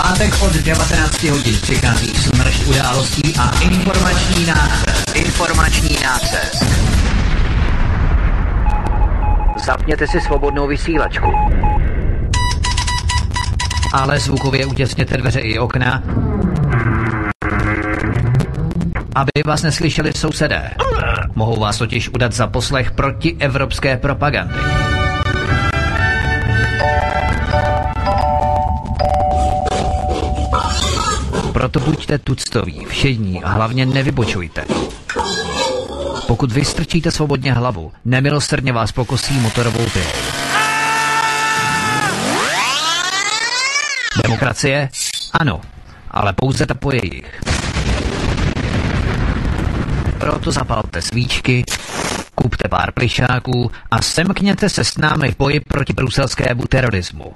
pátek od 19 hodin přichází smršť událostí a informační nácest. Zapněte si svobodnou vysílačku. Ale zvukově utěsněte dveře i okna, aby vás neslyšeli sousedé. Mohou vás totiž udat za poslech protievropské propagandy. Proto buďte tuctoví, všední a hlavně nevybočujte. Pokud vystrčíte svobodně hlavu, nemilosrdně vás pokosí motorovou pilou. Demokracie? Ano, ale pouze ta po jejich. Proto zapalte svíčky, kupte pár plišáků a semkněte se s námi v boji proti bruselskému terorismu.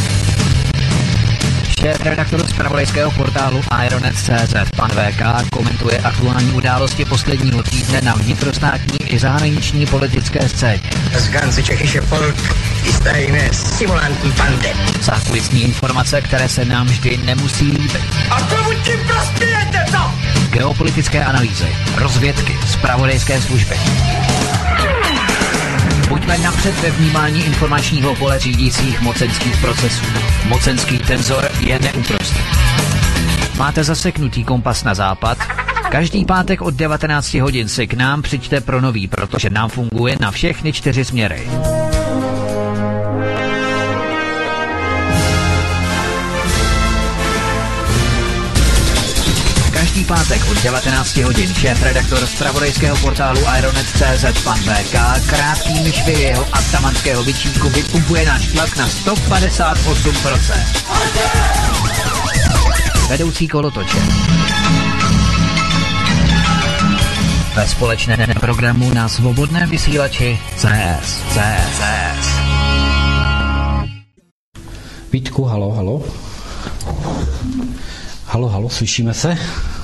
Šéf-redaktor zpravodajského portálu Ironet.cz pan VK komentuje aktuální události posledního týdne na vnitrostátní i zahraniční politické scéně. Z ganze Čechische Volk ist eine simulantní bande. Zákulisní informace, které se nám vždy nemusí líbit. A komu tím prospějete, co? Geopolitické analýzy, rozvědky, zpravodajské služby. Buďme napřed ve vnímání informačního pole řídících mocenských procesů. Mocenský tenzor je neúprostný. Máte zaseknutý kompas na západ? Každý pátek od 19 hodin si k nám přijďte pro nový, protože nám funguje na všechny 4 směry. Každý pátek od 19 hodin šéf-redaktor zpravodajského portálu Ironet.cz pan VK krátkými švy jeho atamanského bičíku vypumpuje náš tlak na 158%. Vedoucí kolotoče. Ve společném programu na svobodném vysílači CS. Vítku, halo. Halo, slyšíme se?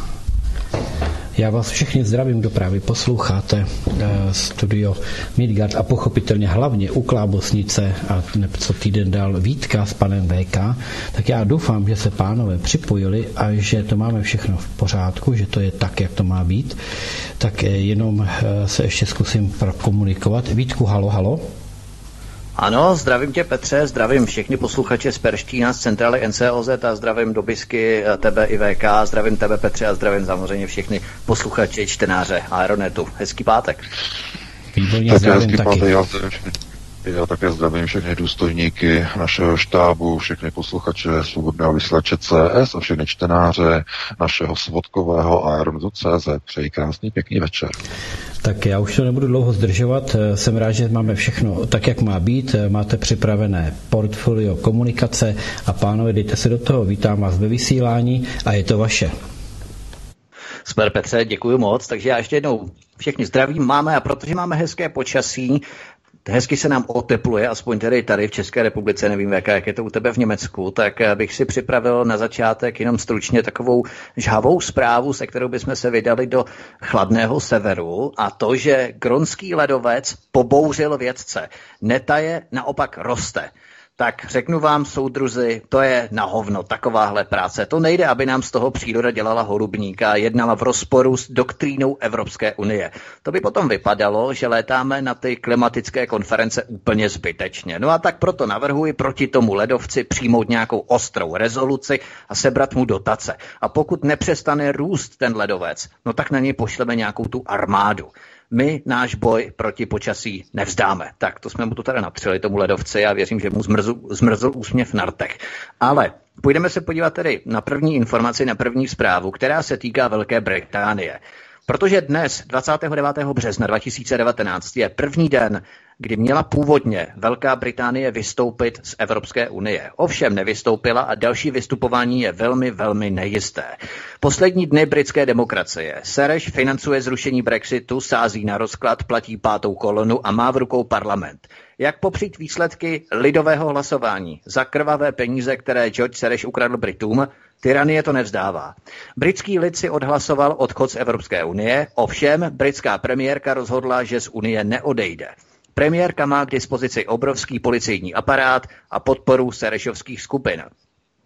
Já vás všechny zdravím, kdo právě posloucháte studio Midgard a pochopitelně hlavně u Klábosnice a co týden dál Vítka s panem VK, tak já doufám, že se pánové připojili a že to máme všechno v pořádku, že to je tak, jak to má být. Tak jenom se ještě zkusím prokomunikovat. Vítku, halo. Ano, zdravím tě Petře, zdravím všechny posluchače z Perštína, z centrály NCOZ a zdravím Dobisky, tebe i VK, zdravím tebe Petře a zdravím samozřejmě všechny posluchače, čtenáře Aeronetu. Hezký pátek. Výborně, zdravím taky. Já také zdravím všechny důstojníky našeho štábu, všechny posluchače svobodného vysílače CS a všechny čtenáře našeho svodkového Aeronetu.cz. Přeji krásný, pěkný večer. Tak já už to nebudu dlouho zdržovat, jsem rád, že máme všechno tak, jak má být, máte připravené portfolio komunikace a pánové, dejte se do toho, vítám vás ve vysílání a je to vaše. Super Petře, děkuji moc, takže já ještě jednou všechny zdravím máme a protože máme hezké počasí, hezky se nám otepluje, aspoň tedy tady v České republice, nevím, jak je to u tebe v Německu, tak bych si připravil na začátek jenom stručně takovou žhavou zprávu, se kterou bychom se vydali do chladného severu, a to, že grónský ledovec pobouřil vědce. Netaje naopak roste. Tak řeknu vám, soudruzi, to je na hovno, takováhle práce. To nejde, aby nám z toho příroda dělala holubníka a jednala v rozporu s doktrínou Evropské unie. To by potom vypadalo, že létáme na ty klimatické konference úplně zbytečně. No a tak proto navrhuji proti tomu ledovci přijmout nějakou ostrou rezoluci a sebrat mu dotace. A pokud nepřestane růst ten ledovec, no tak na něj pošleme nějakou tu armádu. My náš boj proti počasí nevzdáme. Tak to jsme mu to teda napřeli tomu ledovci a věřím, že mu zmrzl úsměv na rtech. Ale půjdeme se podívat tedy na první informaci, na první zprávu, která se týká Velké Británie. Protože dnes, 29. března 2019, je první den, kdy měla původně Velká Británie vystoupit z Evropské unie. Ovšem nevystoupila a další vystupování je velmi, velmi nejisté. Poslední dny britské demokracie. Sereš financuje zrušení Brexitu, sází na rozklad, platí pátou kolonu a má v rukou parlament. Jak popřít výsledky lidového hlasování za krvavé peníze, které George Sereš ukradl Britům? Tyranie to nevzdává. Britský lid si odhlasoval odchod z Evropské unie, ovšem britská premiérka rozhodla, že z unie neodejde. Premiérka má k dispozici obrovský policejní aparát a podporu serešovských skupin.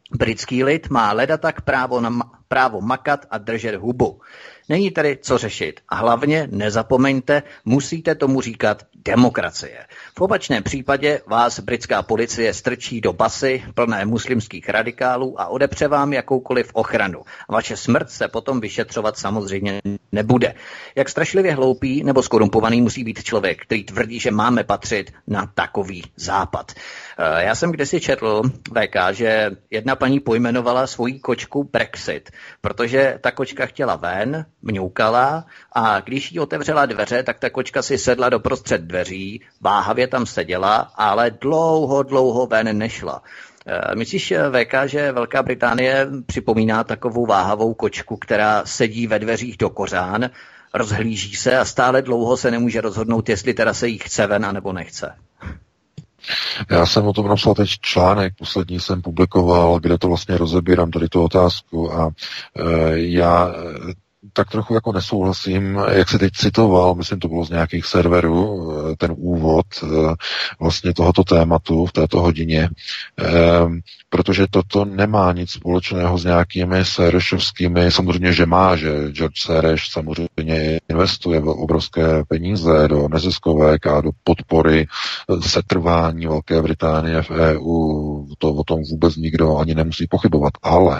Britský lid má ledatak právo makat a držet hubu. Není tedy co řešit. A hlavně nezapomeňte, musíte tomu říkat demokracie. V opačném případě vás britská policie strčí do basy plné muslimských radikálů a odepře vám jakoukoliv ochranu. Vaše smrt se potom vyšetřovat samozřejmě nebude. Jak strašlivě hloupý nebo skorumpovaný musí být člověk, který tvrdí, že máme patřit na takový západ. Já jsem kdysi četl, VK, že jedna paní pojmenovala svoji kočku Brexit, protože ta kočka chtěla ven, mňoukala a když jí otevřela dveře, tak ta kočka si sedla doprostřed dveří, váhavě tam seděla, ale dlouho ven nešla. Myslíš, VK, že Velká Británie připomíná takovou váhavou kočku, která sedí ve dveřích do kořán, rozhlíží se a stále dlouho se nemůže rozhodnout, jestli teda se jí chce ven, anebo nechce? Já jsem o tom napsal teď článek, poslední jsem publikoval, kde to vlastně rozebírám tady tu otázku a já tak trochu jako nesouhlasím, jak se teď citoval, myslím, to bylo z nějakých serverů, ten úvod vlastně tohoto tématu v této hodině, protože toto nemá nic společného s nějakými Serešovskými, samozřejmě, že má, že George Sereš samozřejmě investuje obrovské peníze do neziskovek a do podpory setrvání Velké Británie v EU, to o tom vůbec nikdo ani nemusí pochybovat, ale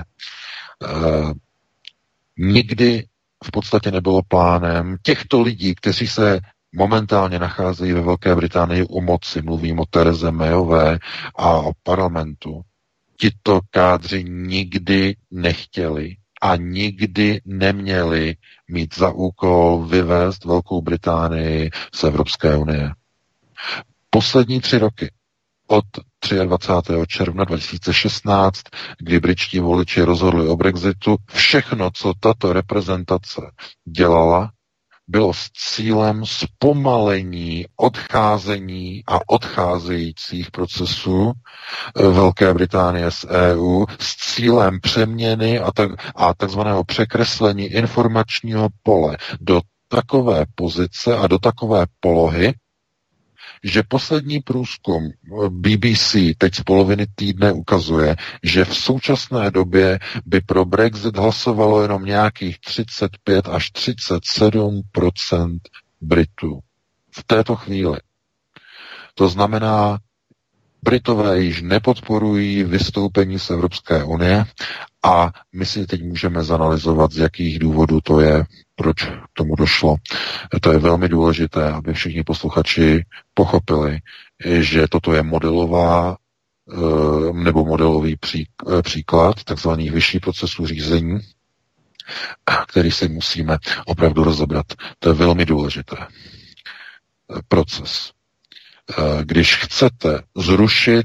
nikdy v podstatě nebylo plánem těchto lidí, kteří se momentálně nacházejí ve Velké Británii u moci, mluvím o Tereze Mayové a o parlamentu. Tito kádři nikdy nechtěli a nikdy neměli mít za úkol vyvést Velkou Británii z Evropské unie. Poslední 3 roky od 23. června 2016, kdy britští voliči rozhodli o Brexitu, všechno, co tato reprezentace dělala, bylo s cílem zpomalení odcházení a odcházejících procesů Velké Británie z EU s cílem přeměny a takzvaného překreslení informačního pole do takové pozice a do takové polohy, že poslední průzkum BBC teď z poloviny týdne ukazuje, že v současné době by pro Brexit hlasovalo jenom nějakých 35 až 37% Britů. V této chvíli. To znamená, Britové již nepodporují vystoupení z Evropské unie a my si teď můžeme zanalyzovat, z jakých důvodů to je, proč k tomu došlo. To je velmi důležité, aby všichni posluchači pochopili, že toto je modelová nebo modelový příklad takzvaných vyšších procesů řízení, který si musíme opravdu rozebrat. To je velmi důležité. Proces. Když chcete zrušit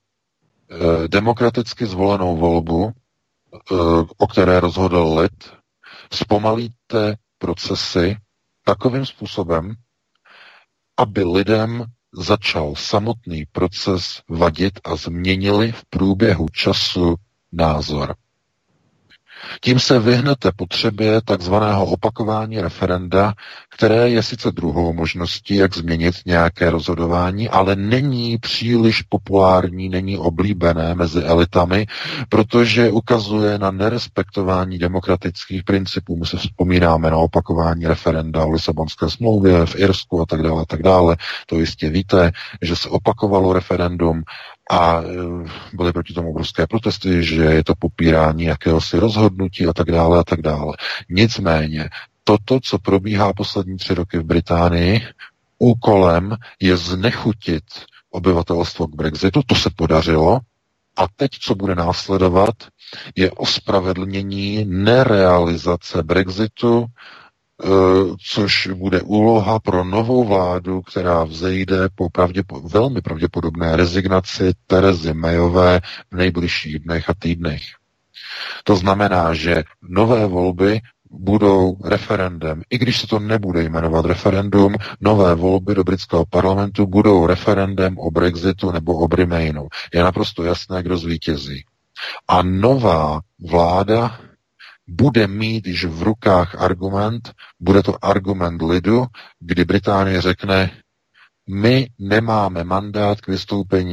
demokraticky zvolenou volbu, o které rozhodl lid, zpomalíte procesy takovým způsobem, aby lidem začal samotný proces vadit a změnili v průběhu času názor. Tím se vyhnete potřebě takzvaného opakování referenda, které je sice druhou možností, jak změnit nějaké rozhodování, ale není příliš populární, není oblíbené mezi elitami, protože ukazuje na nerespektování demokratických principů. My se vzpomínáme na opakování referenda o Lisabonské smlouvě v Irsku a tak dále. To jistě víte, že se opakovalo referendum a byly proti tomu obrovské protesty, že je to popírání jakéhosi rozhodnutí a tak dále a tak dále. Nicméně, toto, co probíhá poslední 3 roky v Británii, úkolem je znechutit obyvatelstvo k Brexitu, to se podařilo, a teď, co bude následovat, je ospravedlnění nerealizace Brexitu, což bude úloha pro novou vládu, která vzejde po velmi pravděpodobné rezignaci Terezy Mayové v nejbližších dnech a týdnech. To znamená, že nové volby budou referendem. I když se to nebude jmenovat referendum, nové volby do britského parlamentu budou referendem o Brexitu nebo o Remainu. Je naprosto jasné, kdo zvítězí. A nová vláda bude mít již v rukách argument, bude to argument lidu, kdy Británie řekne, my nemáme mandát k vystoupení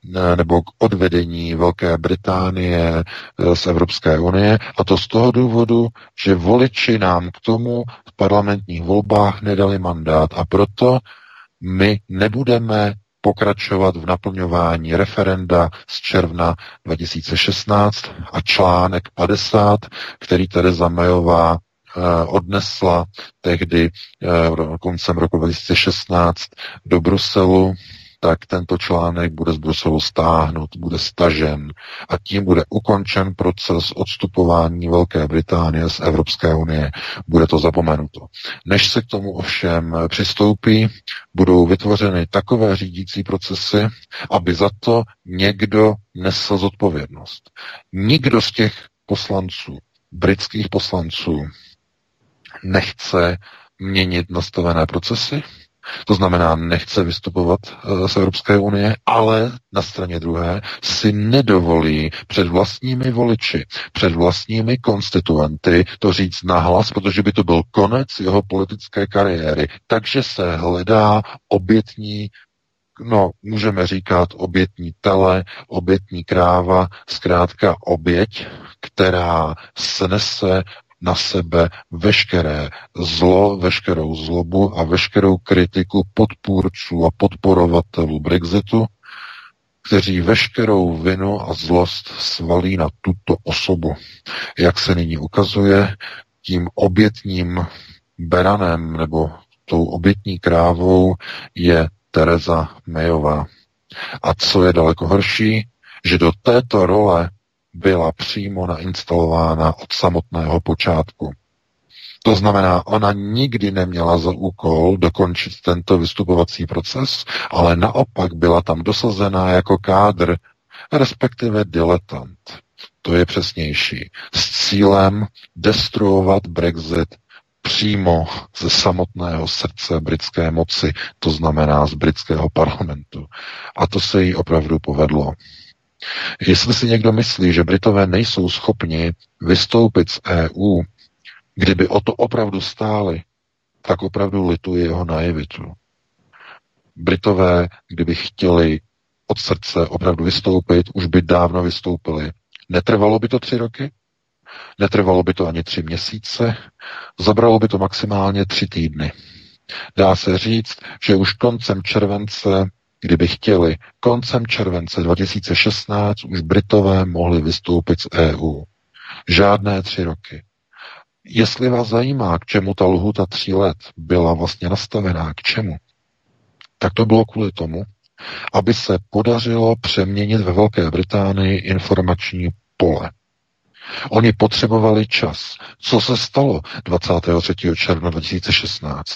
nebo k odvedení Velké Británie z Evropské unie, a to z toho důvodu, že voliči nám k tomu v parlamentních volbách nedali mandát a proto my nebudeme pokračovat v naplňování referenda z června 2016 a článek 50, který Tereza Mayová odnesla tehdy koncem roku 2016 do Bruselu, tak tento článek bude z Bruselu stáhnut, bude stažen a tím bude ukončen proces odstupování Velké Británie z Evropské unie. Bude to zapomenuto. Než se k tomu ovšem přistoupí, budou vytvořeny takové řídící procesy, aby za to někdo nesl zodpovědnost. Nikdo z těch poslanců, britských poslanců, nechce měnit nastavené procesy, to znamená, nechce vystupovat z Evropské unie, ale na straně druhé si nedovolí před vlastními voliči, před vlastními konstituenty to říct nahlas, protože by to byl konec jeho politické kariéry. Takže se hledá obětní, můžeme říkat obětní tele, obětní kráva, zkrátka oběť, která snese na sebe veškeré zlo, veškerou zlobu a veškerou kritiku podpůrců a podporovatelů Brexitu, kteří veškerou vinu a zlost svalí na tuto osobu. Jak se nyní ukazuje, tím obětním beranem nebo tou obětní krávou je Tereza Mayová. A co je daleko horší, že do této role byla přímo nainstalována od samotného počátku. To znamená, ona nikdy neměla za úkol dokončit tento vystupovací proces, ale naopak byla tam dosazená jako kádr, respektive diletant. To je přesnější. S cílem destruovat Brexit přímo ze samotného srdce britské moci, to znamená z britského parlamentu. A to se jí opravdu povedlo. Jestli si někdo myslí, že Britové nejsou schopni vystoupit z EU, kdyby o to opravdu stáli, tak opravdu lituje jeho naivitu. Britové, kdyby chtěli od srdce opravdu vystoupit, už by dávno vystoupili. Netrvalo by to 3 roky? Netrvalo by to ani 3 měsíce? Zabralo by to maximálně 3 týdny. Dá se říct, že už koncem července, kdyby chtěli, koncem července 2016 už Britové mohli vystoupit z EU. Žádné 3 roky. Jestli vás zajímá, k čemu ta lhůta 3 let byla vlastně nastavená, k čemu, tak to bylo kvůli tomu, aby se podařilo přeměnit ve Velké Británii informační pole. Oni potřebovali čas. Co se stalo 23. června 2016?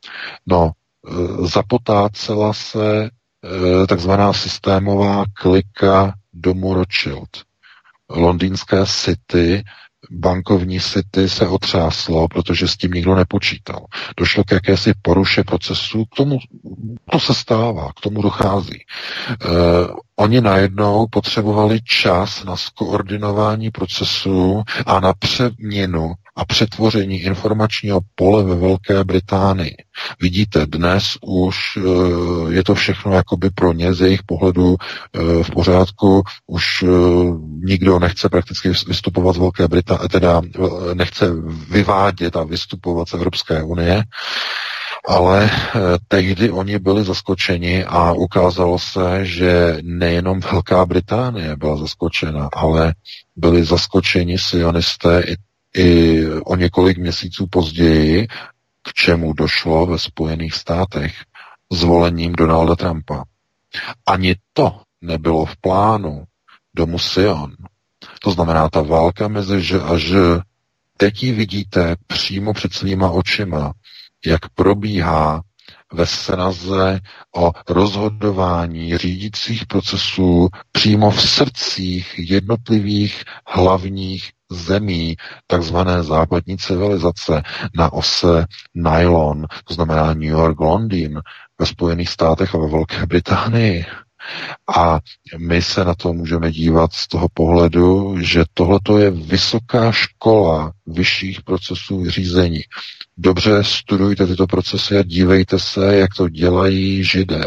Zapotácela se takzvaná systémová klika domu Rothschild. Londýnské City, bankovní City se otřáslo, protože s tím nikdo nepočítal. Došlo k jakési poruše procesu, k tomu to se stává, k tomu dochází. Oni najednou potřebovali čas na skoordinování procesu a na přeměnu a přetvoření informačního pole ve Velké Británii. Vidíte, dnes už je to všechno jakoby pro ně z jejich pohledu v pořádku, už nikdo nechce prakticky vystupovat z Velké Británie, teda nechce vyvádět a vystupovat z Evropské unie, ale tehdy oni byli zaskočeni a ukázalo se, že nejenom Velká Británie byla zaskočena, ale byli zaskočeni sionisté i o několik měsíců později, k čemu došlo ve Spojených státech zvolením Donalda Trumpa. Ani to nebylo v plánu domu Sion. To znamená, ta válka mezi Ž a Ž, teď ji vidíte přímo před svýma očima, jak probíhá ve snaze o rozhodování řídících procesů přímo v srdcích jednotlivých hlavních zemí takzvané západní civilizace na ose nylon, to znamená New York, Londýn, ve Spojených státech a ve Velké Británii. A my se na to můžeme dívat z toho pohledu, že tohleto je vysoká škola vyšších procesů řízení. Dobře studujte tyto procesy a dívejte se, jak to dělají Židé,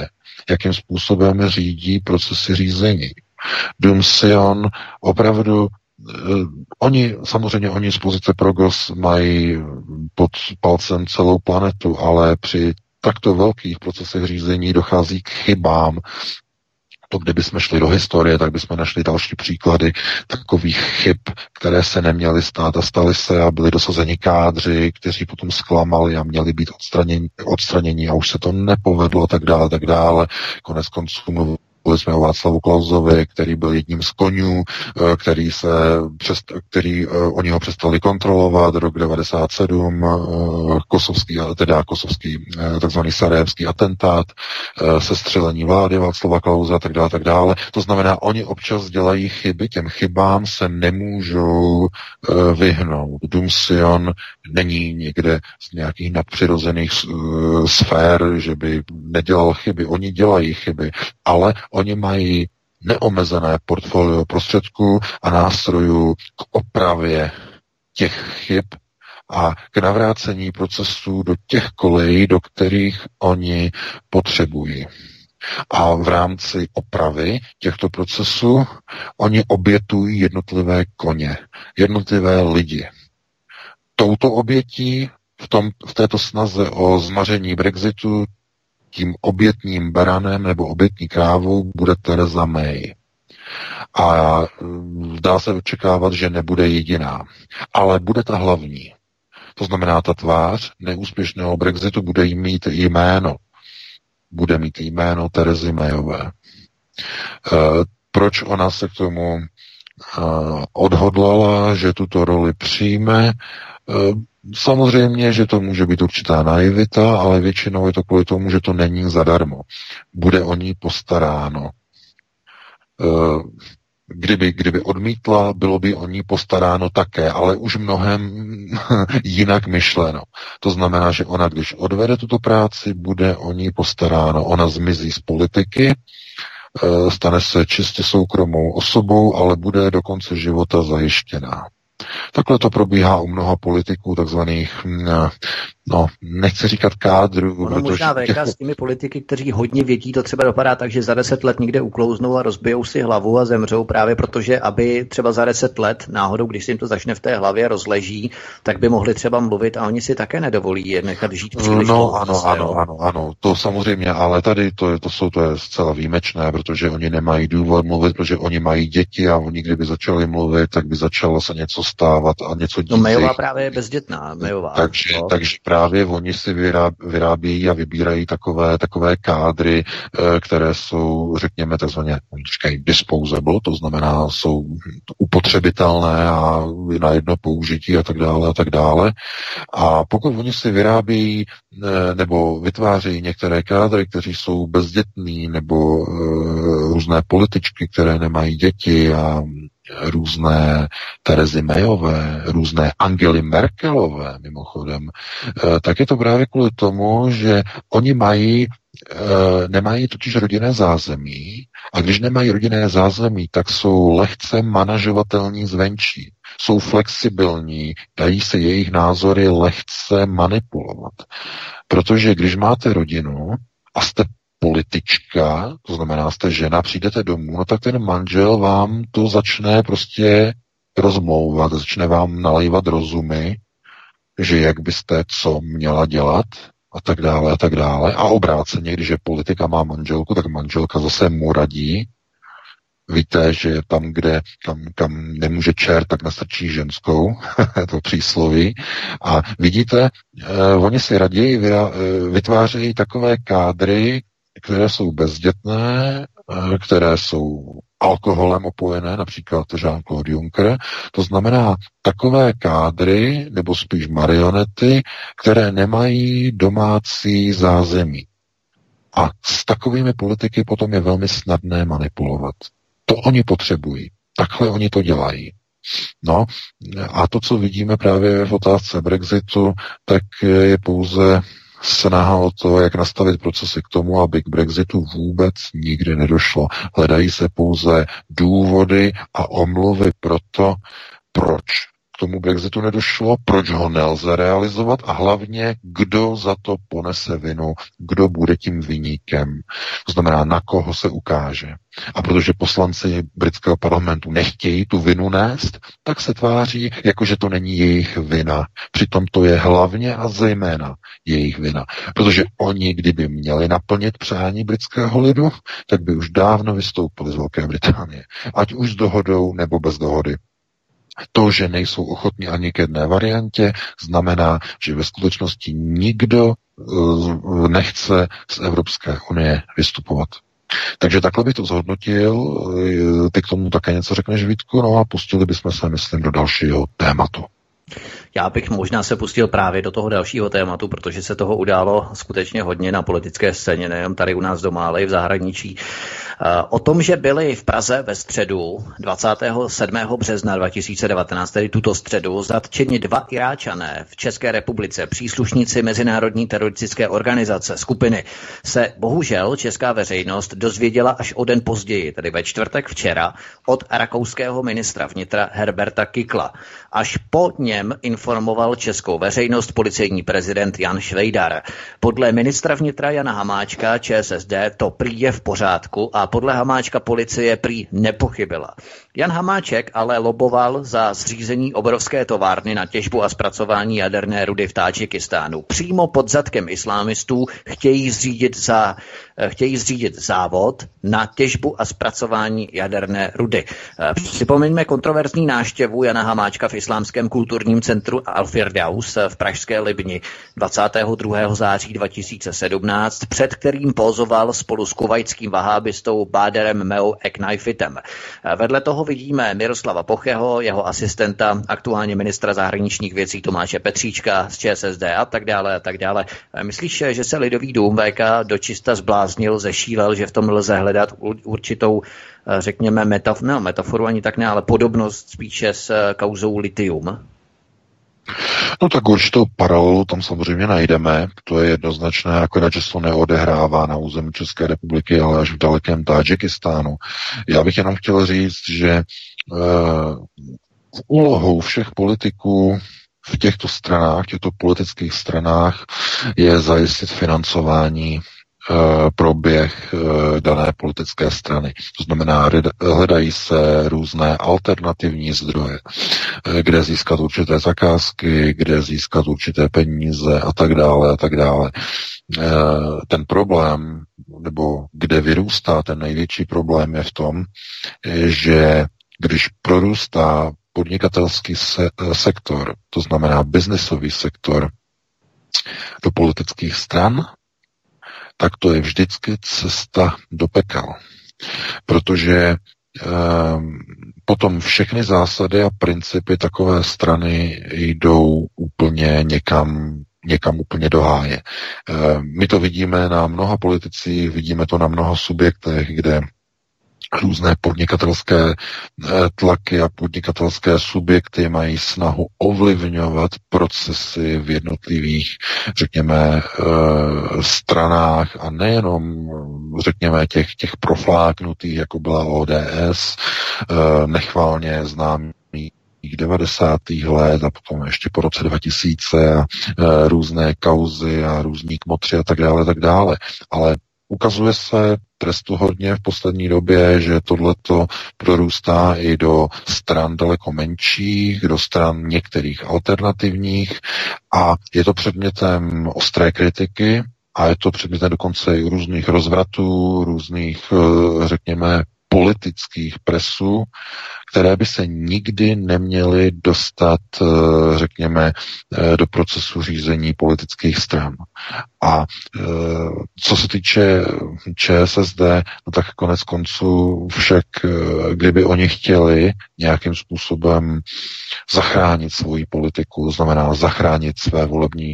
jakým způsobem řídí procesy řízení. Dům Sion opravdu oni z pozice Progos mají pod palcem celou planetu, ale při takto velkých procesech řízení dochází k chybám. To, kdybychom šli do historie, tak bychom našli další příklady takových chyb, které se neměly stát a staly se a byli dosazeni kádři, kteří potom zklamali a měli být odstraněni a už se to nepovedlo a tak dále. Konec konců mluvili jsme o Václavu Klausovi, který byl jedním z konňů, oni ho přestali kontrolovat, rok 97, kosovský takzvaný sarajevský atentát, sestřelení vlády Václava Klause a tak dále. To znamená, oni občas dělají chyby, těm chybám se nemůžou vyhnout. Dům Sion není někde z nějakých nadpřirozených sfér, že by nedělal chyby. Oni dělají chyby, ale oni mají neomezené portfolio prostředků a nástrojů k opravě těch chyb a k navrácení procesů do těch kolejí, do kterých oni potřebují. A v rámci opravy těchto procesů oni obětují jednotlivé koně, jednotlivé lidi. Touto obětí v této snaze o zmaření Brexitu tím obětním baranem nebo obětní krávou bude Theresa May. A dá se očekávat, že nebude jediná. Ale bude ta hlavní. To znamená, ta tvář neúspěšného Brexitu bude mít jméno. Bude mít jméno Theresy Mayové. Proč ona se k tomu odhodlala, že tuto roli přijme? Samozřejmě, že to může být určitá naivita, ale většinou je to kvůli tomu, že to není zadarmo. Bude o ní postaráno. Kdyby odmítla, bylo by o ní postaráno také, ale už mnohem jinak myšleno. To znamená, že ona, když odvede tuto práci, bude o ní postaráno. Ona zmizí z politiky, stane se čistě soukromou osobou, ale bude do konce života zajištěná. Takhle to probíhá u mnoha politiků, takzvaných, nechci říkat kádru. Ono možná s těmi politiky, kteří hodně vědí, to třeba dopadá tak, že za 10 let někde uklouznou a rozbijou si hlavu a zemřou právě protože, aby třeba za 10 let náhodou, když si jim to začne v té hlavě rozleží, tak by mohli třeba mluvit a oni si také nedovolí je nechat žít příliš. Ano, to samozřejmě, ale tady to je zcela výjimečné, protože oni nemají důvod mluvit, protože oni mají děti a oni kdyby začali mluvit, tak by začalo se něco stávat a něco dít. No Mayová právě je bezdětná. Takže právě oni si vyrábějí a vybírají takové kádry, které jsou, řekněme, takzvaně disposable, to znamená, jsou upotřebitelné a na jedno použití a tak dále. A pokud oni si vyrábějí nebo vytvářejí některé kádry, kteří jsou bezdětní, nebo různé političky, které nemají děti a různé Theresy Mayové, různé Angely Merkelové, mimochodem, tak je to právě kvůli tomu, že oni nemají totiž rodinné zázemí a když nemají rodinné zázemí, tak jsou lehce manažovatelní zvenčí. Jsou flexibilní, dají se jejich názory lehce manipulovat. Protože když máte rodinu a jste politička, to znamená, jste žena, přijdete domů, no tak ten manžel vám to začne prostě rozmlouvat, začne vám nalejvat rozumy, že jak byste co měla dělat a tak dále. A obráceně, když je politika má manželku, tak manželka zase mu radí. Víte, že tam, kam nemůže čert, tak nastrčí ženskou, to přísloví. A vidíte, oni si raději vytvářejí takové kádry, které jsou bezdětné, které jsou alkoholem opojené, například Jean-Claude Juncker. To znamená takové kádry, nebo spíš marionety, které nemají domácí zázemí. A s takovými politiky potom je velmi snadné manipulovat. To oni potřebují. Takhle oni to dělají. No a to, co vidíme právě v otázce Brexitu, tak je pouze snaha o to, jak nastavit procesy k tomu, aby k Brexitu vůbec nikdy nedošlo. Hledají se pouze důvody a omluvy pro to, proč k tomu Brexitu nedošlo, proč ho nelze realizovat a hlavně, kdo za to ponese vinu, kdo bude tím viníkem. To znamená, na koho se ukáže. A protože poslanci britského parlamentu nechtějí tu vinu nést, tak se tváří, jako že to není jejich vina. Přitom to je hlavně a zejména jejich vina. Protože oni, kdyby měli naplnit přání britského lidu, tak by už dávno vystoupili z Velké Británie. Ať už s dohodou nebo bez dohody. To, že nejsou ochotní ani k jedné variantě, znamená, že ve skutečnosti nikdo nechce z Evropské unie vystupovat. Takže takhle bych to zhodnotil, ty k tomu také něco řekneš, Vítku, no a pustili bychom se, myslím, do dalšího tématu. Já bych možná se pustil právě do toho dalšího tématu, protože se toho událo skutečně hodně na politické scéně, nejen tady u nás doma, ale i v zahraničí. O tom, že byli v Praze ve středu 27. března 2019, tedy tuto středu, zatčeni 2 Iráčané v České republice, příslušníci mezinárodní teroristické organizace skupiny, se bohužel česká veřejnost dozvěděla až o den později, tedy ve čtvrtek včera, od rakouského ministra vnitra Herberta Kickla. Až po něm informoval českou veřejnost policejní prezident Jan Švejdar. Podle ministra vnitra Jana Hamáčka ČSSD to prý je v pořádku a podle Hamáčka policie prý nepochybila. Jan Hamáček ale loboval za zřízení obrovské továrny na těžbu a zpracování jaderné rudy v Tádžikistánu. Přímo pod zadkem islámistů chtějí zřídit závod na těžbu a zpracování jaderné rudy. Připomeňme kontroverzní návštěvu Jana Hamáčka v islámském kulturním centru Al-Firdaus v pražské Libni 22. září 2017, před kterým pózoval spolu s kuvajským vahábistou Báderem Meou Eknajfitem. Vedle toho vidíme Miroslava Pocheho, jeho asistenta, aktuálně ministra zahraničních věcí Tomáše Petříčka z ČSSD a tak dále a tak dále. Myslíš, že se Lidový dům VK dočista zbláznil, zešílel, že v tom lze hledat určitou, řekněme, metaforu ani tak ne, ale podobnost spíše s kauzou Litium? No tak určitou paralelu tam samozřejmě najdeme, to je jednoznačné, akorát, že se to neodehrává na území České republiky, ale až v dalekém Tádžikistánu. Já bych jenom chtěl říct, že úlohou všech politiků v těchto stranách, těchto politických stranách je zajistit financování proběh dané politické strany. To znamená, hledají se různé alternativní zdroje, kde získat určité zakázky, kde získat určité peníze a tak dále a tak dále. Ten problém, nebo kde vyrůstá ten největší problém je v tom, že když prorůstá podnikatelský sektor, to znamená biznesový sektor do politických stran, tak to je vždycky cesta do pekel. Protože potom všechny zásady a principy takové strany jdou úplně někam úplně do háje. My to vidíme na mnoha politicích, vidíme to na mnoha subjektech, kde různé podnikatelské tlaky a podnikatelské subjekty mají snahu ovlivňovat procesy v jednotlivých, řekněme, stranách a nejenom, řekněme, těch profláknutých, jako byla ODS, nechválně známý 90. let a potom ještě po roce 2000 a různé kauzy a různí kmotři a tak dále. Ale ukazuje se trestuhodně v poslední době, že tohleto prorůstá i do stran daleko menších, do stran některých alternativních a je to předmětem ostré kritiky a je to předmětem dokonce i různých rozvratů, různých, řekněme, politických presů, které by se nikdy neměly dostat, řekněme, do procesu řízení politických stran. A co se týče ČSSD, no tak konec konců však, kdyby oni chtěli nějakým způsobem zachránit svoji politiku, to znamená zachránit své volební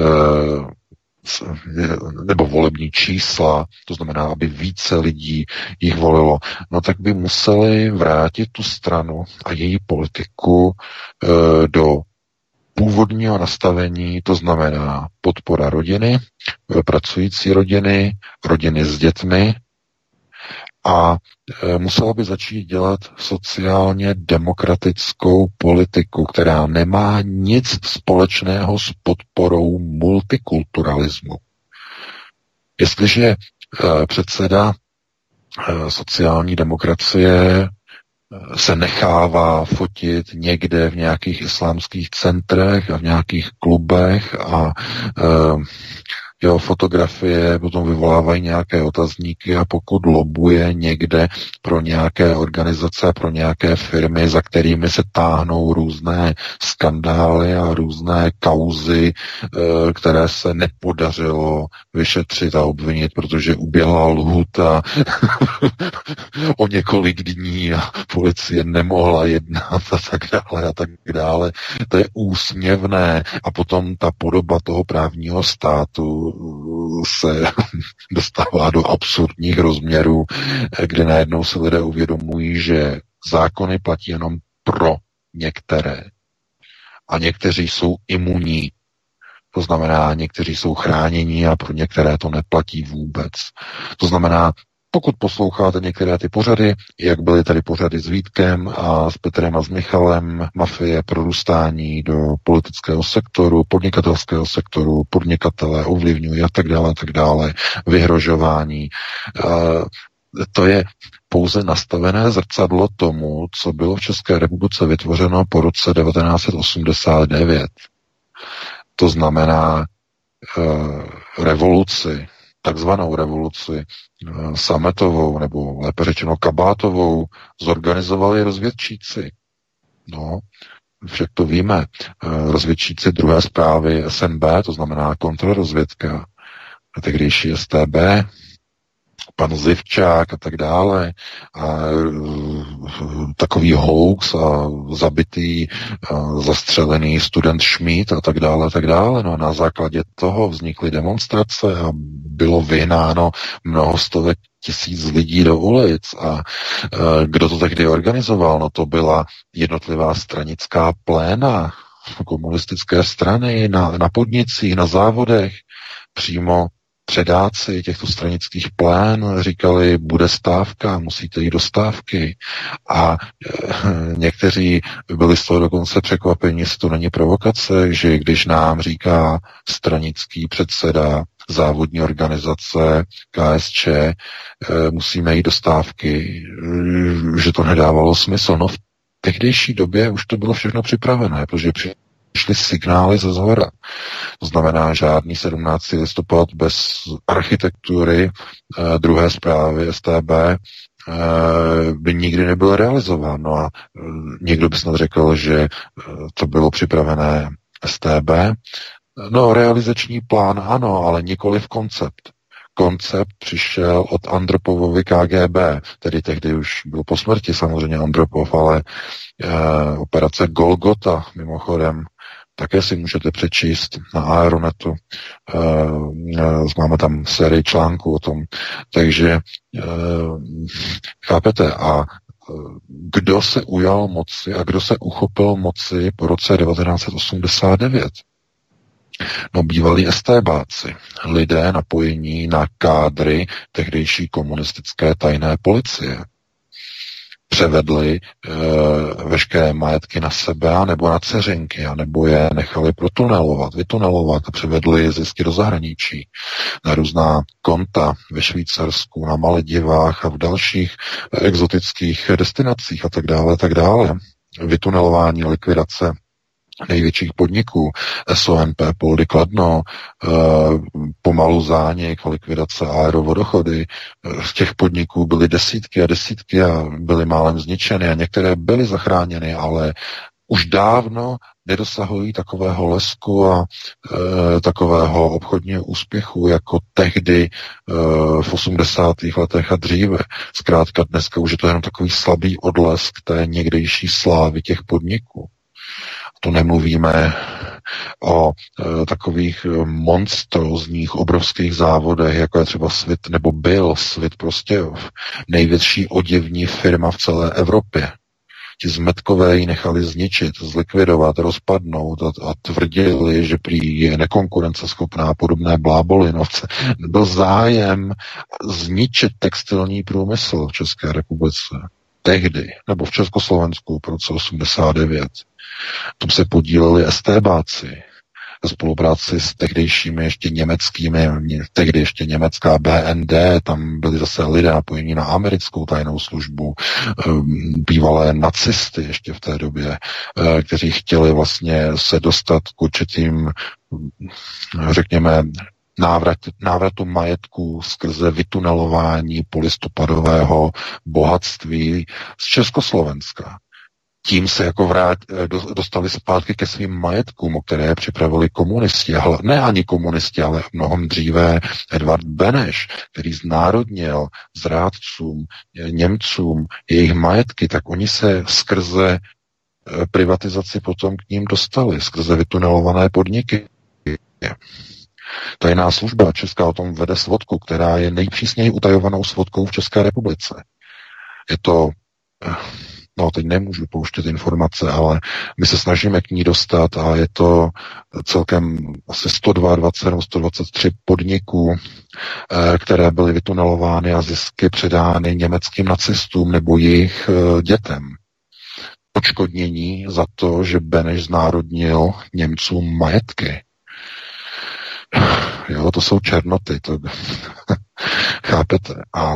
nebo volební čísla, to znamená, aby více lidí jich volilo, no tak by museli vrátit tu stranu a její politiku do původního nastavení, to znamená podpora rodiny, pracující rodiny, rodiny s dětmi a musela by začít dělat sociálně demokratickou politiku, která nemá nic společného s podporou multikulturalismu. Jestliže předseda sociální demokracie se nechává fotit někde v nějakých islámských centrech a v nějakých klubech a jeho fotografie potom vyvolávají nějaké otazníky a pokud lobuje někde pro nějaké organizace, pro nějaké firmy, za kterými se táhnou různé skandály a různé kauzy, které se nepodařilo vyšetřit a obvinit, protože uběhla lhůta o několik dní a policie nemohla jednat a tak dále. To je úsměvné a potom ta podoba toho právního státu se dostává do absurdních rozměrů, kde najednou se lidé uvědomují, že zákony platí jenom pro některé. A někteří jsou imunní. To znamená, někteří jsou chráněni a pro některé to neplatí vůbec. To znamená, pokud posloucháte některé ty pořady, jak byly tady pořady s Vítkem a s Petrem a s Michalem, mafie, prorůstání do politického sektoru, podnikatelského sektoru, podnikatele ovlivňují a tak dále, vyhrožování. To je pouze nastavené zrcadlo tomu, co bylo v České republice vytvořeno po roce 1989. To znamená revoluci, takzvanou revoluci sametovou, nebo lépe řečeno kabátovou, zorganizovali rozvědčíci. No, však to víme. Rozvědčíci druhé zprávy SNB, to znamená kontrarozvědka, tehdejší STB, pan Zivčák a tak dále, a takový hoax a zabitý, zastřelený student Schmidt a tak dále, a tak dále. No a na základě toho vznikly demonstrace a bylo vyhnáno mnoho stovek tisíc lidí do ulic. A kdo to tehdy organizoval? No to byla jednotlivá stranická pléna komunistické strany na podnicích, na závodech, přímo předáci těchto stranických plén říkali, bude stávka, musíte jít do stávky. A někteří byli z toho dokonce překvapeni, jestli to není provokace, že když nám říká stranický předseda závodní organizace KSČ, musíme jít do stávky, že to nedávalo smysl. No v tehdejší době už to bylo všechno připravené, protože přišly signály ze zhora. To znamená žádný 17. listopad bez architektury druhé zprávy STB by nikdy nebyl realizován. No a někdo by snad řekl, že to bylo připravené STB. No, realizační plán ano, ale nikoliv koncept. Koncept přišel od Andropovovy KGB, tedy tehdy už byl po smrti samozřejmě Andropov, ale operace Golgota mimochodem také si můžete přečíst na Aeronetu. Máme tam sérii článků o tom. Takže chápete, a kdo se ujal moci a kdo se uchopil moci po roce 1989? No, bývalí STBáci, lidé napojení na kádry tehdejší komunistické tajné policie. Převedli veškeré majetky na sebe nebo na dceřinky, anebo je nechali vytunelovat a převedli zisky do zahraničí na různá konta ve Švýcarsku, na Maledivách a v dalších exotických destinacích a tak dále. Vytunelování, likvidace největších podniků, SONP, Poldy Kladno, pomalu zánik, likvidace Aerovodochody. Z těch podniků byly desítky a desítky a byly málem zničeny a některé byly zachráněny, ale už dávno nedosahují takového lesku a takového obchodního úspěchu jako tehdy v 80. letech a dříve. Zkrátka dneska už je to jenom takový slabý odlesk té někdejší slávy těch podniků. To nemluvíme o takových monstrózních, obrovských závodech, jako je třeba Svit, nebo byl Svit Prostějov, největší oděvní firma v celé Evropě. Ti Zmetkové ji nechali zničit, zlikvidovat, rozpadnout a tvrdili, že prý je nekonkurenceschopná, podobné blábolinovce. Byl zájem zničit textilní průmysl v České republice. Tehdy, nebo v Československu v roce 89. Tom se podíleli estébáci ve spolupráci s tehdejšími ještě německými, tehdy ještě německá BND, tam byli zase lidé napojení na americkou tajnou službu, bývalé nacisty ještě v té době, kteří chtěli vlastně se dostat k určitým, řekněme, návratu majetku skrze vytunelování polistopadového bohatství z Československa. Tím se jako dostali zpátky ke svým majetkům, o které připravili komunisti. Ne ani komunisti, ale mnohem dříve Edvard Beneš, který znárodnil zrádcům, Němcům jejich majetky, tak oni se skrze privatizaci potom k ním dostali, skrze vytunelované podniky. Tajná služba česká o tom vede svodku, která je nejpřísněji utajovanou svodkou v České republice. Je to, teď nemůžu pouštět informace, ale my se snažíme k ní dostat a je to celkem asi 122 nebo 123 podniků, které byly vytunelovány a zisky předány německým nacistům nebo jejich dětem. Odškodnění za to, že Beneš znárodnil Němcům majetky. Jo, to jsou černoty, to chápete. A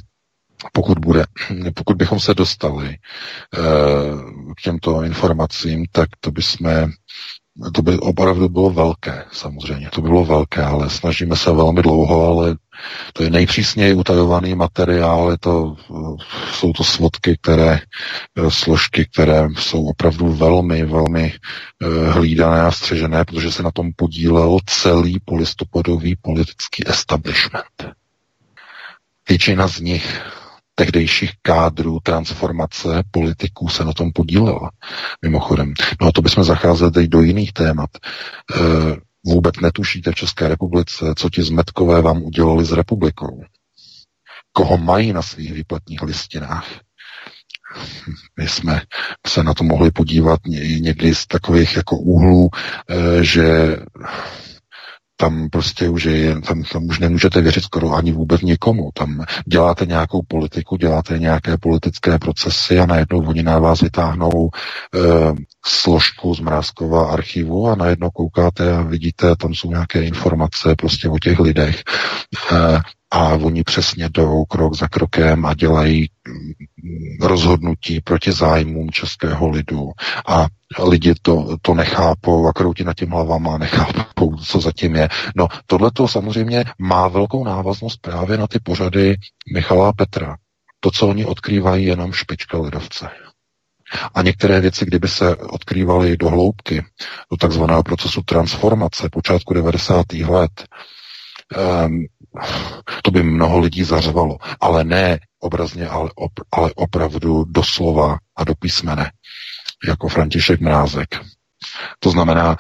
pokud bychom se dostali k těmto informacím, tak to by opravdu bylo velké, samozřejmě. To by bylo velké, ale snažíme se velmi dlouho, ale to je nejpřísněji utajovaný materiál, jsou to svodky, složky, které jsou opravdu velmi, velmi hlídané a střežené, protože se na tom podílel celý polistopadový politický establishment. Většina z nich tehdejších kádrů transformace politiků se na tom podílela. Mimochodem. No a to bychom zacházeli do jiných témat. Vůbec netušíte v České republice, co ti Zmetkové vám udělali s republikou. Koho mají na svých výplatních listinách. My jsme se na to mohli podívat někdy z takových jako úhlů, že tam prostě tam už nemůžete věřit skoro ani vůbec nikomu. Tam děláte nějakou politiku, děláte nějaké politické procesy a najednou oni na vás vytáhnou složku z Mrázkova archivu a najednou koukáte a vidíte, tam jsou nějaké informace prostě o těch lidech. A oni přesně jdou krok za krokem a dělají rozhodnutí proti zájmům českého lidu. A lidi to nechápou a kroutí nad tím hlavama a nechápou, co zatím je. No, tohleto samozřejmě má velkou návaznost právě na ty pořady Michala a Petra. To, co oni odkrývají, jenom špička ledovce. A některé věci, kdyby se odkrývaly do hloubky, do takzvaného procesu transformace počátku 90. let, to by mnoho lidí zařvalo. Ale ne obrazně, ale opravdu doslova a do písmene, jako František Mrázek. To znamená,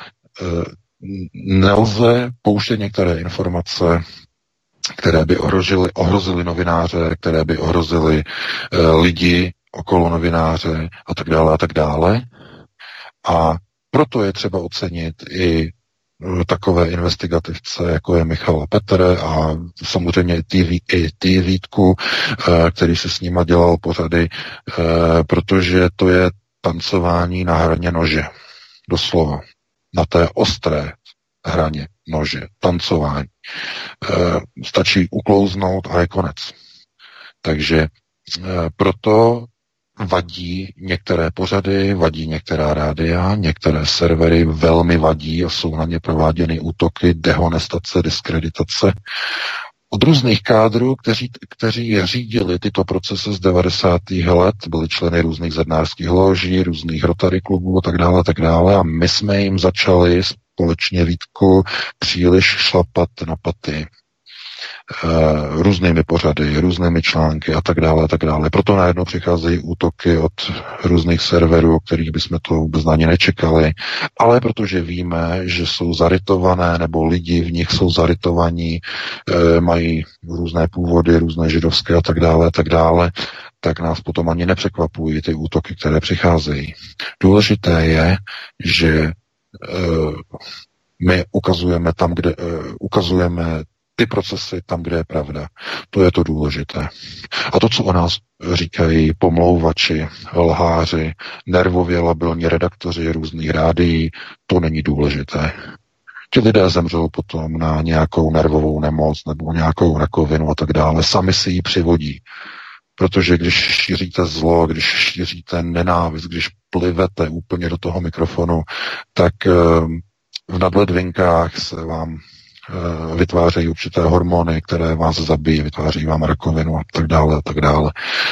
nelze pouštět některé informace, které by ohrozily novináře, které by ohrozily lidi okolo novináře a tak dále a tak dále. A proto je třeba ocenit i takové investigativce, jako je Michal Petr a samozřejmě i ty Vítku, který se s nima dělal pořady, protože to je tancování na hraně nože. Doslova. Na té ostré hraně nože. Tancování. Stačí uklouznout a je konec. Takže proto vadí některé pořady, vadí některá rádia, některé servery velmi vadí a jsou na ně prováděny útoky, dehonestace, diskreditace od různých kádrů, kteří řídili tyto procesy z 90. let, byli členy různých zednářských loží, různých Rotary klubů a tak dále a my jsme jim začali společně, Vítku, příliš šlapat na paty různými pořady, různými články a tak dále. Proto najednou přicházejí útoky od různých serverů, o kterých bychom to vůbec ani nečekali, ale protože víme, že jsou zarytované, nebo lidi v nich jsou zarytovaní, mají různé původy, různé židovské a tak dále, tak nás potom ani nepřekvapují ty útoky, které přicházejí. Důležité je, že my ukazujeme tam, kde ukazujeme ty procesy tam, kde je pravda. To je to důležité. A to, co o nás říkají pomlouvači, lháři, nervově labilní redaktoři různých rádií, to není důležité. Ti lidé zemřou potom na nějakou nervovou nemoc nebo nějakou rakovinu a tak dále. Sami si ji přivodí. Protože když šíříte zlo, když šíříte nenávist, když plivete úplně do toho mikrofonu, tak v nadledvinkách se vám vytvářejí určité hormony, které vás zabijí, vytváří vám rakovinu a tak dále a tak dále.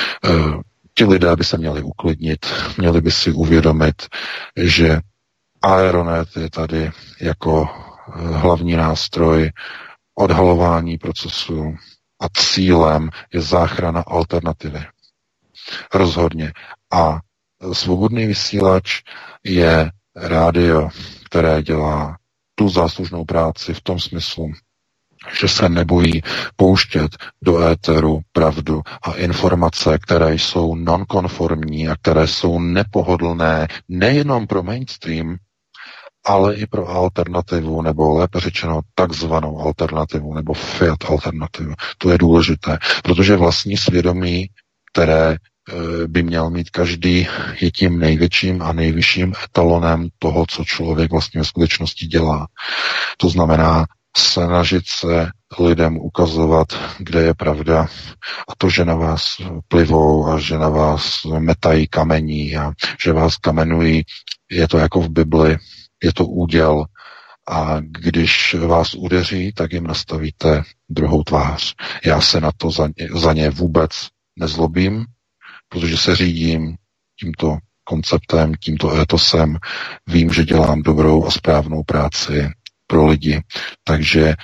Ti lidé by se měli uklidnit, měli by si uvědomit, že Aeronet je tady jako hlavní nástroj odhalování procesu a cílem je záchrana alternativy. Rozhodně. A svobodný vysílač je rádio, které dělá tu záslužnou práci v tom smyslu, že se nebojí pouštět do éteru pravdu a informace, které jsou nonkonformní a které jsou nepohodlné nejenom pro mainstream, ale i pro alternativu, nebo lépe řečeno takzvanou alternativu, nebo fiat alternativu. To je důležité, protože vlastní svědomí, které by měl mít každý, je tím největším a nejvyšším etalonem toho, co člověk vlastně v skutečnosti dělá. To znamená snažit se lidem ukazovat, kde je pravda, a to, že na vás plivou a že na vás metají kamení a že vás kamenují, je to jako v Bibli, je to úděl, a když vás udeří, tak jim nastavíte druhou tvář. Já se na to za ně vůbec nezlobím, protože se řídím tímto konceptem, tímto étosem, vím, že dělám dobrou a správnou práci pro lidi. Takže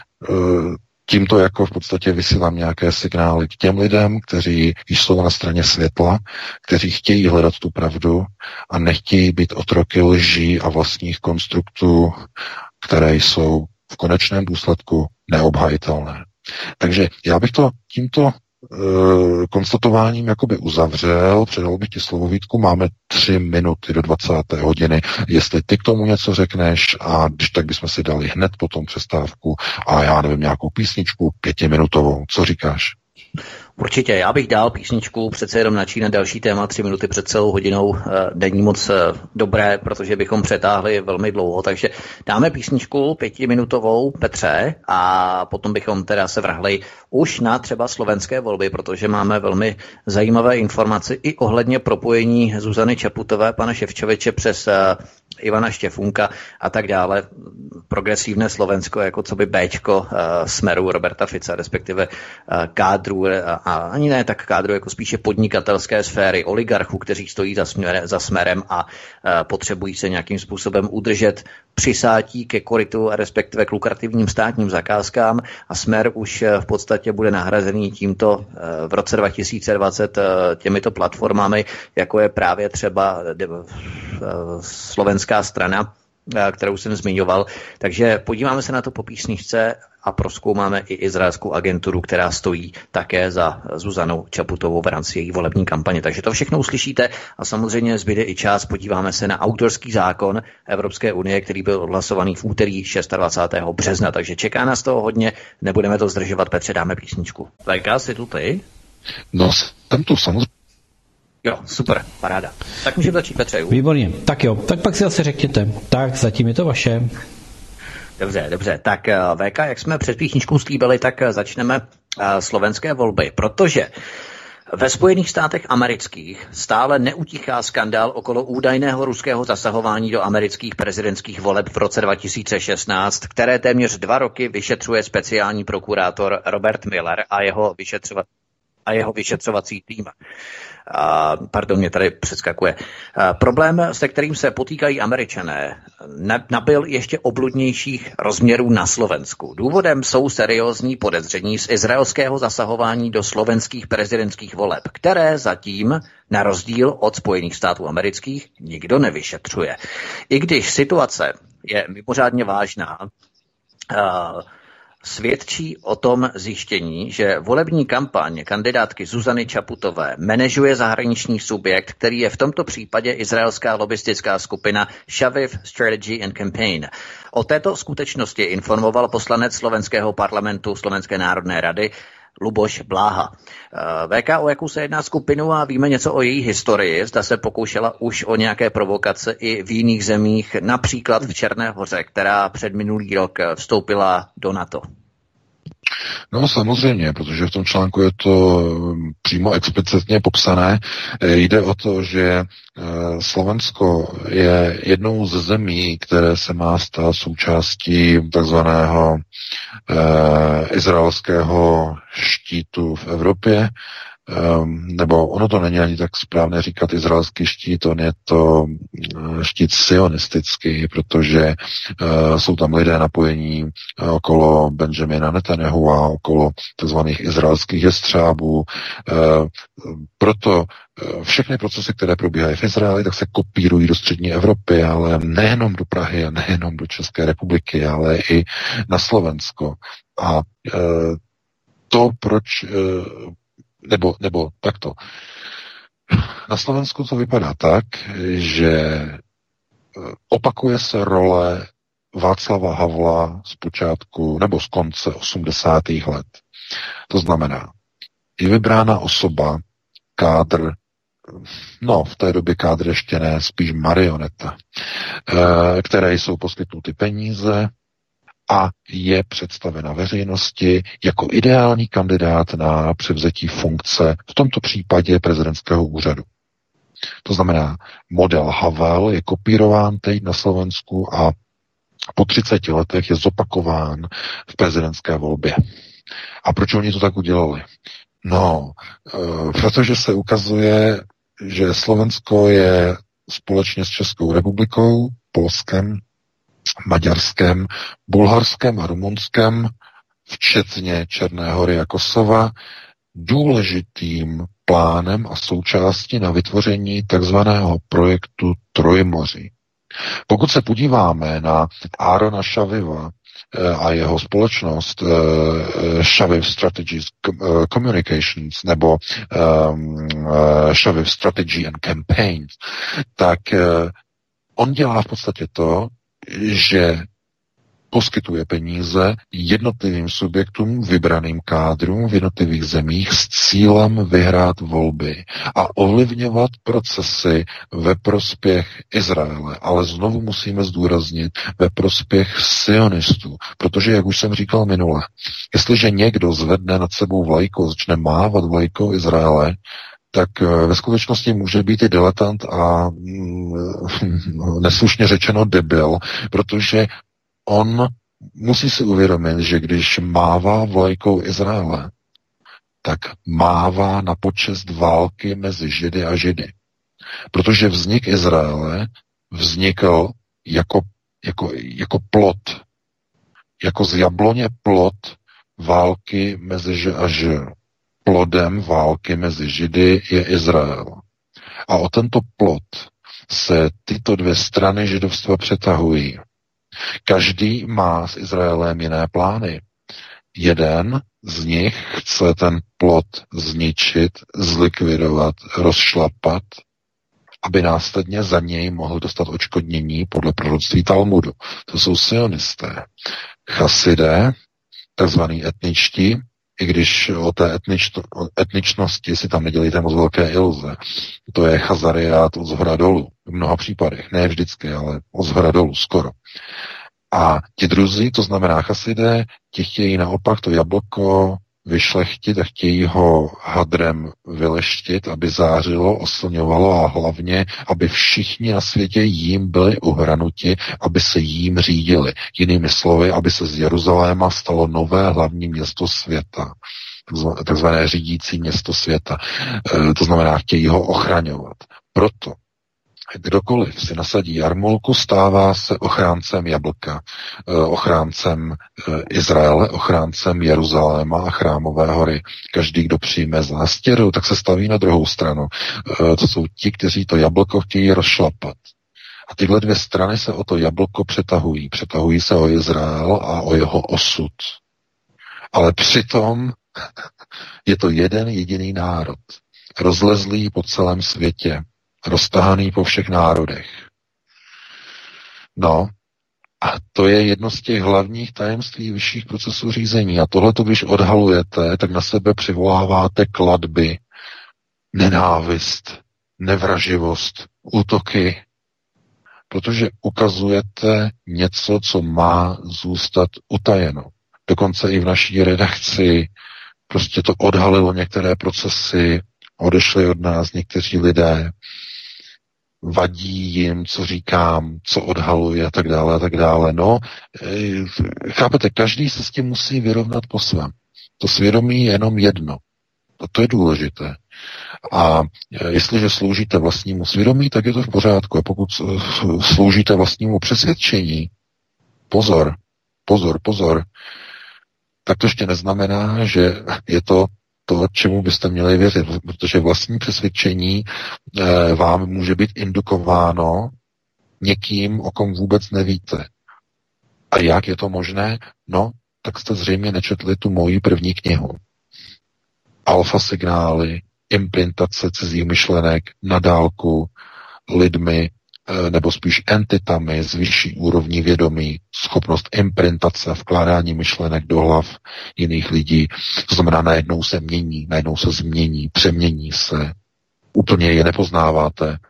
tímto jako v podstatě vysílám nějaké signály k těm lidem, kteří jsou na straně světla, kteří chtějí hledat tu pravdu a nechtějí být otroky lží a vlastních konstruktů, které jsou v konečném důsledku neobhajitelné. Takže já bych to tímto konstatováním jakoby uzavřel, předal bych ti slovo, Vítku, máme 3 minuty do 20. hodiny, jestli ty k tomu něco řekneš, a když tak bychom si dali hned potom přestávku a já nevím, nějakou písničku 5minutovou, co říkáš? Určitě, já bych dal písničku, přece jenom načínat další téma 3 minuty před celou hodinou není moc dobré, protože bychom přetáhli velmi dlouho, takže dáme písničku 5minutovou, Petře, a potom bychom teda se vrhli už na třeba slovenské volby, protože máme velmi zajímavé informace i ohledně propojení Zuzany Čaputové, pana Ševčoviče přes Ivana Štěfunka a tak dále. Progresivné Slovensko, jako co by Bčko Smeru Roberta Fica, respektive kádru, a ani ne tak kádru, jako spíše podnikatelské sféry, oligarchů, kteří stojí za Smerem a potřebují se nějakým způsobem udržet přisátí ke korytu, respektive k lukrativním státním zakázkám, a Smer už v podstatě bude nahrazený tímto v roce 2020 těmito platformami, jako je právě třeba Slovenská strana, kterou jsem zmiňoval. Takže podíváme se na to po písničce a prozkoumáme i izraelskou agenturu, která stojí také za Zuzanou Čaputovou v rámci její volební kampaně. Takže to všechno uslyšíte a samozřejmě zbyde i čas. Podíváme se na autorský zákon Evropské unie, který byl odhlasovaný v úterý 26. března. Takže čeká nás toho hodně, nebudeme to zdržovat. Petře, dáme písničku. Vajka, jsi tu ty? No, jsem tu samozřejmě. Jo, super, paráda. Tak můžeme začít, Petře. Výborně, tak jo, tak pak si zase řekněte. Tak, zatím je to vaše. Dobře. Tak VK, jak jsme před písničkou slíbili, tak začneme slovenské volby, protože ve Spojených státech amerických stále neutichá skandál okolo údajného ruského zasahování do amerických prezidentských voleb v roce 2016, které téměř 2 roky vyšetřuje speciální prokurátor Robert Mueller a jeho vyšetřovací tým. Pardon, mě tady přeskakuje. Problém, se kterým se potýkají Američané, nabyl ještě obludnějších rozměrů na Slovensku. Důvodem jsou seriózní podezření z izraelského zasahování do slovenských prezidentských voleb, které zatím, na rozdíl od Spojených států amerických, nikdo nevyšetřuje. I když situace je mimořádně vážná, svědčí o tom zjištění, že volební kampaň kandidátky Zuzany Čaputové manažuje zahraniční subjekt, který je v tomto případě izraelská lobistická skupina Shaviv Strategy and Campaign. O této skutečnosti informoval poslanec slovenského parlamentu Slovenské národné rady Luboš Bláha. VK, o jakou se jedná skupinu a víme něco o její historii? Zda se pokoušela už o nějaké provokace i v jiných zemích, například v Černé Hoře, která před minulý rok vstoupila do NATO. No samozřejmě, protože v tom článku je to přímo explicitně popsané. Jde o to, že Slovensko je jednou ze zemí, které se má stát součástí takzvaného izraelského štítu v Evropě, nebo ono to není ani tak správné říkat izraelský štít, on je to štít sionistický, protože jsou tam lidé napojení okolo Benjamina Netanyahu a okolo tzv. Izraelských jestřábů. Proto všechny procesy, které probíhají v Izraeli, tak se kopírují do střední Evropy, ale nejenom do Prahy a nejenom do České republiky, ale i na Slovensko. A to, proč nebo takto. Na Slovensku to vypadá tak, že opakuje se role Václava Havla z počátku nebo z konce 80. let. To znamená, je vybrána osoba, kádr, no v té době kádr ještě ne, spíš marioneta, které jsou poskytnuty peníze, a je představena veřejnosti jako ideální kandidát na převzetí funkce, v tomto případě prezidentského úřadu. To znamená, model Havel je kopírován teď na Slovensku a po 30 letech je zopakován v prezidentské volbě. A proč oni to tak udělali? No, protože se ukazuje, že Slovensko je společně s Českou republikou, Polskem, Maďarskem, Bulharskem a Rumunskem, včetně Černé Hory a Kosova, důležitým plánem a součástí na vytvoření takzvaného projektu Trojmoří. Pokud se podíváme na Arona Shaviva a jeho společnost Shaviv Strategies Communications nebo Shaviv Strategy and Campaigns, tak on dělá v podstatě to, že poskytuje peníze jednotlivým subjektům, vybraným kádrům v jednotlivých zemích s cílem vyhrát volby a ovlivňovat procesy ve prospěch Izraele. Ale znovu musíme zdůraznit ve prospěch sionistů, protože, jak už jsem říkal minule, jestliže někdo zvedne nad sebou vlajku, začne mávat vlajkou Izraele, tak ve skutečnosti může být i diletant a neslušně řečeno debil, protože on musí si uvědomit, že když mává vlajkou Izraele, tak mává na počest války mezi Židy a Židy. Protože vznik Izraele vznikl jako plod, jako z jabloně plod války mezi Ž a Ž. Plodem války mezi Židy je Izrael. A o tento plod se tyto dvě strany židovstva přetahují. Každý má s Izraelem jiné plány. Jeden z nich chce ten plod zničit, zlikvidovat, rozšlapat, aby následně za něj mohl dostat odškodnění podle proroctví Talmudu. To jsou sionisté. Chasidé, takzvaný etničtí, i když o té etničnosti si tam nedělíte moc velké iluze. To je chazariát od zhora dolů. V mnoha případech. Ne vždycky, ale od zhora dolů skoro. A ti druzí, to znamená chasidé, ti chtějí naopak to jablko vyšlechtit a chtějí ho hadrem vyleštit, aby zářilo, oslňovalo a hlavně, aby všichni na světě jím byli uhranuti, aby se jím řídili. Jinými slovy, aby se z Jeruzaléma stalo nové hlavní město světa. Takzvané řídící město světa. To znamená, chtějí ho ochraňovat. Proto kdokoliv si nasadí jarmulku, stává se ochráncem jablka, ochráncem Izraele, ochráncem Jeruzaléma a Chrámové hory. Každý, kdo přijme zástěru, tak se staví na druhou stranu. To jsou ti, kteří to jablko chtějí rozšlapat. A tyhle dvě strany se o to jablko přetahují. Přetahují se o Izrael a o jeho osud. Ale přitom je to jeden jediný národ, rozlezlý po celém světě, roztahaný po všech národech. No, a to je jedno z těch hlavních tajemství vyšších procesů řízení. A tohleto, když odhalujete, tak na sebe přivoláváte klatby, nenávist, nevraživost, útoky, protože ukazujete něco, co má zůstat utajeno. Dokonce i v naší redakci prostě to odhalilo některé procesy, odešli od nás někteří lidé, vadí jim, co říkám, co odhaluji a tak dále a tak dále. No, chápete, každý se s tím musí vyrovnat po svém. To svědomí je jenom jedno. A to je důležité. A jestliže sloužíte vlastnímu svědomí, tak je to v pořádku. A pokud sloužíte vlastnímu přesvědčení, pozor, tak to ještě neznamená, že je to, čemu byste měli věřit, protože vlastní přesvědčení vám může být indukováno někým, o kom vůbec nevíte. A jak je to možné? No, tak jste zřejmě nečetli tu moji první knihu. Alfa signály, implantace cizích myšlenek na dálku lidmi, nebo spíš entitami z vyšší úrovní vědomí, schopnost imprintace, vkládání myšlenek do hlav jiných lidí. To znamená, najednou se mění, najednou se změní, přemění se, úplně je nepoznáváte.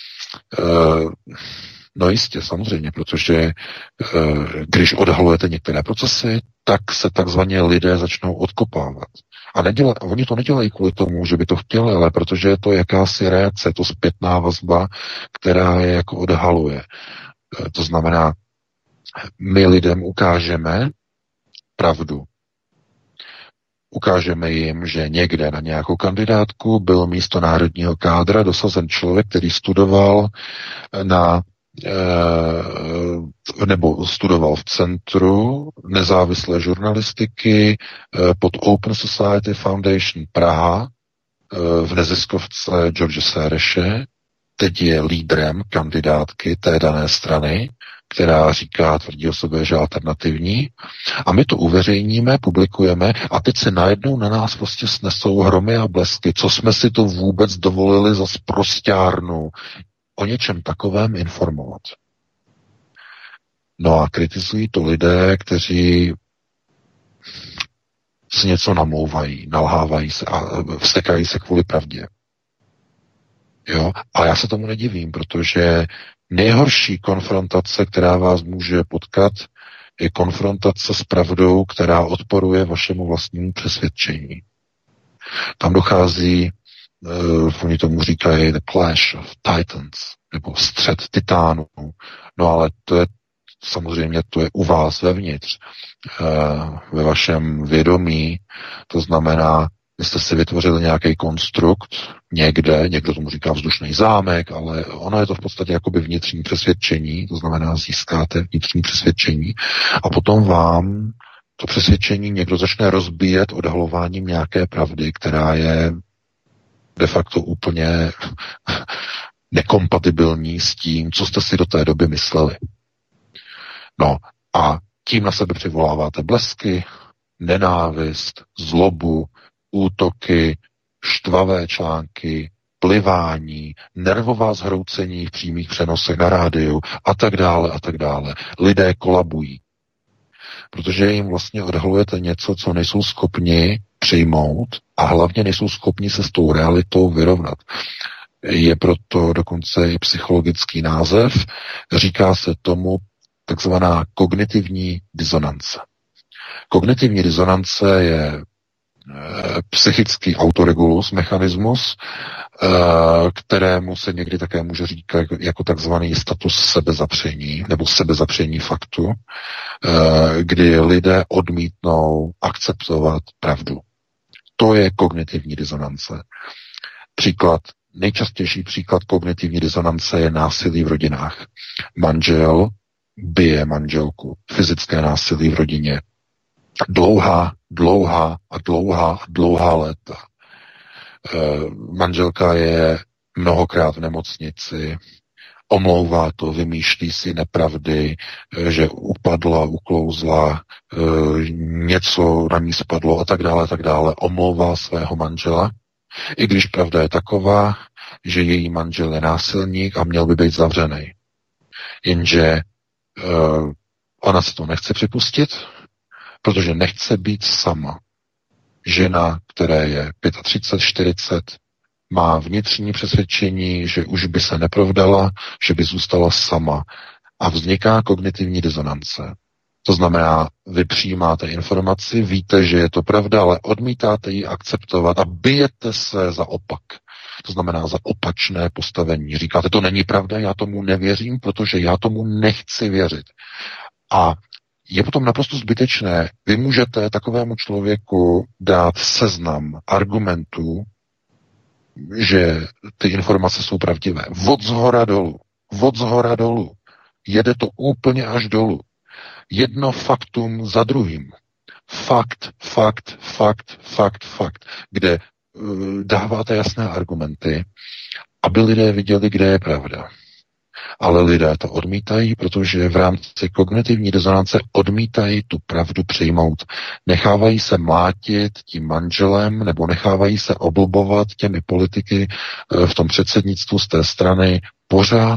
No jistě, samozřejmě, protože když odhalujete některé procesy, tak se takzvaně lidé začnou odkopávat. A oni to nedělají kvůli tomu, že by to chtěli, ale protože je to jakási reakce, to zpětná vazba, která je jako odhaluje. To znamená, my lidem ukážeme pravdu. Ukážeme jim, že někde na nějakou kandidátku byl místo národního kádra dosazen člověk, který studoval nebo studoval v Centru nezávislé žurnalistiky pod Open Society Foundation Praha v neziskovce George Sereše. Teď je lídrem kandidátky té dané strany, která říká, tvrdí o sobě, že alternativní. A my to uveřejníme, publikujeme a teď se najednou na nás prostě snesou hromy a blesky. Co jsme si to vůbec dovolili za sprosťárnu o něčem takovém informovat. No a kritizují to lidé, kteří si něco namlouvají, nalhávají se a vztekají se kvůli pravdě. Jo? A já se tomu nedivím, protože nejhorší konfrontace, která vás může potkat, je konfrontace s pravdou, která odporuje vašemu vlastnímu přesvědčení. Tam dochází, oni tomu říkají the clash of titans, nebo střet titánů. No ale to je samozřejmě, to je u vás vevnitř, ve vašem vědomí, to znamená, vy jste si vytvořili nějaký konstrukt někdo tomu říká vzdušný zámek, ale ono je to v podstatě jakoby vnitřní přesvědčení, to znamená získáte vnitřní přesvědčení a potom vám to přesvědčení někdo začne rozbíjet odhalováním nějaké pravdy, která je de facto úplně nekompatibilní s tím, co jste si do té doby mysleli. No a tím na sebe přivoláváte blesky, nenávist, zlobu, útoky, štvavé články, plivání, nervová zhroucení v přímých přenosech na rádiu a tak dále a tak dále. Lidé kolabují, protože jim vlastně odhalujete něco, co nejsou schopni přijmout a hlavně nejsou schopni se s tou realitou vyrovnat. Je proto dokonce i psychologický název, říká se tomu takzvaná kognitivní disonance. Kognitivní disonance je psychický autoregulus, mechanismus, kterému se někdy také může říkat jako takzvaný status sebezapření nebo sebezapření faktu, kdy lidé odmítnou akceptovat pravdu. To je kognitivní disonance. Nejčastější příklad kognitivní disonance je násilí v rodinách. Manžel bije manželku, fyzické násilí v rodině. Dlouhá léta. Manželka je mnohokrát v nemocnici Omlouvá to, vymýšlí si nepravdy, že upadla, uklouzla, něco na ní spadlo a tak dále. Omlouvá svého manžela, i když pravda je taková, že její manžel je násilník a měl by být zavřený. Jenže ona se to nechce připustit, protože nechce být sama. Žena, které je 35, 40, má vnitřní přesvědčení, že už by se neprovdala, že by zůstala sama. A vzniká kognitivní disonance. To znamená, vy přijímáte informaci, víte, že je to pravda, ale odmítáte ji akceptovat a bijete se za opak. To znamená za opačné postavení. Říkáte, to není pravda, já tomu nevěřím, protože já tomu nechci věřit. A je potom naprosto zbytečné. Vy můžete takovému člověku dát seznam argumentů, že ty informace jsou pravdivé. Od zhora dolů. Jede to úplně až dolů. Jedno faktum za druhým. Fakt. Kde dáváte jasné argumenty, aby lidé viděli, kde je pravda. Ale lidé to odmítají, protože v rámci kognitivní disonance odmítají tu pravdu přijmout. Nechávají se mlátit tím manželem nebo nechávají se oblbovat těmi politiky v tom předsednictvu z té strany pořád.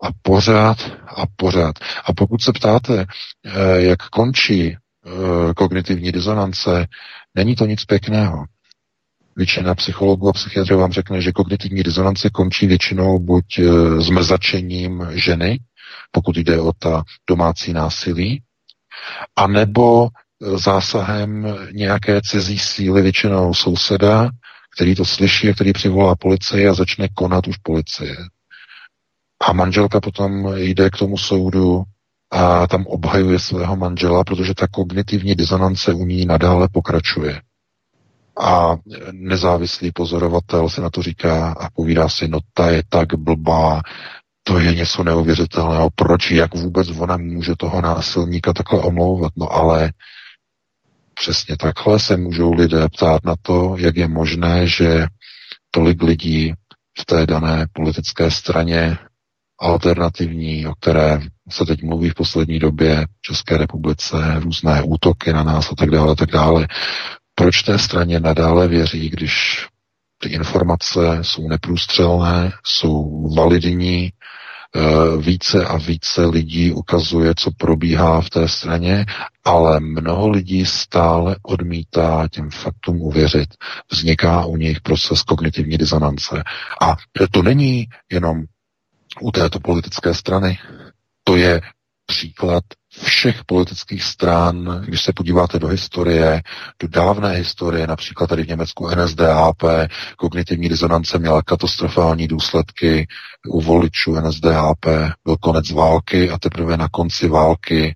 A pokud se ptáte, jak končí kognitivní disonance, není to nic pěkného. Většina psychologů a psychiatrů vám řekne, že kognitivní disonance končí většinou buď zmrzačením ženy, pokud jde o ta domácí násilí, anebo zásahem nějaké cizí síly, většinou souseda, který to slyší a který přivolá policii a začne konat už policie. A manželka potom jde k tomu soudu a tam obhajuje svého manžela, protože ta kognitivní disonance u ní nadále pokračuje. A nezávislý pozorovatel se na to říká a povídá si, no ta je tak blbá, to je něco neuvěřitelného, proč, jak vůbec ona může toho násilníka takhle omlouvat. No ale přesně takhle se můžou lidé ptát na to, jak je možné, že tolik lidí v té dané politické straně alternativní, o které se teď mluví v poslední době v České republice, různé útoky na nás a tak dále. Proč té straně nadále věří, když ty informace jsou neprůstřelné, jsou validní, více a více lidí ukazuje, co probíhá v té straně, ale mnoho lidí stále odmítá těm faktům uvěřit. Vzniká u nich proces kognitivní disonance. A to není jenom u této politické strany. To je příklad všech politických stran, když se podíváte do historie, do dávné historie, například tady v Německu NSDAP, kognitivní disonance měla katastrofální důsledky u voličů NSDAP, byl konec války a teprve na konci války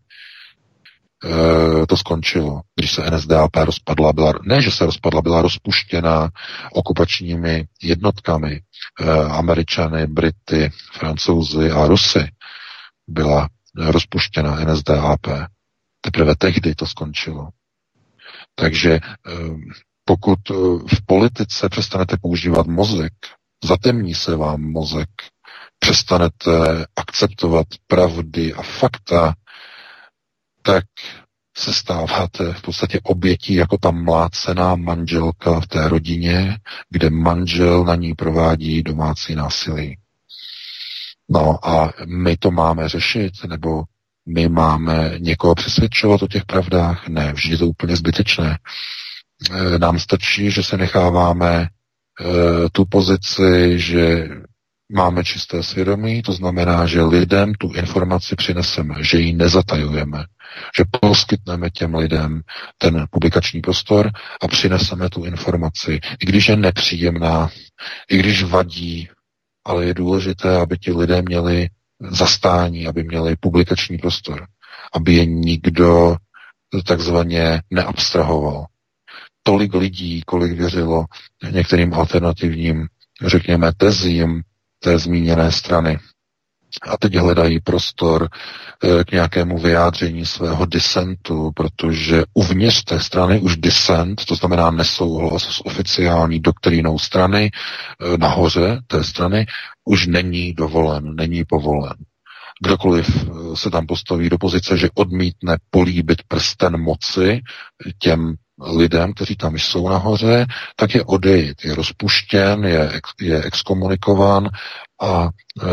to skončilo, když se NSDAP rozpadla, byla rozpuštěna okupačními jednotkami, Američany, Brity, Francouzi a Rusy, byla rozpuštěna NSDAP. Teprve tehdy to skončilo. Takže pokud v politice přestanete používat mozek, zatemní se vám mozek, přestanete akceptovat pravdy a fakta, tak se stáváte v podstatě obětí jako ta mlácená manželka v té rodině, kde manžel na ní provádí domácí násilí. No a my to máme řešit, nebo my máme někoho přesvědčovat o těch pravdách? Ne, vždy je to úplně zbytečné. Nám stačí, že se necháváme tu pozici, že máme čisté svědomí, to znamená, že lidem tu informaci přineseme, že ji nezatajujeme, že poskytneme těm lidem ten publikační prostor a přineseme tu informaci, i když je nepříjemná, i když vadí, ale je důležité, aby ti lidé měli zastání, aby měli publikační prostor, aby je nikdo takzvaně neabstrahoval. Tolik lidí, kolik věřilo některým alternativním, řekněme, tezím té zmíněné strany, a teď hledají prostor k nějakému vyjádření svého disentu, protože uvnitř té strany už disent, to znamená nesouhlas s oficiální doktrínou strany, nahoře té strany, už není dovolen, není povolen. Kdokoliv se tam postaví do pozice, že odmítne políbit prsten moci těm lidem, kteří tam jsou nahoře, tak je odejít, je rozpuštěn, je exkomunikován a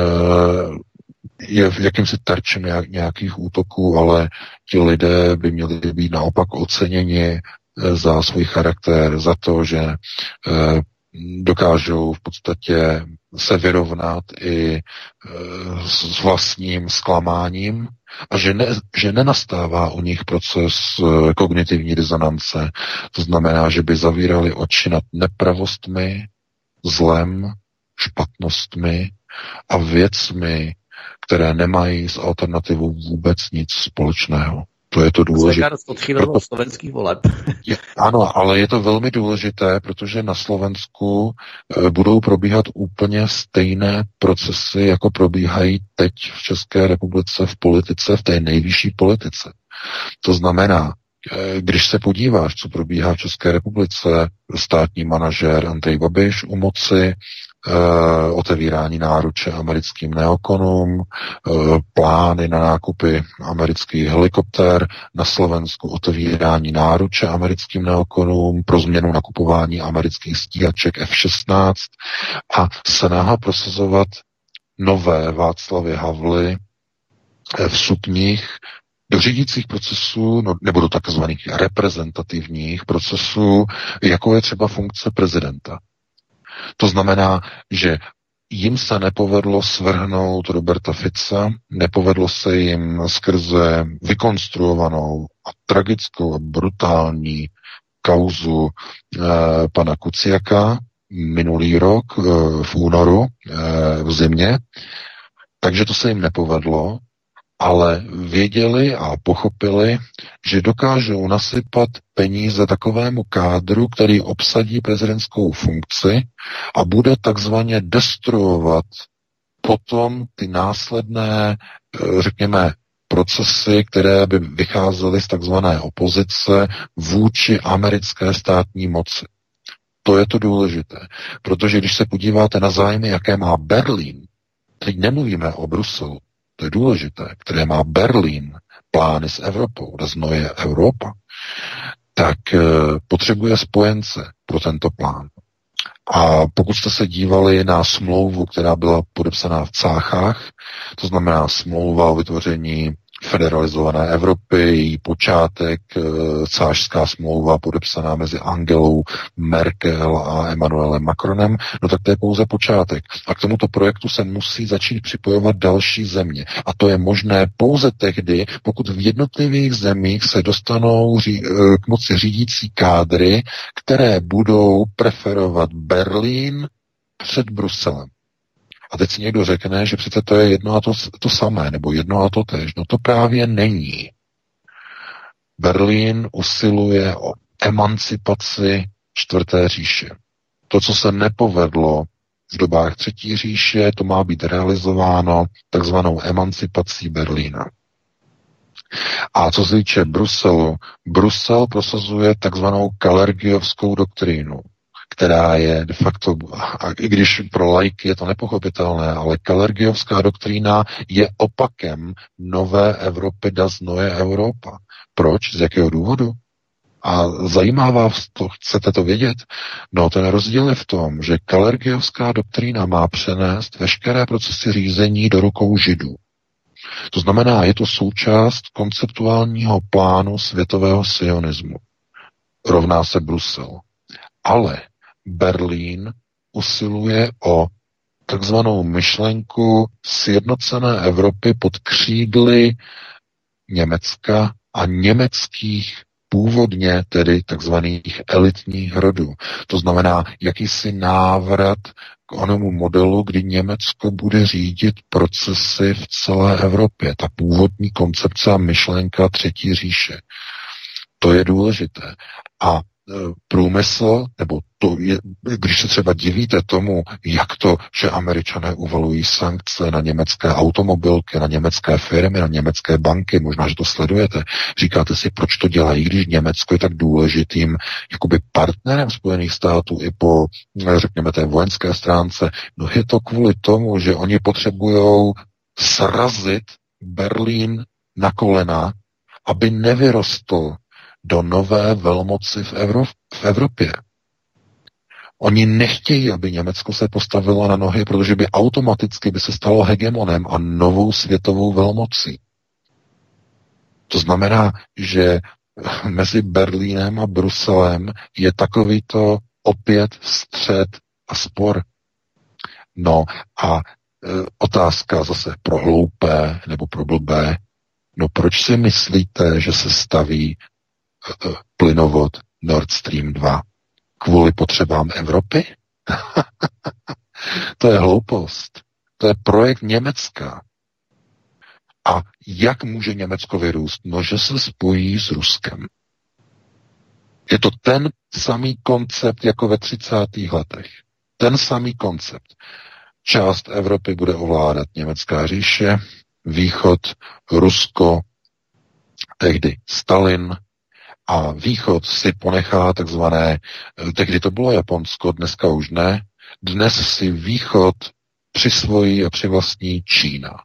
je v jakýmsi terčem nějakých útoků, ale ti lidé by měli být naopak oceněni za svůj charakter, za to, že dokážou v podstatě se vyrovnat i s vlastním zklamáním a že nenastává u nich proces kognitivní disonance. To znamená, že by zavírali oči nad nepravostmi, zlem, špatnostmi a věcmi, které nemají s alternativou vůbec nic společného. To je to důležité. Proto slovenských voleb. Ano, ale je to velmi důležité, protože na Slovensku budou probíhat úplně stejné procesy, jako probíhají teď v České republice v politice, v té nejvyšší politice. To znamená, když se podíváš, co probíhá v České republice, státní manažér Andrej Babiš u moci, otevírání náruče americkým neokonům, plány na nákupy amerických helikoptér, na Slovensku otevírání náruče americkým neokonům pro změnu nakupování amerických stíhaček F-16 a snaha prosazovat nové Václavy Havly v sukních do řídících procesů, nebo do takzvaných reprezentativních procesů, jako je třeba funkce prezidenta. To znamená, že jim se nepovedlo svrhnout Roberta Fica, nepovedlo se jim skrze vykonstruovanou a tragickou a brutální kauzu pana Kuciaka minulý rok v únoru v zimě. Takže to se jim nepovedlo, ale věděli a pochopili, že dokážou nasypat peníze takovému kádru, který obsadí prezidentskou funkci a bude takzvaně destruovat potom ty následné, řekněme, procesy, které by vycházely z takzvané opozice vůči americké státní moci. To je to důležité, protože když se podíváte na zájmy, jaké má Berlín, teď nemluvíme o Bruselu, to je důležité, které má Berlín, plány s Evropou, das neue Europa, tak potřebuje spojence pro tento plán. A pokud jste se dívali na smlouvu, která byla podepsaná v Cáchách, to znamená smlouva o vytvoření federalizované Evropy, její počátek, cášská smlouva podepsaná mezi Angelou Merkel a Emmanuelem Macronem, no tak to je pouze počátek. A k tomuto projektu se musí začít připojovat další země. A to je možné pouze tehdy, pokud v jednotlivých zemích se dostanou k moci řídící kádry, které budou preferovat Berlín před Bruselem. A teď si někdo řekne, že přece to je jedno a to samé, nebo jedno a to též. No to právě není. Berlín usiluje o emancipaci čtvrté říše. To, co se nepovedlo v dobách třetí říše, to má být realizováno takzvanou emancipací Berlína. A co se týče Bruselu, Brusel prosazuje takzvanou Kalergiovskou doktrínu, která je de facto, a i když pro laiky je to nepochopitelné, ale Kalergiovská doktrína je opakem nové Evropy, das neue Europa. Proč? Z jakého důvodu? A zajímá vás to, chcete to vědět? No, ten rozdíl je v tom, že Kalergiovská doktrína má přenést veškeré procesy řízení do rukou Židů. To znamená, je to součást konceptuálního plánu světového sionismu. Rovná se Brusel. Ale Berlín usiluje o takzvanou myšlenku sjednocené Evropy pod křídly Německa a německých původně tedy takzvaných elitních rodů. To znamená jakýsi návrat k onomu modelu, kdy Německo bude řídit procesy v celé Evropě. Ta původní koncepce a myšlenka třetí říše. To je důležité. A průmysl, nebo to je, když se třeba divíte tomu, jak to, že Američané uvalují sankce na německé automobilky, na německé firmy, na německé banky, možná, že to sledujete, říkáte si, proč to dělají, když Německo je tak důležitým jakoby partnerem Spojených států i po, řekněme, té vojenské stránce. No je to kvůli tomu, že oni potřebují srazit Berlín na kolena, aby nevyrostl do nové velmoci v Evropě. Oni nechtějí, aby Německo se postavilo na nohy, protože by automaticky by se stalo hegemonem a novou světovou velmocí. To znamená, že mezi Berlínem a Bruselem je takovýto opět střet a spor. No a otázka zase pro hloupé nebo pro blbé. No proč si myslíte, že se staví plynovod Nord Stream 2? Kvůli potřebám Evropy? To je hloupost. To je projekt Německa. A jak může Německo vyrůst? No, že se spojí s Ruskem. Je to ten samý koncept jako ve 30. letech. Ten samý koncept. Část Evropy bude ovládat Německá říše, východ, Rusko, tehdy Stalin, a východ si ponechá takzvané, tehdy to bylo Japonsko, dneska už ne, dnes si východ přisvojí a přivlastní Čína.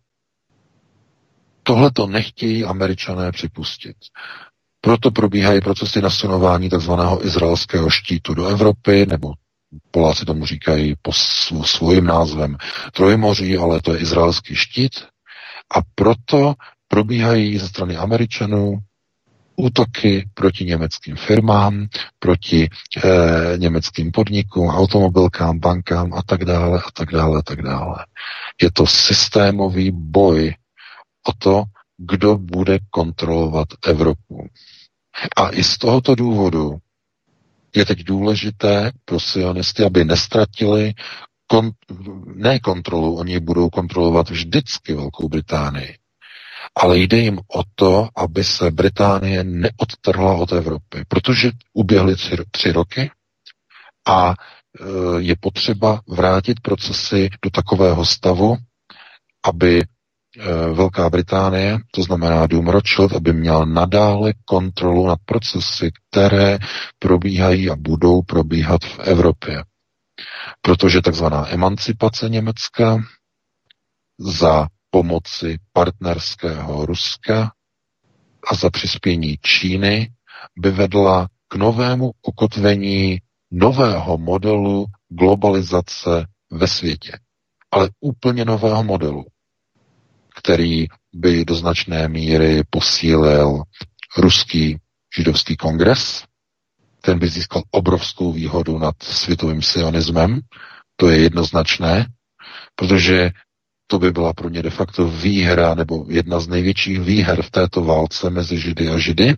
Tohle to nechtějí Američané připustit. Proto probíhají procesy nasunování takzvaného izraelského štítu do Evropy, nebo Poláci tomu říkají po svým názvem Trojmoří, ale to je izraelský štít. A proto probíhají ze strany Američanů útoky proti německým firmám, proti německým podnikům, automobilkám, bankám a tak dále, a tak dále, a tak dále. Je to systémový boj o to, kdo bude kontrolovat Evropu. A i z tohoto důvodu je teď důležité pro sionisty, aby nestratili ne kontrolu, oni budou kontrolovat vždycky Velkou Británii. Ale jde jim o to, aby se Británie neodtrhla od Evropy, protože uběhly 3 roky a je potřeba vrátit procesy do takového stavu, aby Velká Británie, to znamená Dům Rothschild, aby měl nadále kontrolu nad procesy, které probíhají a budou probíhat v Evropě. Protože takzvaná emancipace Německa za pomoci partnerského Ruska a za přispění Číny by vedla k novému ukotvení nového modelu globalizace ve světě. Ale úplně nového modelu, který by do značné míry posílil ruský židovský kongres. Ten by získal obrovskou výhodu nad světovým sionismem. To je jednoznačné, protože to by byla pro ně de facto výhra nebo jedna z největších výher v této válce mezi Židy a Židy.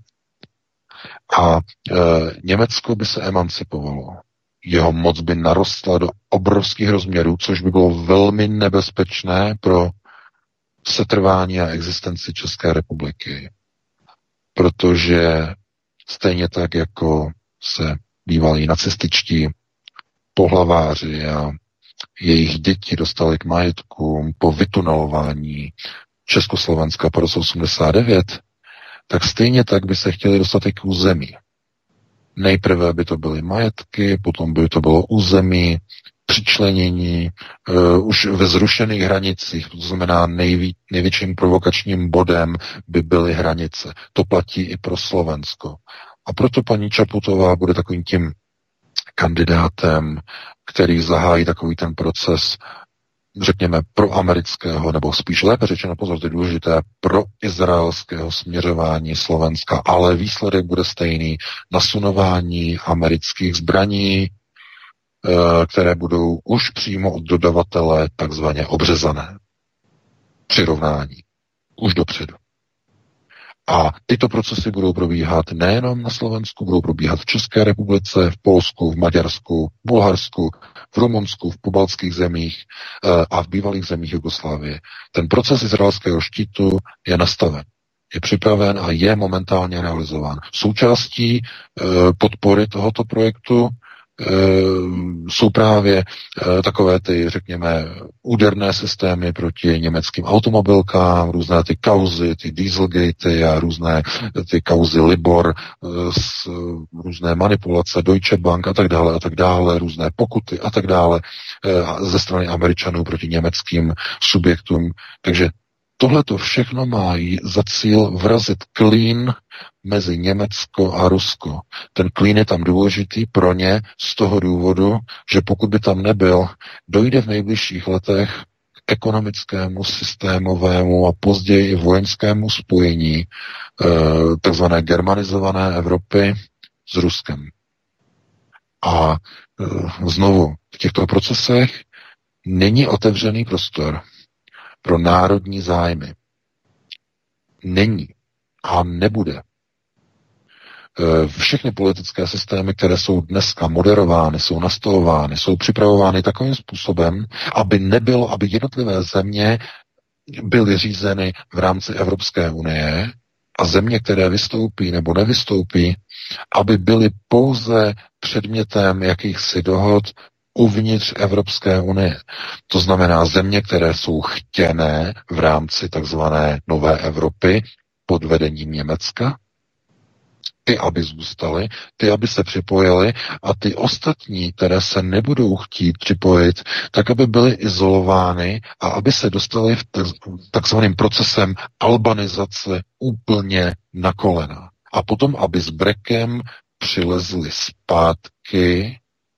A Německo by se emancipovalo. Jeho moc by narostla do obrovských rozměrů, což by bylo velmi nebezpečné pro setrvání a existenci České republiky. Protože stejně tak, jako se bývalí nacističtí pohlaváři a jejich děti dostali k majetkům po vytunelování Československa po roce 89, tak stejně tak by se chtěli dostat i k území. Nejprve by to byly majetky, potom by to bylo území, přičlenění, už ve zrušených hranicích, to znamená největším provokačním bodem by byly hranice. To platí i pro Slovensko. A proto paní Čaputová bude takovým tím kandidátem, který zahájí takový ten proces, řekněme, pro amerického, nebo spíš lépe řečeno, pozor, to je důležité, pro izraelského směřování Slovenska, ale výsledek bude stejný, nasunování amerických zbraní, které budou už přímo od dodavatele takzvaně obřezané. Přirovnání. Už dopředu. A tyto procesy budou probíhat nejenom na Slovensku, budou probíhat v České republice, v Polsku, v Maďarsku, v Bulharsku, v Rumunsku, v pobaltských zemích a v bývalých zemích Jugoslávie. Ten proces izraelského štítu je nastaven. Je připraven a je momentálně realizován. Součástí podpory tohoto projektu jsou právě takové ty, řekněme, úderné systémy proti německým automobilkám, různé ty kauzy, ty dieselgatey a různé ty kauzy Libor, různé manipulace Deutsche Bank a tak dále, různé pokuty a tak dále ze strany Američanů proti německým subjektům. Takže tohle to všechno má za cíl vrazit klín mezi Německo a Rusko. Ten klín je tam důležitý pro ně z toho důvodu, že pokud by tam nebyl, dojde v nejbližších letech k ekonomickému, systémovému a později i vojenskému spojení takzvané germanizované Evropy s Ruskem. A znovu, v těchto procesech není otevřený prostor pro národní zájmy. Není a nebude. Všechny politické systémy, které jsou dneska moderovány, jsou nastolovány, jsou připravovány takovým způsobem, aby jednotlivé země byly řízeny v rámci Evropské unie a země, které vystoupí nebo nevystoupí, aby byly pouze předmětem jakýchsi dohod uvnitř Evropské unie. To znamená země, které jsou chtěné v rámci takzvané nové Evropy pod vedením Německa, ty, aby zůstaly, ty, aby se připojily a ty ostatní, které se nebudou chtít připojit, tak, aby byly izolovány a aby se dostaly v takzvaným procesem albanizace úplně na kolena. A potom, aby s brekem přilezli zpátky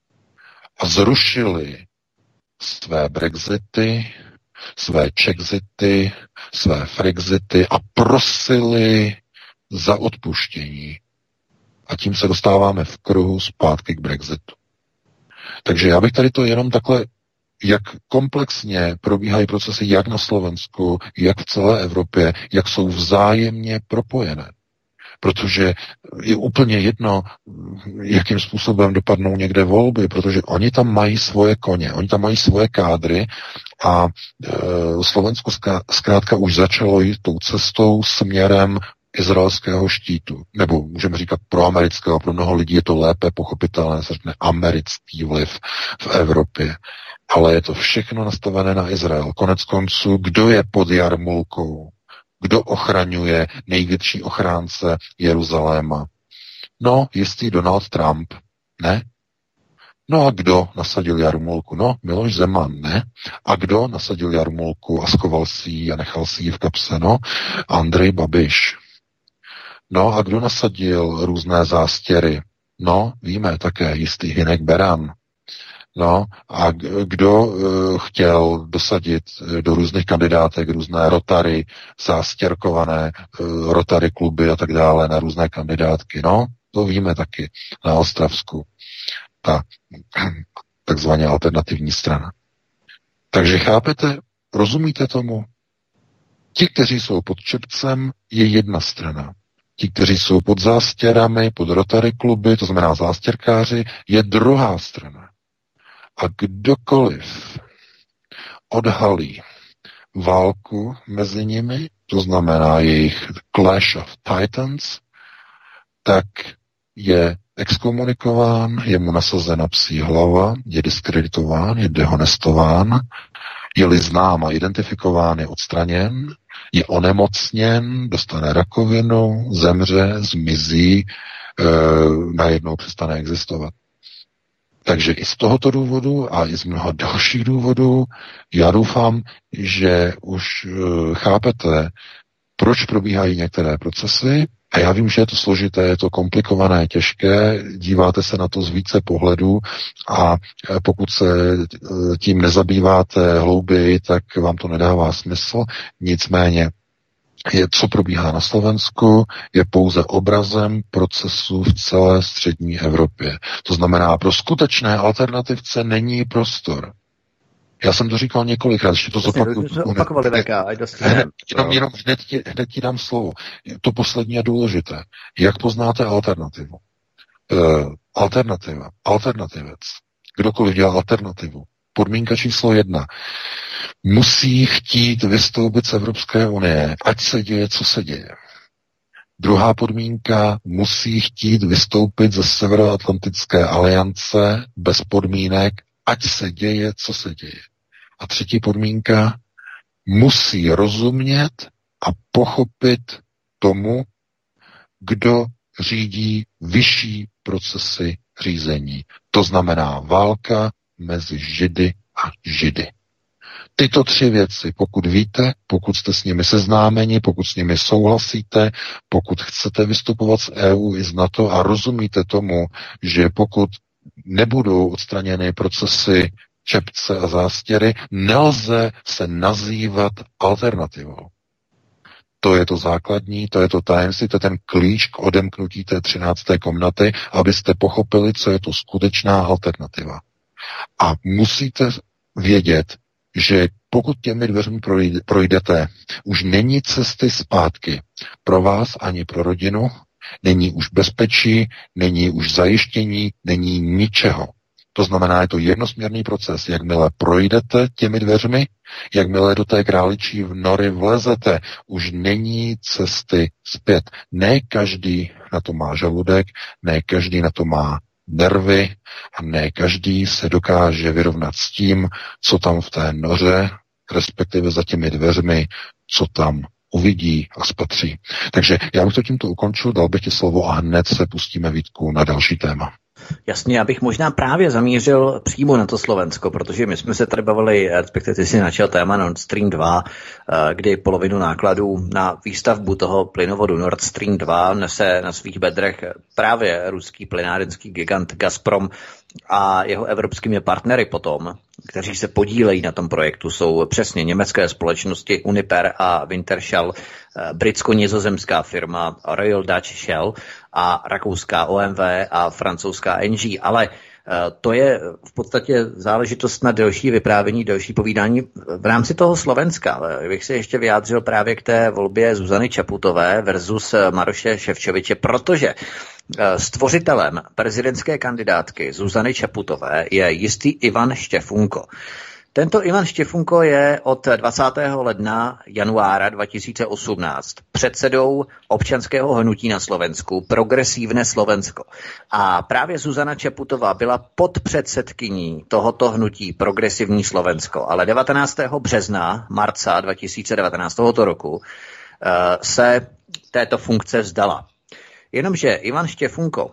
a zrušili své brexity, své czexity, své frexity a prosili za odpuštění. A tím se dostáváme v kruhu zpátky k Brexitu. Takže já bych tady to jenom takhle, jak komplexně probíhají procesy jak na Slovensku, jak v celé Evropě, jak jsou vzájemně propojené. Protože je úplně jedno, jakým způsobem dopadnou někde volby, protože oni tam mají svoje koně, oni tam mají svoje kádry a Slovensko zkrátka už začalo jít tou cestou směrem izraelského štítu, nebo můžeme říkat proamerického, pro mnoho lidí je to lépe pochopitelné, se řekne americký vliv v Evropě, ale je to všechno nastavené na Izrael. Konec konců, kdo je pod jarmulkou? Kdo ochraňuje největší ochránce Jeruzaléma? No, jistý Donald Trump, ne? No a kdo nasadil jarmulku? No, Miloš Zeman, ne? A kdo nasadil jarmulku a schoval si ji a nechal si ji v kapse? No, Andrej Babiš. No a kdo nasadil různé zástěry? No, víme také, jistý Hynek Beran. No a kdo chtěl dosadit do různých kandidátek různé Rotary, zástěrkované Rotary kluby a tak dále na různé kandidátky? No, to víme taky na Ostravsku. Ta takzvaně alternativní strana. Takže chápete, rozumíte tomu? Ti, kteří jsou pod čepcem, je jedna strana. Ti, kteří jsou pod zástěrami, pod Rotary kluby, to znamená zástěrkáři, je druhá strana. A kdokoliv odhalí válku mezi nimi, to znamená jejich Clash of Titans, tak je exkomunikován, je mu nasazena psí hlava, je diskreditován, je dehonestován, je-li znám a identifikován, je odstraněn, je onemocněn, dostane rakovinu, zemře, zmizí, najednou přestane existovat. Takže i z tohoto důvodu a i z mnoha dalších důvodů já doufám, že už chápete, proč probíhají některé procesy. A já vím, že je to složité, je to komplikované, těžké, díváte se na to z více pohledů a pokud se tím nezabýváte hlouběji, tak vám to nedává smysl. Nicméně, co probíhá na Slovensku, je pouze obrazem procesu v celé střední Evropě. To znamená, pro skutečné alternativce není prostor. Já jsem to říkal několikrát, ještě to zopakuju. Jenom hned ti dám slovo. To poslední je důležité. Jak poznáte alternativu? Alternativec. Kdokoliv dělá alternativu. Podmínka číslo 1. Musí chtít vystoupit z Evropské unie, ať se děje, co se děje. Druhá podmínka, musí chtít vystoupit ze Severoatlantické aliance bez podmínek, ať se děje, co se děje. A třetí podmínka, musí rozumět a pochopit tomu, kdo řídí vyšší procesy řízení. To znamená válka mezi Židy a Židy. Tyto tři věci, pokud víte, pokud jste s nimi seznámeni, pokud s nimi souhlasíte, pokud chcete vystupovat z EU i z NATO a rozumíte tomu, že pokud nebudou odstraněny procesy čepce a zástěry, nelze se nazývat alternativou. To je to základní, to je to tajemství, to je ten klíč k odemknutí té 13. komnaty, abyste pochopili, co je to skutečná alternativa. A musíte vědět, že pokud těmi dveřmi projdete, už není cesty zpátky pro vás ani pro rodinu, není už bezpečí, není už zajištění, není ničeho. To znamená, je to jednosměrný proces. Jakmile projdete těmi dveřmi, jakmile do té králičí nory vlezete, už není cesty zpět. Ne každý na to má žaludek, ne každý na to má nervy a ne každý se dokáže vyrovnat s tím, co tam v té noře, respektive za těmi dveřmi, co tam uvidí a spatří. Takže já bych to tímto ukončil, dal bych ti slovo a hned se pustíme, Vítku, na další téma. Jasně, já bych možná právě zamířil přímo na to Slovensko, protože my jsme se tady bavili, respektive ty si načal téma Nord Stream 2, kdy polovinu nákladů na výstavbu toho plynovodu Nord Stream 2 nese na svých bedrech právě ruský plynárenský gigant Gazprom a jeho evropskými partnery potom, kteří se podílejí na tom projektu, jsou přesně německé společnosti Uniper a Wintershall, britsko-nizozemská firma Royal Dutch Shell a rakouská OMV a francouzská Engie. Ale to je v podstatě záležitost na delší vyprávění, delší povídání. V rámci toho Slovenska bych se ještě vyjádřil právě k té volbě Zuzany Čaputové versus Maroše Šefčoviče, protože stvořitelem prezidentské kandidátky Zuzany Čaputové je jistý Ivan Štěfunko. Tento Ivan Štěfunko je od 20. ledna januára 2018 předsedou občanského hnutí na Slovensku Progresívne Slovensko. A právě Zuzana Čaputová byla podpředsedkyní tohoto hnutí Progresivní Slovensko. Ale 19. března, marca 2019 tohoto roku se této funkce vzdala. Jenomže Ivan Štěfunko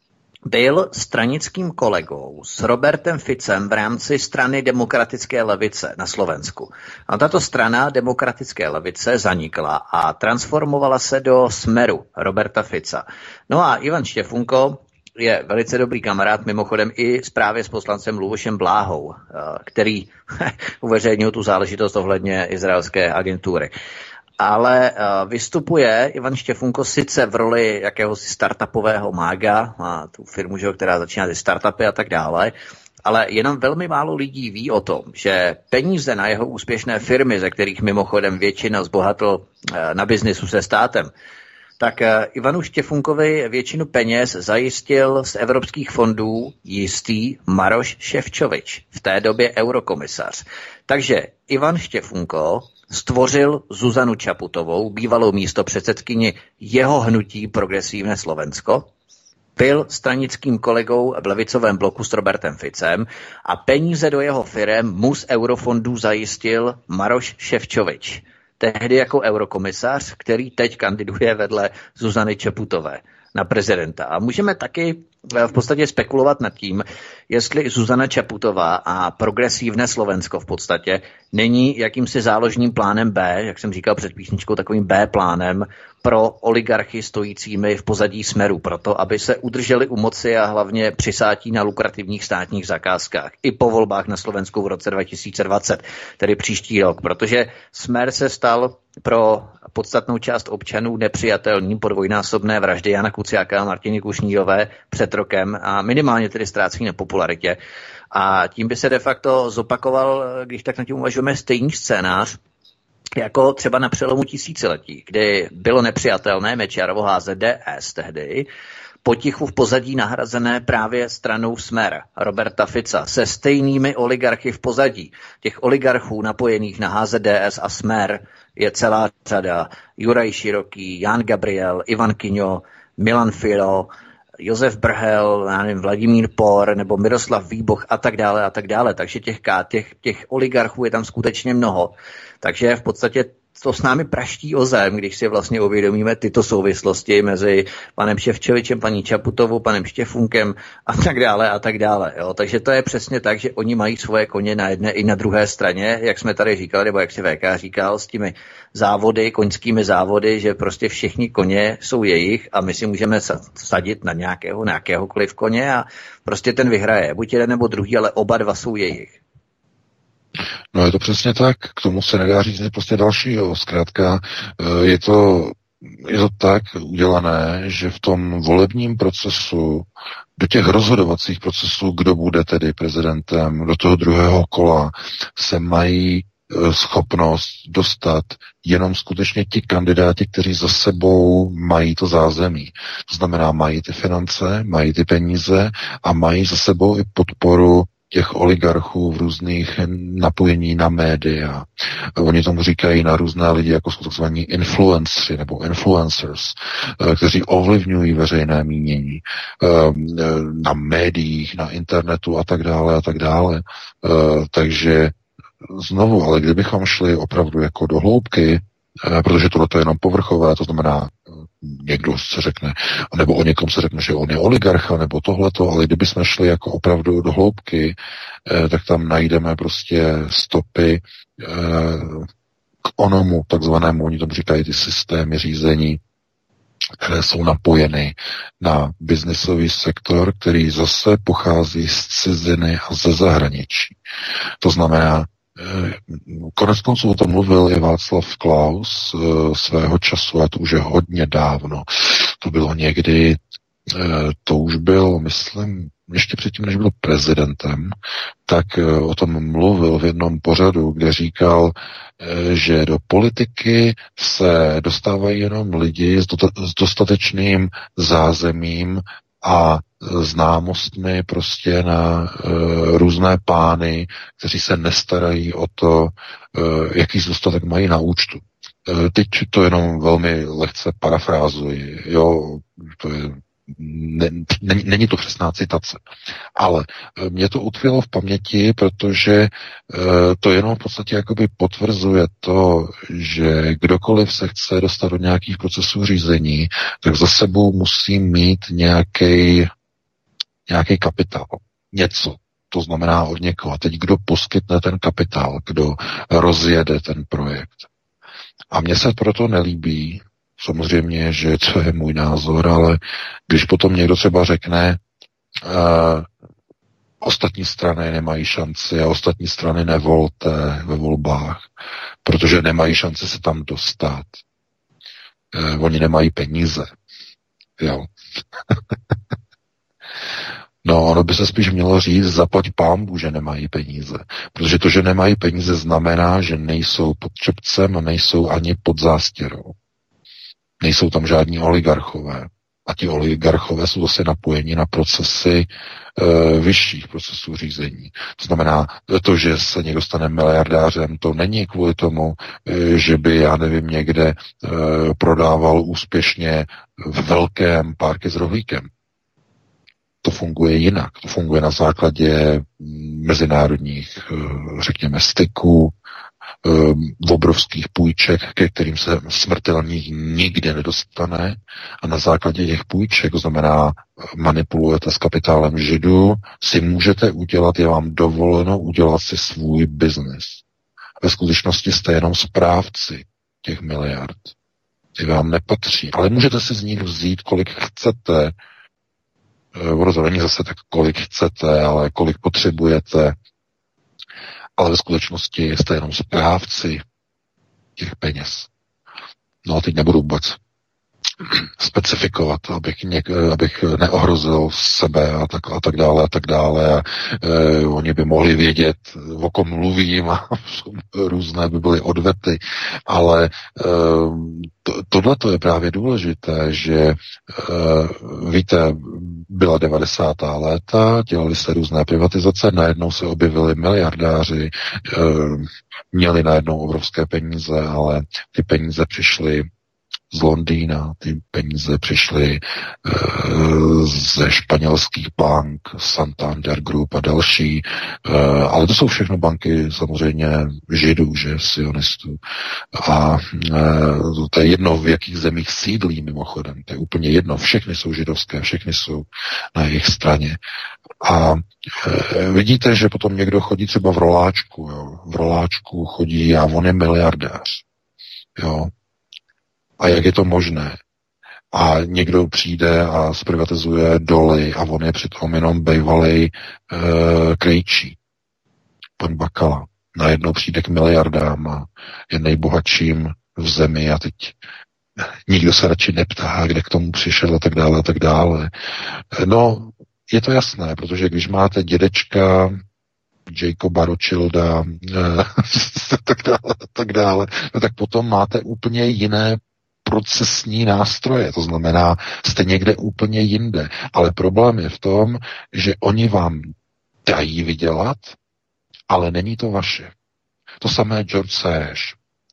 byl stranickým kolegou s Robertem Ficem v rámci strany Demokratické levice na Slovensku. A tato strana Demokratické levice zanikla a transformovala se do Smeru Roberta Fica. No a Ivan Štěfunko je velice dobrý kamarád, mimochodem i právě s poslancem Lubošem Bláhou, který uveřejnil tu záležitost ohledně izraelské agentury. Ale vystupuje Ivan Štěfunko sice v roli jakéhosi startupového mága, má tu firmu, která začíná ty startupy a tak dále, ale jenom velmi málo lidí ví o tom, že peníze na jeho úspěšné firmy, ze kterých mimochodem většina zbohatl na biznisu se státem, tak Ivanu Štěfunkovi většinu peněz zajistil z evropských fondů jistý Maroš Šefčovič, v té době eurokomisař. Takže Ivan Štěfunko stvořil Zuzanu Čaputovou, bývalou místopředsedkyni jeho hnutí Progresívne Slovensko, byl stranickým kolegou v levicovém bloku s Robertem Ficem a peníze do jeho firem mu z eurofondů zajistil Maroš Šefčovič, tehdy jako eurokomisař, který teď kandiduje vedle Zuzany Čaputové na prezidenta. A můžeme taky v podstatě spekulovat nad tím, jestli Zuzana Čaputová a Progresívne Slovensko v podstatě není jakýmsi záložním plánem B, jak jsem říkal před písničkou, takovým B plánem pro oligarchy stojícími v pozadí Smeru, proto aby se udrželi u moci a hlavně přisátí na lukrativních státních zakázkách i po volbách na Slovensku v roce 2020, tedy příští rok, protože Smer se stal pro podstatnou část občanů nepřijatelný po dvojnásobné vraždy Jana Kuciaka a Martiny Kušnírové před rokem a minimálně tedy ztrácí na popularitě. A tím by se de facto zopakoval, když tak na tím uvažujeme, stejný scénář, jako třeba na přelomu tisíciletí, kdy bylo nepřijatelné Mečiarovo HZDS tehdy, potichu v pozadí nahrazené právě stranou Smer Roberta Fica se stejnými oligarchy v pozadí. Těch oligarchů napojených na HZDS a Smer je celá řada. Juraj Široký, Jan Gabriel, Ivan Kyňo, Milan Filo, Josef Brhel, já nevím, Vladimír Por nebo Miroslav Výboch a tak dále a tak dále. Takže těch oligarchů je tam skutečně mnoho. Takže v podstatě to s námi praští o zem, když si vlastně uvědomíme tyto souvislosti mezi panem Ševčovičem, paní Čaputovou, panem Štěfunkem a tak dále a tak dále. Jo. Takže to je přesně tak, že oni mají svoje koně na jedné i na druhé straně, jak jsme tady říkali, nebo jak si VK říkal, s těmi závody, koňskými závody, že prostě všichni koně jsou jejich a my si můžeme sadit na nějakéhokoliv koně a prostě ten vyhraje. Buď jeden nebo druhý, ale oba dva jsou jejich. No je to přesně tak, k tomu se nedá říct prostě dalšího. Zkrátka je to tak udělané, že v tom volebním procesu, do těch rozhodovacích procesů, kdo bude tedy prezidentem, do toho druhého kola, se mají schopnost dostat jenom skutečně ti kandidáti, kteří za sebou mají to zázemí. To znamená, mají ty finance, mají ty peníze a mají za sebou i podporu těch oligarchů v různých napojení na média. Oni tomu říkají na různé lidi, jako jsou takzvaní influenceri nebo influencers, kteří ovlivňují veřejné mínění na médiích, na internetu a tak dále a tak dále. Takže znovu, ale kdybychom šli opravdu jako do hloubky, protože tohle je jenom povrchové, to znamená, někdo se řekne, nebo o někom se řekne, že on je oligarcha, nebo tohleto, ale kdybychom šli jako opravdu do hloubky, tak tam najdeme prostě stopy k onomu takzvanému, oni tomu říkají ty systémy řízení, které jsou napojeny na biznisový sektor, který zase pochází z ciziny a ze zahraničí. To znamená, konec konců o tom mluvil i Václav Klaus svého času, a to už je hodně dávno. To bylo někdy, to už byl, myslím, ještě předtím, než byl prezidentem, tak o tom mluvil v jednom pořadu, kde říkal, že do politiky se dostávají jenom lidi s dostatečným zázemím a známostmi prostě na různé pány, kteří se nestarají o to, jaký dostatek mají na účtu. Teď to jenom velmi lehce parafrázuji, jo, to je není to přesná citace. Ale mě to utkvělo v paměti, protože to jenom v podstatě jakoby potvrzuje to, že kdokoliv se chce dostat do nějakých procesů řízení, tak za sebou musí mít nějaký kapitál. Něco. To znamená od někoho. A teď kdo poskytne ten kapitál, kdo rozjede ten projekt. A mně se proto nelíbí, samozřejmě, že to je můj názor, ale když potom někdo třeba řekne, ostatní strany nemají šanci a ostatní strany nevolte ve volbách, protože nemají šanci se tam dostat. Oni nemají peníze. Jo. No, ono by se spíš mělo říct, zaplať pánbůh, že nemají peníze. Protože to, že nemají peníze, znamená, že nejsou pod čepcem a nejsou ani pod zástěrou. Nejsou tam žádní oligarchové. A ti oligarchové jsou zase napojeni na procesy vyšších procesů řízení. To znamená, to, že se někdo stane miliardářem, to není kvůli tomu, že by, já nevím, někde prodával úspěšně v velkém párky s rohlíkem. To funguje jinak. To funguje na základě mezinárodních, řekněme, styků, obrovských půjček, ke kterým se smrtelník nikdy nedostane a na základě těch půjček, to znamená manipulujete s kapitálem židů, si můžete udělat, je vám dovoleno udělat si svůj biznis. Ve skutečnosti jste jenom správci těch miliard. Ty vám nepatří, ale můžete si z nich vzít, kolik chcete. Ono není zase tak, kolik chcete, ale kolik potřebujete. Ale ve skutečnosti jste jenom správci těch peněz. No a teď nebudu vůbec specifikovat, abych neohrozil sebe a tak dále a tak dále. A oni by mohli vědět, o kom mluvím a různé by byly odvety, ale tohle to je právě důležité, že víte, byla 90. léta, dělali se různé privatizace, najednou se objevili miliardáři, měli najednou obrovské peníze, ale ty peníze přišly z Londýna, ty peníze přišly ze španělských bank, Santander Group a další, ale to jsou všechno banky samozřejmě židů, že, sionistů. A to je jedno, v jakých zemích sídlí mimochodem, to je úplně jedno, všechny jsou židovské, všechny jsou na jejich straně. A vidíte, že potom někdo chodí třeba v roláčku, jo. V roláčku chodí a on je miliardář, jo. A jak je to možné? A někdo přijde a zprivatizuje doly a on je přitom jenom bejvalej krejčí. Pan Bakala najednou přijde k miliardám a je nejbohatším v zemi a teď nikdo se radši neptá, kde k tomu přišel a tak dále a tak dále. No, je to jasné, protože když máte dědečka Jacoba Rothschilda tak dále, no tak potom máte úplně jiné procesní nástroje, to znamená, jste někde úplně jinde. Ale problém je v tom, že oni vám dají vydělat, ale není to vaše. To samé George Soros.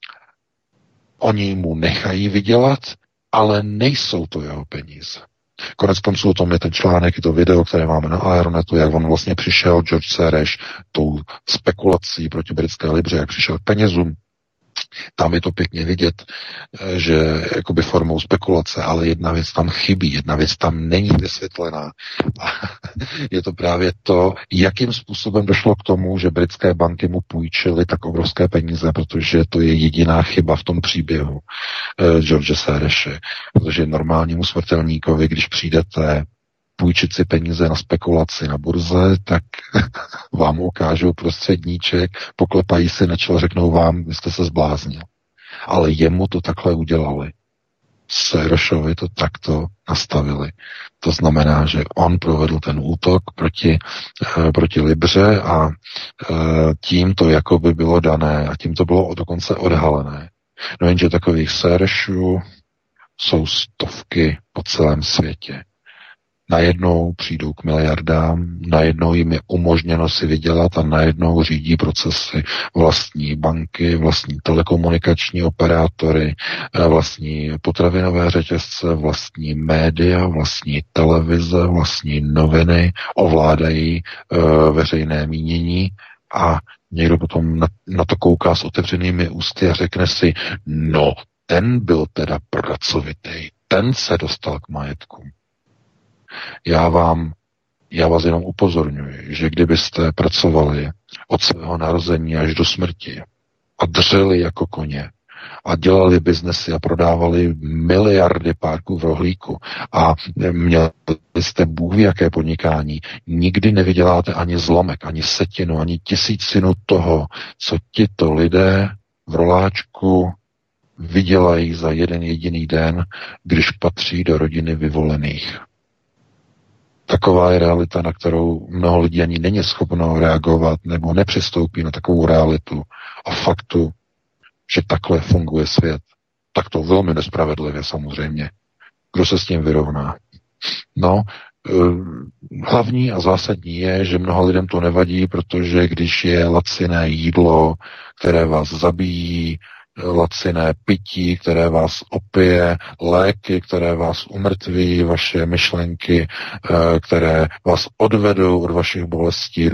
Oni mu nechají vydělat, ale nejsou to jeho peníze. Konec konců o tom je ten článek, je to video, které máme na Aeronetu, jak on vlastně přišel, George Soros, tou spekulací proti britské libře, jak přišel k penězům. Tam je to pěkně vidět, že jakoby formou spekulace, ale jedna věc tam chybí, jedna věc tam není vysvětlená. A je to právě to, jakým způsobem došlo k tomu, že britské banky mu půjčily tak obrovské peníze, protože to je jediná chyba v tom příběhu George Sorose. Protože normálnímu smrtelníkovi, když přijdete půjčit si peníze na spekulaci na burze, tak vám ukážou prostředníček, poklepají si na čelo, řeknou vám, vy jste se zbláznil. Ale jemu to takhle udělali. Sorosovi to takto nastavili. To znamená, že on provedl ten útok proti Libře a tím to jakoby bylo dané a tím to bylo dokonce odhalené. No jenže takových Sorosů jsou stovky po celém světě. Najednou přijdou k miliardám, najednou jim je umožněno si vydělat a najednou řídí procesy vlastní banky, vlastní telekomunikační operátory, vlastní potravinové řetězce, vlastní média, vlastní televize, vlastní noviny, ovládají veřejné mínění a někdo potom na to kouká s otevřenými ústy a řekne si, no, ten byl teda pracovitý, ten se dostal k majetku. Já vás jenom upozorňuji, že kdybyste pracovali od svého narození až do smrti a dřeli jako koně a dělali biznesy a prodávali miliardy párků v rohlíku a měli jste Bůh ví jaké podnikání, nikdy nevyděláte ani zlomek, ani setinu, ani tisícinu toho, co tito lidé v roláčku vydělají za jeden jediný den, když patří do rodiny vyvolených. Taková je realita, na kterou mnoho lidí ani není schopno reagovat nebo nepřistoupí na takovou realitu a faktu, že takhle funguje svět. Tak to velmi nespravedlivě samozřejmě. Kdo se s tím vyrovná? No, hlavní a zásadní je, že mnoha lidem to nevadí, protože když je laciné jídlo, které vás zabíjí, laciné pití, které vás opije, léky, které vás umrtví, vaše myšlenky, které vás odvedou od vašich bolestí,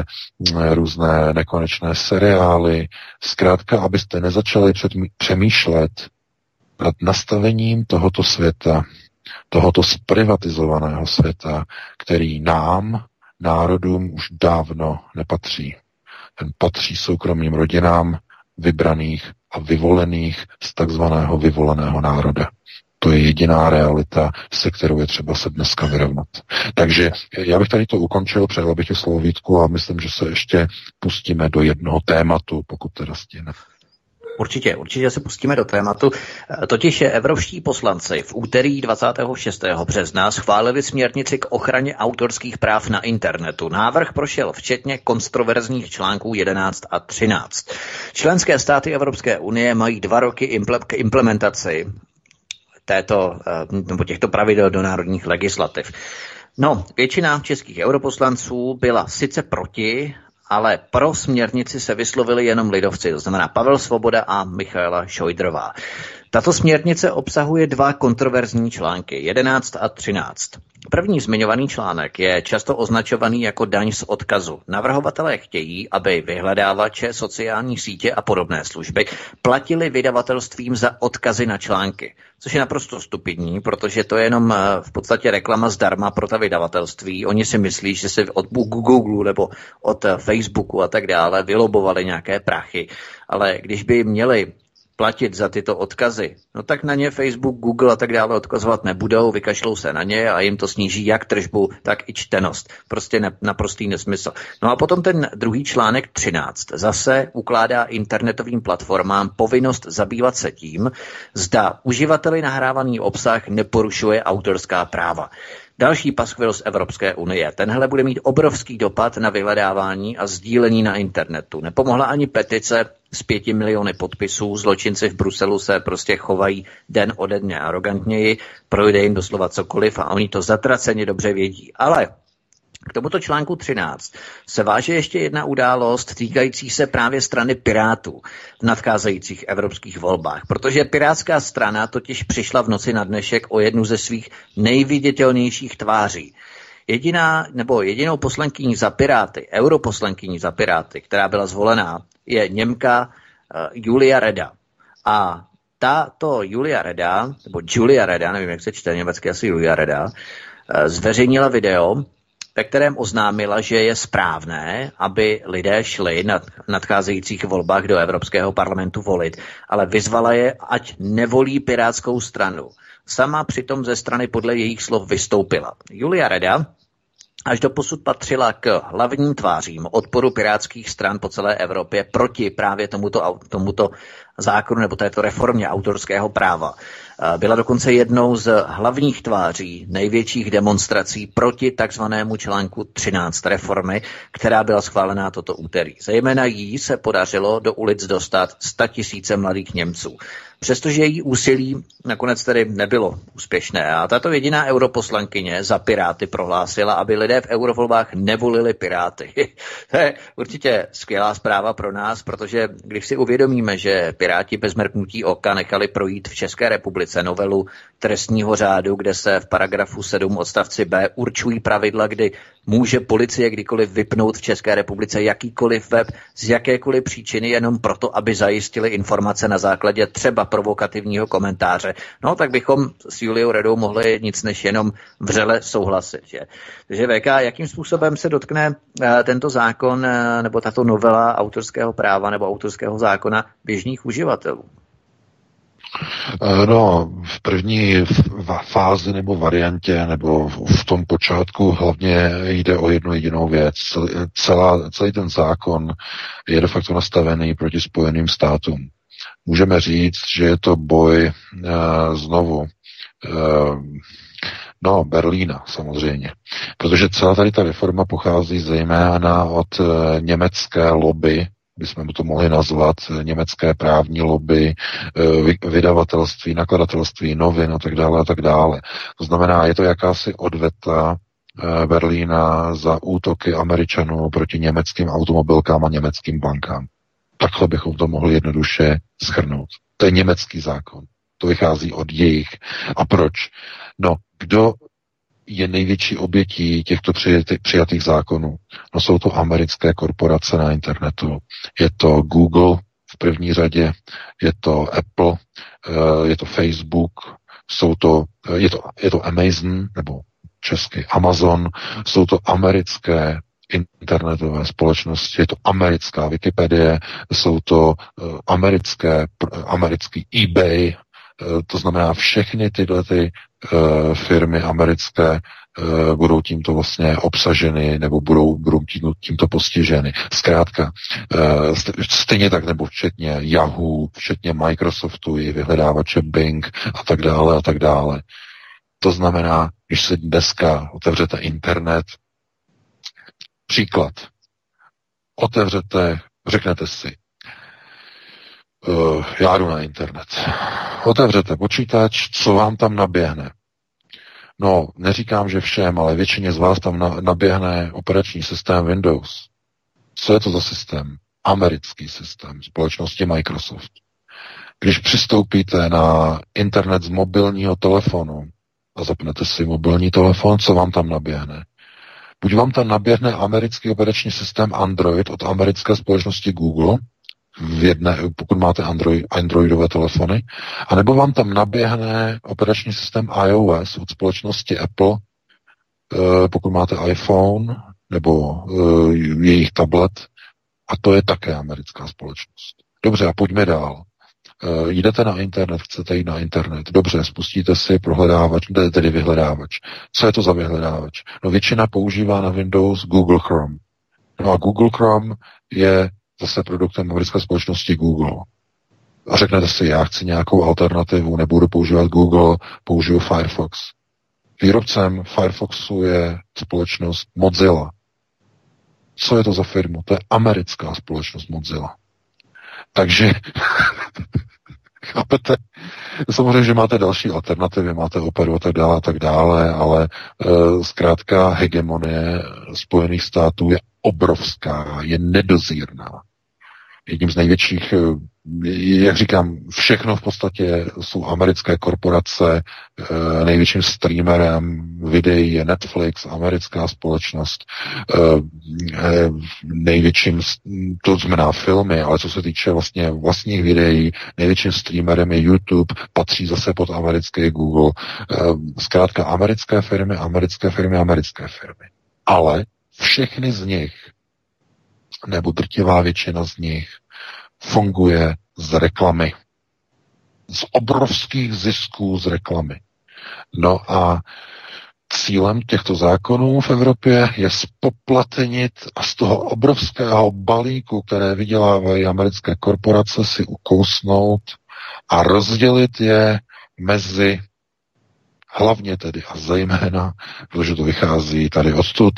různé nekonečné seriály. Zkrátka, abyste nezačali přemýšlet nad nastavením tohoto světa, tohoto zprivatizovaného světa, který nám, národům, už dávno nepatří. Ten patří soukromým rodinám, vybraných a vyvolených z takzvaného vyvoleného národa. To je jediná realita, se kterou je třeba se dneska vyrovnat. Takže já bych tady to ukončil, předal bych slovo Vítku a myslím, že se ještě pustíme do jednoho tématu, pokud teda stihne. Určitě se pustíme do tématu. Totiž evropští poslanci v úterý 26. března schválili směrnici k ochraně autorských práv na internetu. Návrh prošel včetně kontroverzních článků 11 a 13. Členské státy Evropské unie mají 2 roky k implementaci těchto pravidel do národních legislativ. No, většina českých europoslanců byla sice proti, ale pro směrnici se vyslovili jenom lidovci, to znamená Pavel Svoboda a Michaela Šojdrová. Tato směrnice obsahuje 2 kontroverzní články, 11 a 13. První zmiňovaný článek je často označovaný jako daň z odkazu. Navrhovatelé chtějí, aby vyhledávače, sociální sítě a podobné služby platili vydavatelstvím za odkazy na články. Což je naprosto stupidní, protože to je jenom v podstatě reklama zdarma pro ta vydavatelství. Oni si myslí, že si od Google nebo od Facebooku a tak dále vylobovali nějaké prachy. Ale když by měli platit za tyto odkazy, no tak na ně Facebook, Google a tak dále odkazovat nebudou, vykašlou se na ně a jim to sníží jak tržbu, tak i čtenost. Prostě naprostý nesmysl. No a potom ten druhý článek 13 zase ukládá internetovým platformám povinnost zabývat se tím, zda uživateli nahrávaný obsah neporušuje autorská práva. Další paskvil z Evropské unie. Tenhle bude mít obrovský dopad na vyhledávání a sdílení na internetu. Nepomohla ani petice s 5 miliony podpisů. Zločinci v Bruselu se prostě chovají den ode dne arrogantněji. Projde jim doslova cokoliv a oni to zatraceně dobře vědí. Ale k tomuto článku 13 se váže ještě jedna událost týkající se právě strany Pirátů v nadcházejících evropských volbách, protože Pirátská strana totiž přišla v noci na dnešek o jednu ze svých nejviditelnějších tváří. Jedinou poslankyní za Piráty, europoslankyní za Piráty, která byla zvolená, je Němka Julia Reda. A tato Julia Reda, nevím, jak se čte německy, asi Julia Reda, zveřejnila video, ve kterém oznámila, že je správné, aby lidé šli na nadcházejících volbách do Evropského parlamentu volit, ale vyzvala je, ať nevolí Pirátskou stranu. Sama přitom ze strany podle jejich slov vystoupila. Julia Reda až doposud patřila k hlavním tvářím odporu pirátských stran po celé Evropě proti právě tomuto zákonu nebo této reformě autorského práva. Byla dokonce jednou z hlavních tváří největších demonstrací proti takzvanému článku 13 reformy, která byla schválená toto úterý. Zejména jí se podařilo do ulic dostat 100 000 mladých Němců. Přestože její úsilí nakonec tedy nebylo úspěšné a tato jediná europoslankyně za Piráty prohlásila, aby lidé v eurovolbách nevolili Piráty. To je určitě skvělá zpráva pro nás, protože když si uvědomíme, že Piráti bez mrknutí oka nechali projít v České republice novelu trestního řádu, kde se v paragrafu 7 odstavci B určují pravidla, kdy může policie kdykoliv vypnout v České republice jakýkoliv web z jakékoliv příčiny jenom proto, aby zajistili informace na základě třeba provokativního komentáře. No, tak bychom s Juliou Redou mohli nic než jenom vřele souhlasit. Že? Takže VK, jakým způsobem se dotkne tento zákon nebo tato novela autorského práva nebo autorského zákona běžných uživatelů? No, v první fázi nebo variantě, nebo v tom počátku hlavně jde o jednu jedinou věc. Celý ten zákon je de facto nastavený proti Spojeným státům. Můžeme říct, že je to boj Berlína samozřejmě. Protože celá tady ta reforma pochází zejména od německé lobby, bychom to mohli nazvat, německé právní lobby, vydavatelství, nakladatelství, novin a tak dále a tak dále. To znamená, je to jakási odveta Berlína za útoky Američanů proti německým automobilkám a německým bankám. Takhle bychom to mohli jednoduše shrnout. To je německý zákon. To vychází od jejich. A proč? No, kdo je největší obětí těchto přijatých zákonů? No, jsou to americké korporace na internetu. Je to Google v první řadě, je to Apple, je to Facebook, je to Amazon, nebo česky Amazon, jsou to americké internetové společnosti, je to americká Wikipedie, jsou to americký eBay, To znamená, všechny tyhle firmy americké budou tímto vlastně obsaženy nebo budou tímto postiženy. Zkrátka, stejně tak nebo včetně Yahoo, včetně Microsoftu, i vyhledávače Bing a tak dále a tak dále. To znamená, když si dneska otevřete internet, příklad, řeknete si, já jdu na internet. Otevřete počítač, co vám tam naběhne? No, neříkám, že všem, ale většině z vás tam naběhne operační systém Windows. Co je to za systém? Americký systém společnosti Microsoft. Když přistoupíte na internet z mobilního telefonu a zapnete si mobilní telefon, co vám tam naběhne? Buď vám tam naběhne americký operační systém Android od americké společnosti Google, pokud máte Androidové telefony, anebo vám tam naběhne operační systém iOS od společnosti Apple, pokud máte iPhone nebo jejich tablet, a to je také americká společnost. Dobře, a pojďme dál. Jdete na internet, chcete jít na internet. Dobře, spustíte si prohledávač, tedy vyhledávač. Co je to za vyhledávač? No, většina používá na Windows Google Chrome. No a Google Chrome je zase produktem americké společnosti Google. A řeknete si, já chci nějakou alternativu, nebudu používat Google, použiju Firefox. Výrobcem Firefoxu je společnost Mozilla. Co je to za firmu? To je americká společnost Mozilla. Takže, chápete? Samozřejmě, že máte další alternativy, máte Operu a tak dále, ale zkrátka hegemonie Spojených států je obrovská, je nedozírná. Jedním z největších, jak říkám, všechno v podstatě jsou americké korporace, největším streamerem videí je Netflix, americká společnost, největším, to znamená filmy, ale co se týče vlastně vlastních videí, největším streamerem je YouTube, patří zase pod americké Google. Zkrátka americké firmy. Ale všechny z nich, nebo drtivá většina z nich, funguje z reklamy. Z obrovských zisků z reklamy. No a cílem těchto zákonů v Evropě je spoplatnit a z toho obrovského balíku, které vydělávají americké korporace, si ukousnout a rozdělit je mezi hlavně tedy a zejména, protože to vychází tady odtud,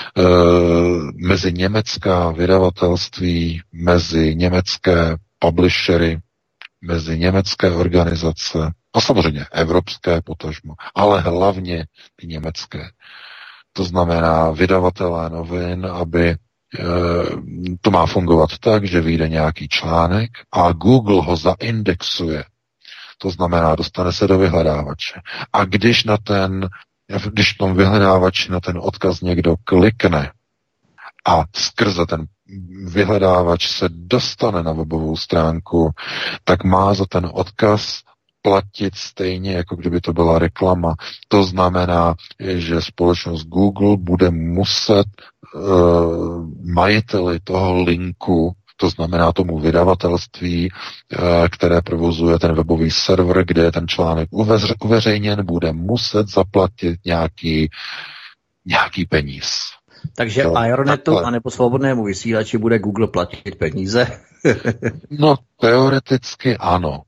mezi německá vydavatelství, mezi německé publishery, mezi německé organizace a samozřejmě evropské potažmo, ale hlavně ty německé. To znamená vydavatelé novin, aby to má fungovat tak, že vyjde nějaký článek a Google ho zaindexuje. To znamená, dostane se do vyhledávače. A když v tom vyhledávači na ten odkaz někdo klikne a skrze ten vyhledávač se dostane na webovou stránku, tak má za ten odkaz platit stejně, jako kdyby to byla reklama. To znamená, že společnost Google bude muset majiteli toho linku, to znamená tomu vydavatelství, které provozuje ten webový server, kde je ten článek uveřejněn, bude muset zaplatit nějaký peníz. Takže Ironetu anebo svobodnému vysílači bude Google platit peníze? No, teoreticky ano.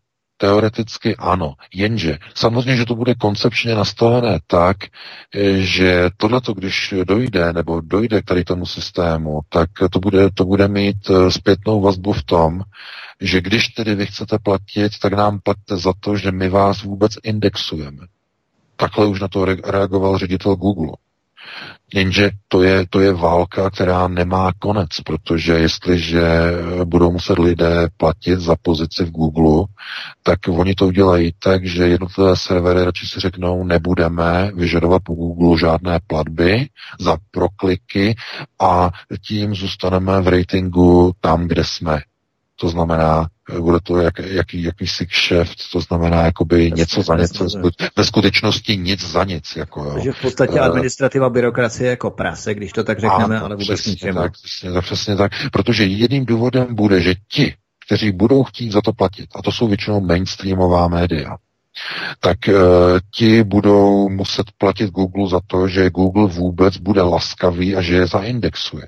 Jenže samozřejmě, že to bude koncepčně nastavené tak, že tohleto, když dojde k tady tomu systému, tak to bude mít zpětnou vazbu v tom, že když tedy vy chcete platit, tak nám platíte za to, že my vás vůbec indexujeme. Takhle už na to reagoval ředitel Google. Jenže to je válka, která nemá konec, protože jestliže budou muset lidé platit za pozici v Google, tak oni to udělají tak, že jednotlivé servery radši si řeknou, nebudeme vyžadovat po Google žádné platby za prokliky a tím zůstaneme v ratingu tam, kde jsme. To znamená, bude to jakýsi kšeft, to znamená jakoby něco za něco, ve skutečnosti nic za nic. Takže v podstatě administrativa, byrokracie jako prase, když to tak řekneme, ale vůbec ničemu. Přesně tak, protože jedním důvodem bude, že ti, kteří budou chtít za to platit, a to jsou většinou mainstreamová média, tak ti budou muset platit Google za to, že Google vůbec bude laskavý a že je zaindexuje.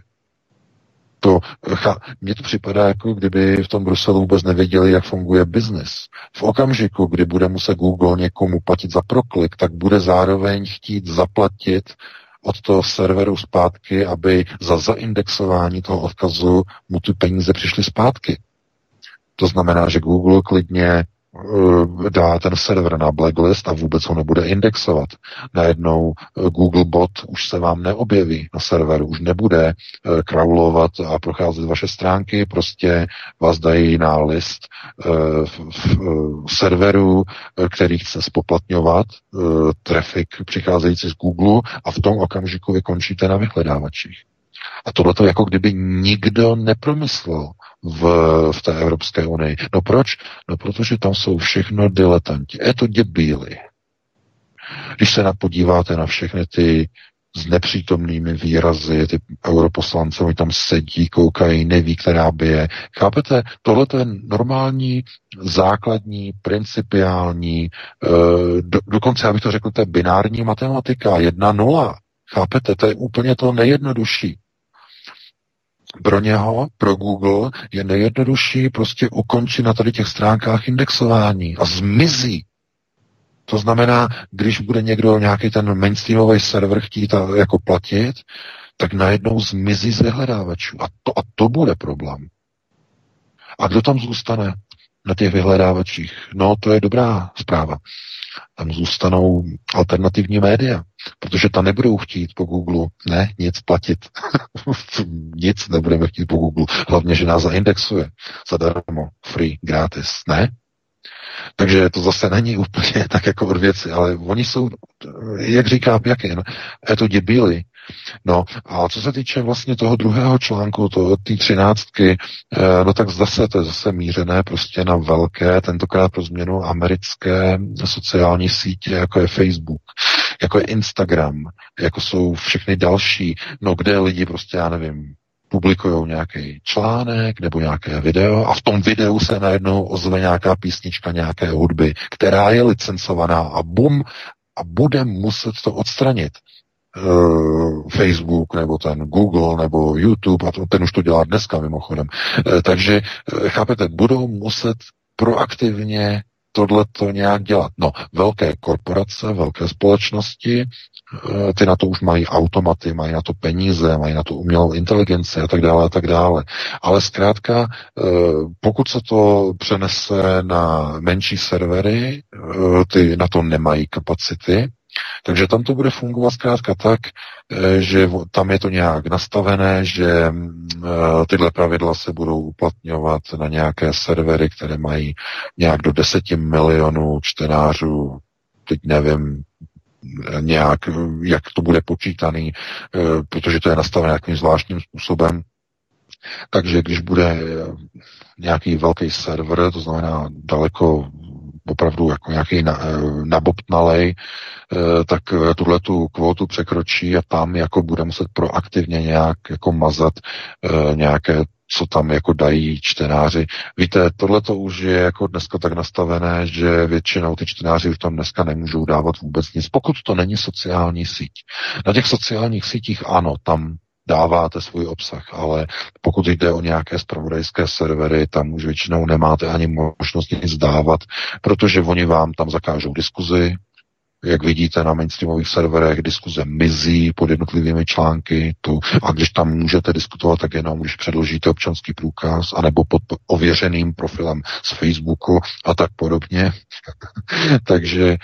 Mně to připadá, jako kdyby v tom Bruselu vůbec nevěděli, jak funguje biznis. V okamžiku, kdy bude muset Google někomu platit za proklik, tak bude zároveň chtít zaplatit od toho serveru zpátky, aby za zaindexování toho odkazu mu ty peníze přišly zpátky. To znamená, že Google klidně dá ten server na blacklist a vůbec ho nebude indexovat. Najednou Googlebot už se vám neobjeví na serveru, už nebude crawlovat a procházet vaše stránky, prostě vás dají na list serveru, který chce spoplatňovat trafik přicházející z Google a v tom okamžiku vy končíte na vyhledávačích. A tohle to jako kdyby nikdo nepromyslel v té Evropské unii. No proč? No protože tam jsou všechno diletanti. Je to debíli. Když se podíváte na všechny ty s nepřítomnými výrazy, ty europoslance, oni tam sedí, koukají, neví, která bije. Chápete? Tohle to je normální, základní, principiální, dokonce, já bych to řekl, to je binární matematika, 1-0. Chápete? To je úplně to nejjednodušší. Pro něho, pro Google, je nejjednodušší prostě ukončit na tady těch stránkách indexování a zmizí. To znamená, když bude někdo nějaký ten mainstreamový server chtít jako platit, tak najednou zmizí z vyhledávačů. A to bude problém. A kdo tam zůstane na těch vyhledávačích? No, to je dobrá zpráva. Tam zůstanou alternativní média, protože ta nebudou chtít po Google, nic platit. Nic nebudeme chtít po Google. Hlavně, že nás zaindexuje zadarmo, free, gratis, Takže to zase není úplně tak jako od věci, ale oni jsou, jak říká Pjakin, je to debíli. No a co se týče vlastně toho druhého článku, té 13, no tak zase to je zase mířené prostě na velké, tentokrát pro změnu americké sociální sítě, jako je Facebook, jako je Instagram, jako jsou všechny další, no kde lidi prostě, já nevím, publikují nějaký článek nebo nějaké video a v tom videu se najednou ozve nějaká písnička, nějaké hudby, která je licencovaná a bum, a bude muset to odstranit. Facebook, nebo ten Google, nebo YouTube, a ten už to dělá dneska mimochodem. Takže, chápete, budou muset proaktivně tohleto nějak dělat. No, velké korporace, velké společnosti, ty na to už mají automaty, mají na to peníze, mají na to umělou inteligenci a tak dále a tak dále. Ale zkrátka, pokud se to přenese na menší servery, ty na to nemají kapacity, takže tam to bude fungovat zkrátka tak, že tam je to nějak nastavené, že tyhle pravidla se budou uplatňovat na nějaké servery, které mají nějak do 10 milionů čtenářů, teď nevím, nějak, jak to bude počítaný, protože to je nastavené nějakým zvláštním způsobem. Takže když bude nějaký velký server, to znamená daleko opravdu jako nějaký nabobtnalej, tak tuhletu kvótu překročí a tam jako bude muset proaktivně nějak jako mazat nějaké, co tam jako dají čtenáři. Víte, tohleto už je jako dneska tak nastavené, že většinou ty čtenáři už tam dneska nemůžou dávat vůbec nic, pokud to není sociální síť. Na těch sociálních sítích ano, tam dáváte svůj obsah, ale pokud jde o nějaké zpravodajské servery, tam už většinou nemáte ani možnost nic dávat, protože oni vám tam zakážou diskuzi. Jak vidíte na mainstreamových serverech, diskuze mizí pod jednotlivými články, a když tam můžete diskutovat, tak jenom když předložíte občanský průkaz, anebo pod ověřeným profilem z Facebooku a tak podobně. Takže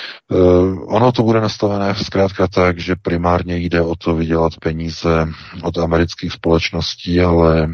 ono to bude nastavené zkrátka tak, že primárně jde o to vydělat peníze od amerických společností, ale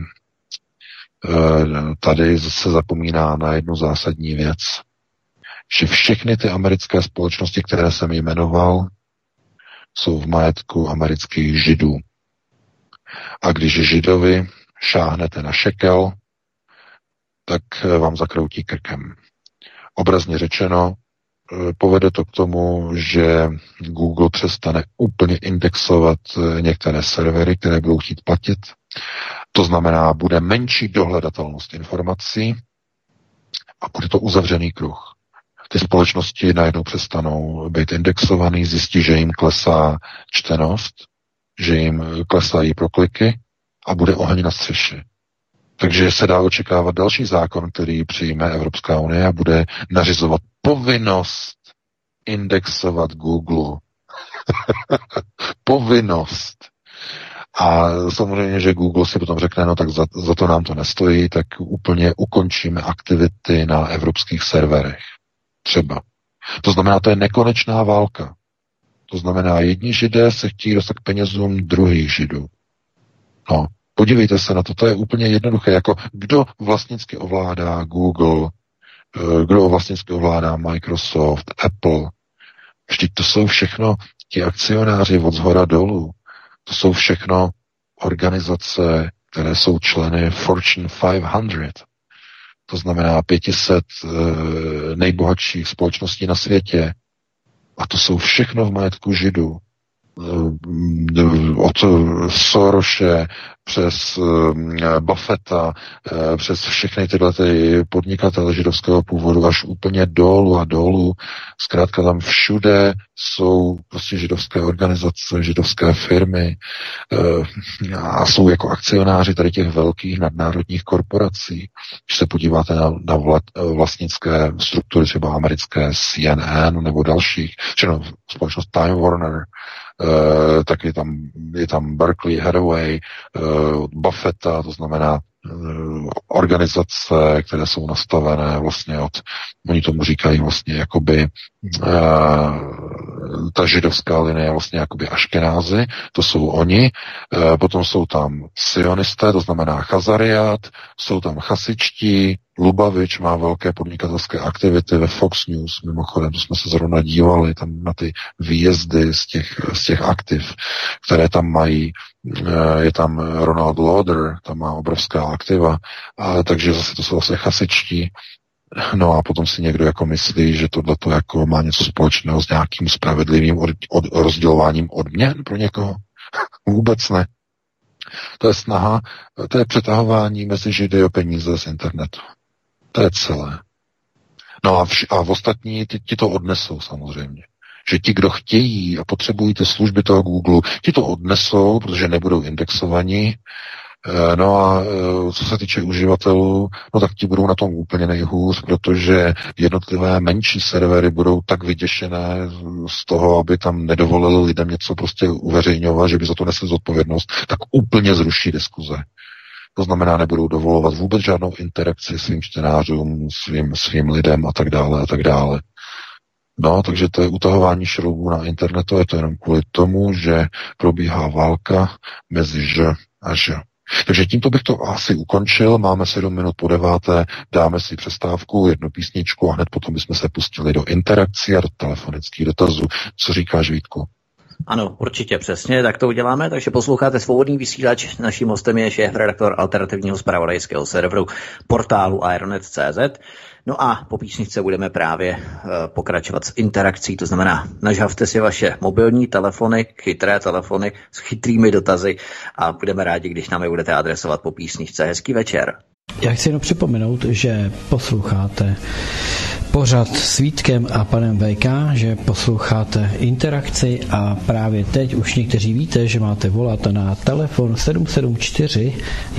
tady se zapomíná na jednu zásadní věc, že všechny ty americké společnosti, které jsem jmenoval, jsou v majetku amerických Židů. A když Židovi šáhnete na šekel, tak vám zakroutí krkem. Obrazně řečeno, povede to k tomu, že Google přestane úplně indexovat některé servery, které budou chtít platit. To znamená, bude menší dohledatelnost informací a bude to uzavřený kruh. Ty společnosti najednou přestanou být indexovaný, zjistí, že jim klesá čtenost, že jim klesají prokliky a bude oheň na střeše. Takže se dá očekávat další zákon, který přijme Evropská unie a bude nařizovat povinnost indexovat Google. Povinnost. A samozřejmě, že Google si potom řekne, no tak za to nám to nestojí, tak úplně ukončíme aktivity na evropských serverech. Třeba. To znamená, to je nekonečná válka. To znamená, jedni Židé se chtějí dostat k penězům druhých Židů. No, podívejte se na to, to je úplně jednoduché, jako kdo vlastnicky ovládá Google, kdo vlastnicky ovládá Microsoft, Apple. Vždyť to jsou všechno ti akcionáři od zhora dolů. To jsou všechno organizace, které jsou členy Fortune 500. To znamená 500 nejbohatších společností na světě. A to jsou všechno v majetku Židů. Od Sorose přes Buffetta, přes všechny tyhle podnikatele židovského původu až úplně dolů a dolů. Zkrátka tam všude jsou prostě židovské organizace, židovské firmy a jsou jako akcionáři tady těch velkých nadnárodních korporací. Když se podíváte na vlastnické struktury třeba americké CNN nebo dalších, třeba společnost Time Warner, tak je tam Berkshire Hathaway, Buffetta, to znamená organizace, které jsou nastavené vlastně oni tomu říkají vlastně jakoby ta židovská linie vlastně jakoby Aškenázy, to jsou oni, potom jsou tam sionisté, to znamená Chazariát, jsou tam chasičtí, Lubavič má velké podnikatelské aktivity ve Fox News, mimochodem, to jsme se zrovna dívali tam na ty výjezdy z těch aktiv, které tam mají, je tam Ronald Lauder, tam má obrovská aktiva, takže zase to jsou zase chasičtí. No a potom si někdo jako myslí, že tohleto jako má něco společného s nějakým spravedlivým rozdělováním odměn pro někoho. Vůbec ne. To je snaha, to je přetahování mezi Židy o peníze z internetu. To je celé. No a v ostatní ti to odnesou samozřejmě. Že ti, kdo chtějí a potřebují ty služby toho Google, ti to odnesou, protože nebudou indexovaní. No a co se týče uživatelů, no tak ti budou na tom úplně nejhůř, protože jednotlivé menší servery budou tak vyděšené z toho, aby tam nedovolili lidem něco prostě uveřejňovat, že by za to nesli zodpovědnost, tak úplně zruší diskuze. To znamená, nebudou dovolovat vůbec žádnou interakci svým čtenářům, svým lidem a tak dále a tak dále. No, takže to je utahování šroubů na internetu, je to jenom kvůli tomu, že probíhá válka mezi Ž a Ž. Takže tímto bych to asi ukončil, máme 7 minut po 9, dáme si přestávku, jednu písničku a hned potom bychom se pustili do interakcí a do telefonických dotazů. Co říkáš, Vítku? Ano, určitě přesně, tak to uděláme, takže posloucháte Svobodný vysílač, naším hostem je šéfredaktor alternativního zpravodajského serveru portálu Ironet.cz. No a po písničce budeme právě pokračovat s interakcí, to znamená, nažhavte si vaše mobilní telefony, chytré telefony s chytrými dotazy a budeme rádi, když nám je budete adresovat po písničce. Hezký večer. Já chci jenom připomenout, že posloucháte pořad s Vítkem a panem VK, že posloucháte interakci a právě teď už někteří víte, že máte volat na telefon 774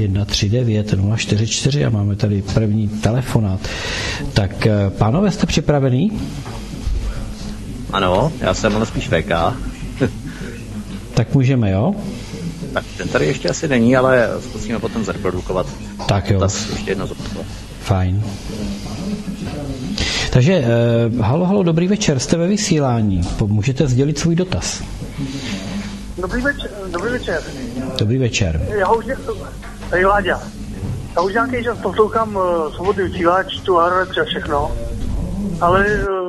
139 044 a máme tady první telefonát. Tak pánové, jste připravený? Ano, já jsem ale spíš VK. Tak můžeme, jo? Tak ten tady ještě asi není, ale zkusíme potom zreprodukovat. Tak jo. Ještě jedno zopakovat. Fajn. Takže, halo, dobrý večer, jste ve vysílání. Můžete sdělit svůj dotaz. Dobrý večer. Dobrý večer. Tady Láďa. Já už nějaký čas poslouchám Svobodný vysílač, tu Ironet a všechno, ale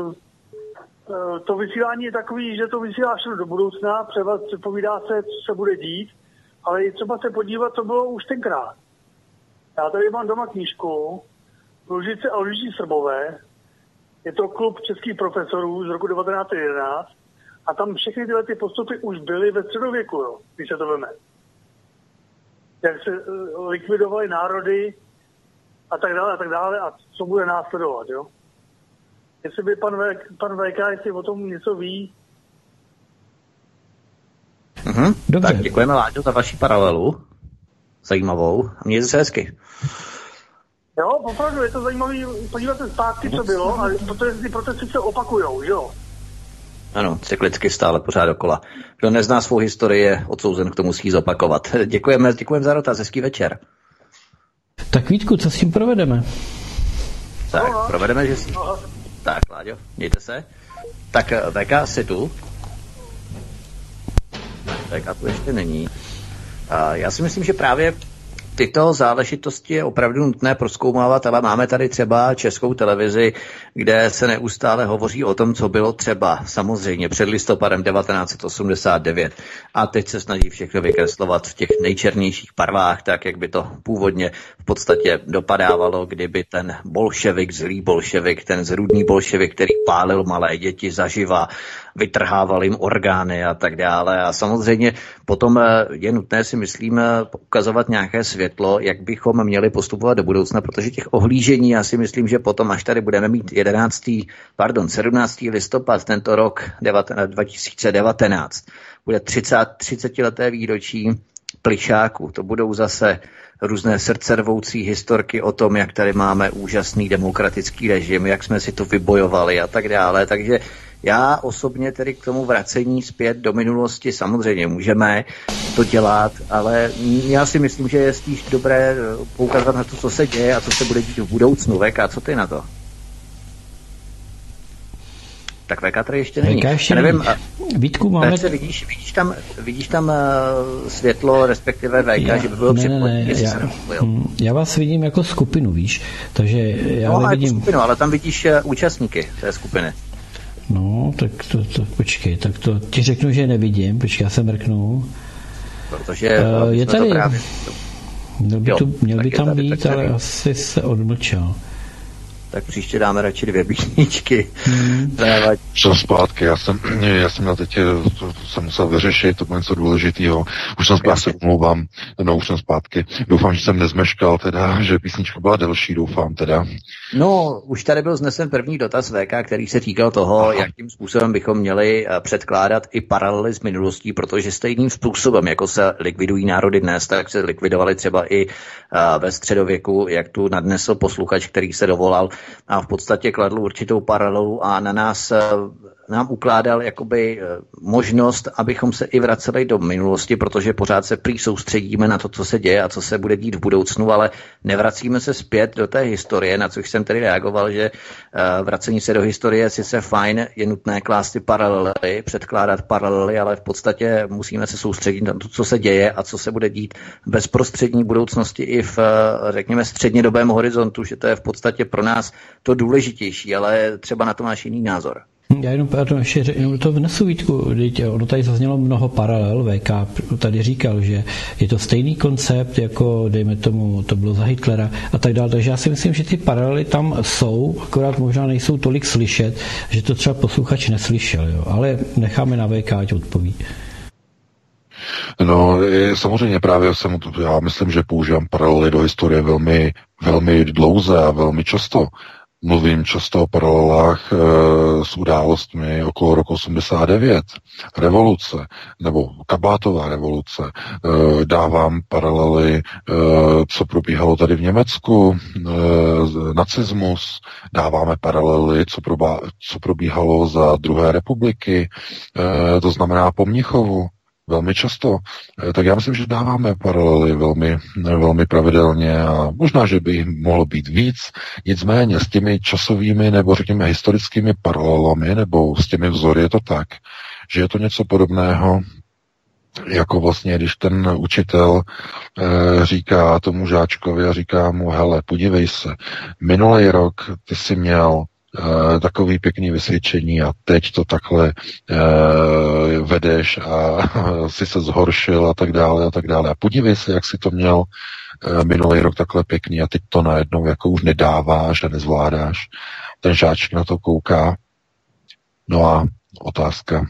to vysílání je takový, že to vysílá všechno do budoucna, předpovídá se, co se bude dít, ale je třeba se podívat, co bylo už tenkrát. Já tady mám doma knížku Lužice a Lužičí Srbové. Je to klub českých profesorů z roku 1911 a tam všechny tyhle ty postupy už byly ve středověku, jo, když se to veme. Jak se likvidovaly národy a tak dále a co bude následovat, jo. jestli by pan VK, jestli o tom něco ví. Dobře. Tak děkujeme, Láďo, za vaši paralelu. Zajímavou. Mějte se hezky. Jo, opravdu, je to zajímavý podívat se zpátky, co bylo, ale protože ty protesty se opakujou, jo. Ano, cyklicky stále pořád dokola. Kdo nezná svou historii, je odsouzen k tomu musí zopakovat. Děkujeme za dotaz, hezký večer. Tak Vítku, co s tím provedeme? Tak, provedeme, že si... Tak, Láďo, mějte se. Tak, VK, jsi tu? VK tu ještě není. Já si myslím, že právě tyto záležitosti je opravdu nutné prozkoumávat, ale máme tady třeba Českou televizi, kde se neustále hovoří o tom, co bylo třeba samozřejmě před listopadem 1989. A teď se snaží všechno vykreslovat v těch nejčernějších barvách, tak jak by to původně v podstatě dopadávalo, kdyby ten bolševik, zlý bolševik, ten zrůdný bolševik, který pálil malé děti zaživa, vytrhával jim orgány a tak dále. A samozřejmě potom je nutné, si myslím, ukazovat nějaké světlo, jak bychom měli postupovat do budoucna, protože těch ohlížení, já si myslím, že potom, až tady budeme mít 17. listopad tento rok 2019, bude 30leté výročí Plyšáku. To budou zase různé srdcervoucí historky o tom, jak tady máme úžasný demokratický režim, jak jsme si to vybojovali a tak dále. Takže já osobně tedy k tomu vracení zpět do minulosti samozřejmě můžeme to dělat, ale já si myslím, že je spíš dobré poukázat na to, co se děje a co se bude dít v budoucnu. VK, co ty na to? Tak VK tady ještě není. Nevím, Vítku, máme... Vidíš tam světlo, respektive VK, že by bylo já vás vidím jako skupinu, víš, takže já nevidím... jako skupinu, ale tam vidíš účastníky té skupiny. No, tak to počkej, tak to ti řeknu, že nevidím, počkej, já se mrknu. Protože je tady, to právě... měl by tam být, ale asi se odmlčel. Tak příště dáme radši 2 písničky. Jsem zpátky, já jsem měl teď, jsem musel vyřešit, to bylo něco důležitého. Už jsem omlouvám, už jsem zpátky. Doufám, že jsem nezmeškal teda, že písnička byla delší, doufám teda. No, už tady byl znesen první dotaz VK, který se týkal toho, jakým způsobem bychom měli předkládat i paralely s minulostí, protože stejným způsobem, jako se likvidují národy dnes, tak se likvidovali třeba i ve středověku, jak tu nadnesl posluchač, který se dovolal a v podstatě kladl určitou paralelu a nám ukládal jakoby možnost, abychom se i vraceli do minulosti, protože pořád se prý soustředíme na to, co se děje a co se bude dít v budoucnu, ale nevracíme se zpět do té historie, na což jsem tedy reagoval, že vracení se do historie je sice fajn, je nutné klást ty paralely, předkládat paralely, ale v podstatě musíme se soustředit na to, co se děje a co se bude dít v bezprostřední budoucnosti i v, řekněme, střednědobém horizontu, že to je v podstatě pro nás to důležitější, ale třeba na to máš jiný názor. Já jenom to vnesu, Vítku, ono tady zaznělo mnoho paralel, VK tady říkal, že je to stejný koncept, jako dejme tomu, to bylo za Hitlera a tak dále, takže já si myslím, že ty paralely tam jsou, akorát možná nejsou tolik slyšet, že to třeba posluchač neslyšel, jo, ale necháme na VK, ať odpoví. No, samozřejmě právě já myslím, že používám paralely do historie velmi, velmi dlouze a velmi často. Mluvím často o paralelách s událostmi okolo roku 89, revoluce, nebo kabátová revoluce. Dávám paralely, co probíhalo tady v Německu, nacismus, dáváme paralely, co probíhalo za druhé republiky, to znamená po Mnichovu. Velmi často. Tak já myslím, že dáváme paralely velmi, velmi pravidelně a možná, že by jich mohlo být víc. Nicméně s těmi časovými nebo řekněme historickými paralelami nebo s těmi vzory je to tak, že je to něco podobného, jako vlastně, když ten učitel říká tomu žáčkovi a říká mu, hele, podívej se, minulý rok ty jsi měl takový pěkný vysvědčení a teď to takhle vedeš a si se zhoršil a tak dále a tak dále. A podívej se, jak si to měl minulý rok takhle pěkný a teď to najednou jako už nedáváš a nezvládáš. Ten žáček na to kouká. No a otázka.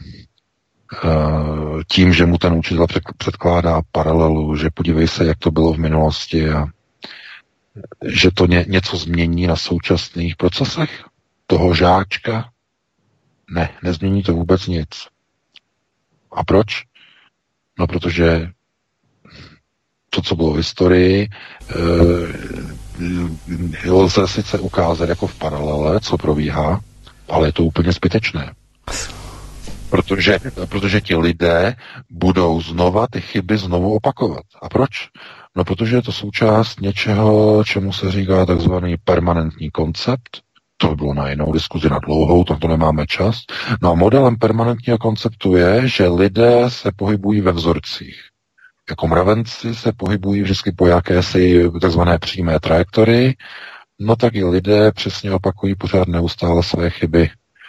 Tím, že mu ten učitel předkládá paralelu, že podívej se, jak to bylo v minulosti a že to něco změní na současných procesech, toho žáčka? Ne, nezmění to vůbec nic. A proč? No, protože to, co bylo v historii, lze sice ukázat jako v paralele, co probíhá, ale je to úplně zbytečné. Protože ti lidé budou znova ty chyby znovu opakovat. A proč? No, protože je to součást něčeho, čemu se říká takzvaný permanentní koncept. To by bylo na jinou diskuzi na dlouhou, to nemáme čas. No a modelem permanentního konceptu je, že lidé se pohybují ve vzorcích. Jako mravenci se pohybují vždycky po jakési takzvané přímé trajektorii, no tak i lidé přesně opakují pořád neustále své chyby.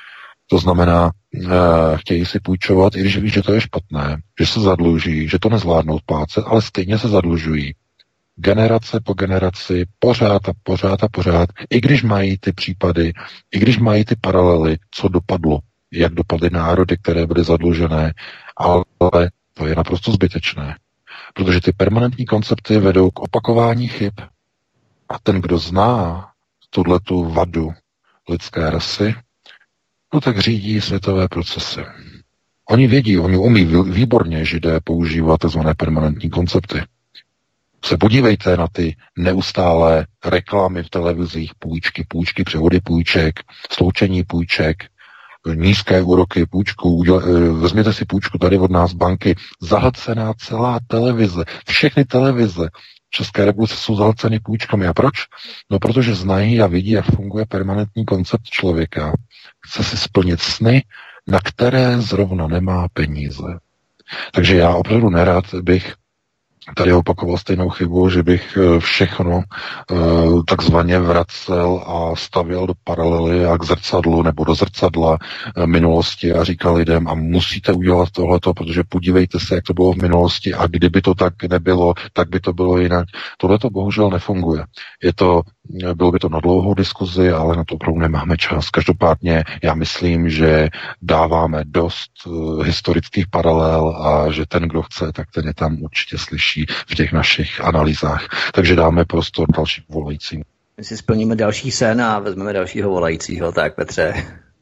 To znamená, chtějí si půjčovat, i když ví, že to je špatné, že se zadluží, že to nezvládnou splácet, ale stejně se zadlužují. Generace po generaci, pořád a pořád a pořád, i když mají ty případy, i když mají ty paralely, co dopadlo, jak dopadly národy, které byly zadlužené, ale to je naprosto zbytečné. Protože ty permanentní koncepty vedou k opakování chyb. A ten, kdo zná tuhletu vadu lidské rasy, no tak řídí světové procesy. Oni vědí, oni umí výborně Židé používat tzv. Permanentní koncepty. Se podívejte na ty neustálé reklamy v televizích, půjčky, převody půjček, sloučení půjček, nízké úroky, půjčku, vezměte si půjčku tady od nás banky, zahlcená celá televize, všechny televize České republice jsou zahlceny půjčkami. A proč? No, protože znají a vidí, jak funguje permanentní koncept člověka. Chce si splnit sny, na které zrovna nemá peníze. Takže já opravdu nerad bych tady opakoval stejnou chybu, že bych všechno takzvaně vracel a stavěl do paralely a k zrcadlu nebo do zrcadla minulosti a říkal lidem a musíte udělat tohleto, protože podívejte se, jak to bylo v minulosti a kdyby to tak nebylo, tak by to bylo jinak. Tohleto bohužel nefunguje. Bylo by to na dlouhou diskuzi, ale na to opravdu nemáme čas. Každopádně já myslím, že dáváme dost historických paralel a že ten, kdo chce, tak ten je tam určitě slyší v těch našich analýzách. Takže dáme prostor dalším volajícím. My si splníme další sen a vezmeme dalšího volajícího. Tak, Petře.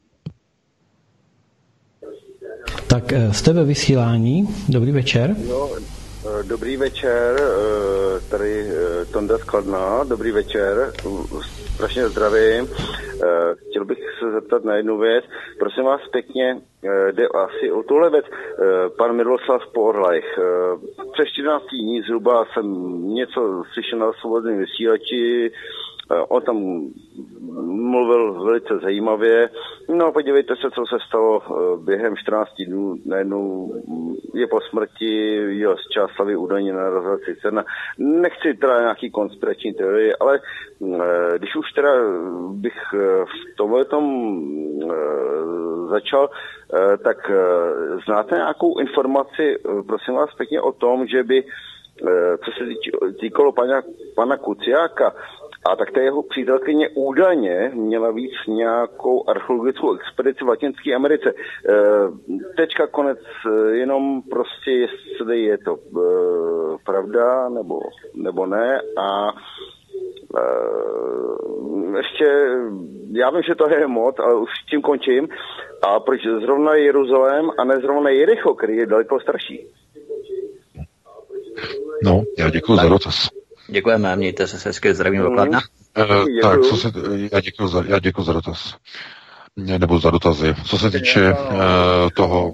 Tak jste ve vysílání. Dobrý večer. No, dobrý večer, tady Tonda z Kladna. Dobrý večer, strašně zdravím. Chtěl bych se zeptat na jednu věc. Prosím vás pěkně, jde asi o tuhle věc. Pan Miroslav Pohrlajch. Přes 14 dní zhruba jsem něco slyšel na svobodném vysílači. On tam mluvil velice zajímavě. No, podívejte se, co se stalo během 14 dnů. Najednou je po smrti, jo, z Čáslavy údajně narazil cisterna. Nechci teda nějaký konspirační teorie, ale když už teda bych v tomhletom začal, tak znáte nějakou informaci, prosím vás pěkně, o tom, že by, co se týkalo pana Kuciáka, a tak ta jeho přítelkyně údajně měla víc nějakou archeologickou expedici v Latinské Americe. Tečka, konec, jenom prostě jestli je to pravda nebo ne. A ještě, já vím, že to je moc, ale už tím končím. A proč zrovna Jeruzalém a ne zrovna Jericho, který je daleko starší? No, já děkuji za dotaz. Děkujeme, mějte se hezky, zdravím do Kladna. Tak, já děkuji za dotaz. Nebo za dotazy. Co se týče toho...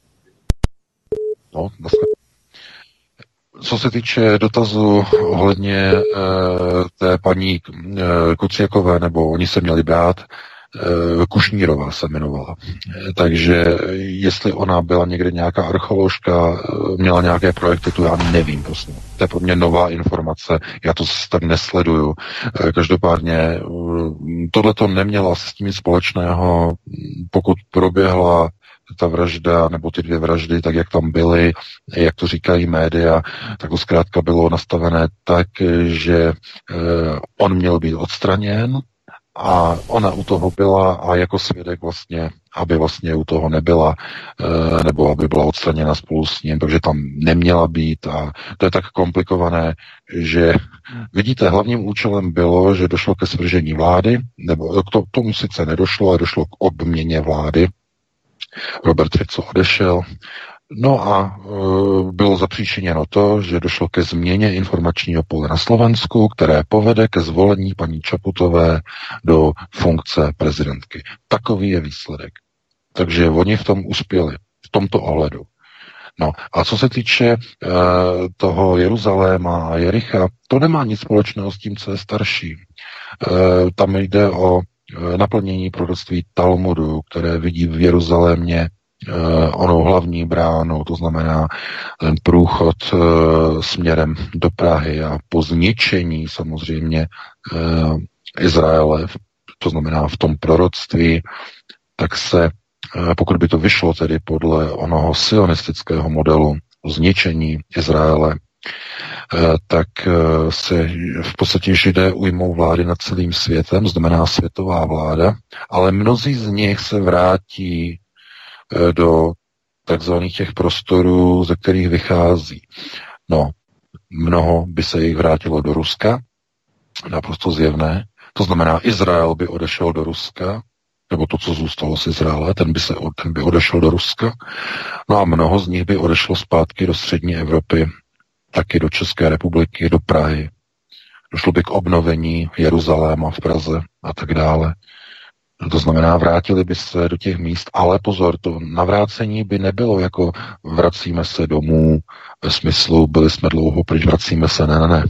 No, co se týče dotazu ohledně té paní Kuciakové, nebo oni se měli brát, Kušnírová se jmenovala. Takže jestli ona byla někde nějaká archeoložka, měla nějaké projekty, to já nevím prostě. To je pro mě nová informace, já to tak nesleduju. Každopádně tohleto nemělo asi s tím nic společného, pokud proběhla ta vražda, nebo ty dvě vraždy, tak jak tam byly, jak to říkají média, tak to zkrátka bylo nastavené tak, že on měl být odstraněn a ona u toho byla a jako svědek vlastně, aby vlastně u toho nebyla, nebo aby byla odstraněna spolu s ním, takže tam neměla být a to je tak komplikované, že vidíte, hlavním účelem bylo, že došlo ke svržení vlády, nebo k tomu sice nedošlo, ale došlo k obměně vlády. Robert Fico odešel. No a bylo zapříčiněno to, že došlo ke změně informačního pole na Slovensku, které povede ke zvolení paní Čaputové do funkce prezidentky. Takový je výsledek. Takže oni v tom uspěli, v tomto ohledu. No a co se týče toho Jeruzaléma a Jericha, to nemá nic společného s tím, co je starší. Tam jde o naplnění proroctví Talmudu, které vidí v Jeruzalémě onou hlavní bránu, to znamená ten průchod směrem do Prahy a po zničení samozřejmě Izraele, to znamená v tom proroctví, tak se, pokud by to vyšlo tedy podle onoho sionistického modelu zničení Izraele, tak se v podstatě Židé ujmou vlády nad celým světem, znamená světová vláda, ale mnozí z nich se vrátí do takzvaných těch prostorů, ze kterých vychází. No, mnoho by se jich vrátilo do Ruska, naprosto zjevné. To znamená, Izrael by odešel do Ruska, nebo to, co zůstalo z Izraele, ten by odešel do Ruska. No a mnoho z nich by odešlo zpátky do střední Evropy, taky do České republiky, do Prahy. Došlo by k obnovení Jeruzaléma v Praze a tak dále. To znamená, vrátili by se do těch míst, ale pozor, to navrácení by nebylo jako vracíme se domů ve smyslu, byli jsme dlouho pryč, vracíme se, ne.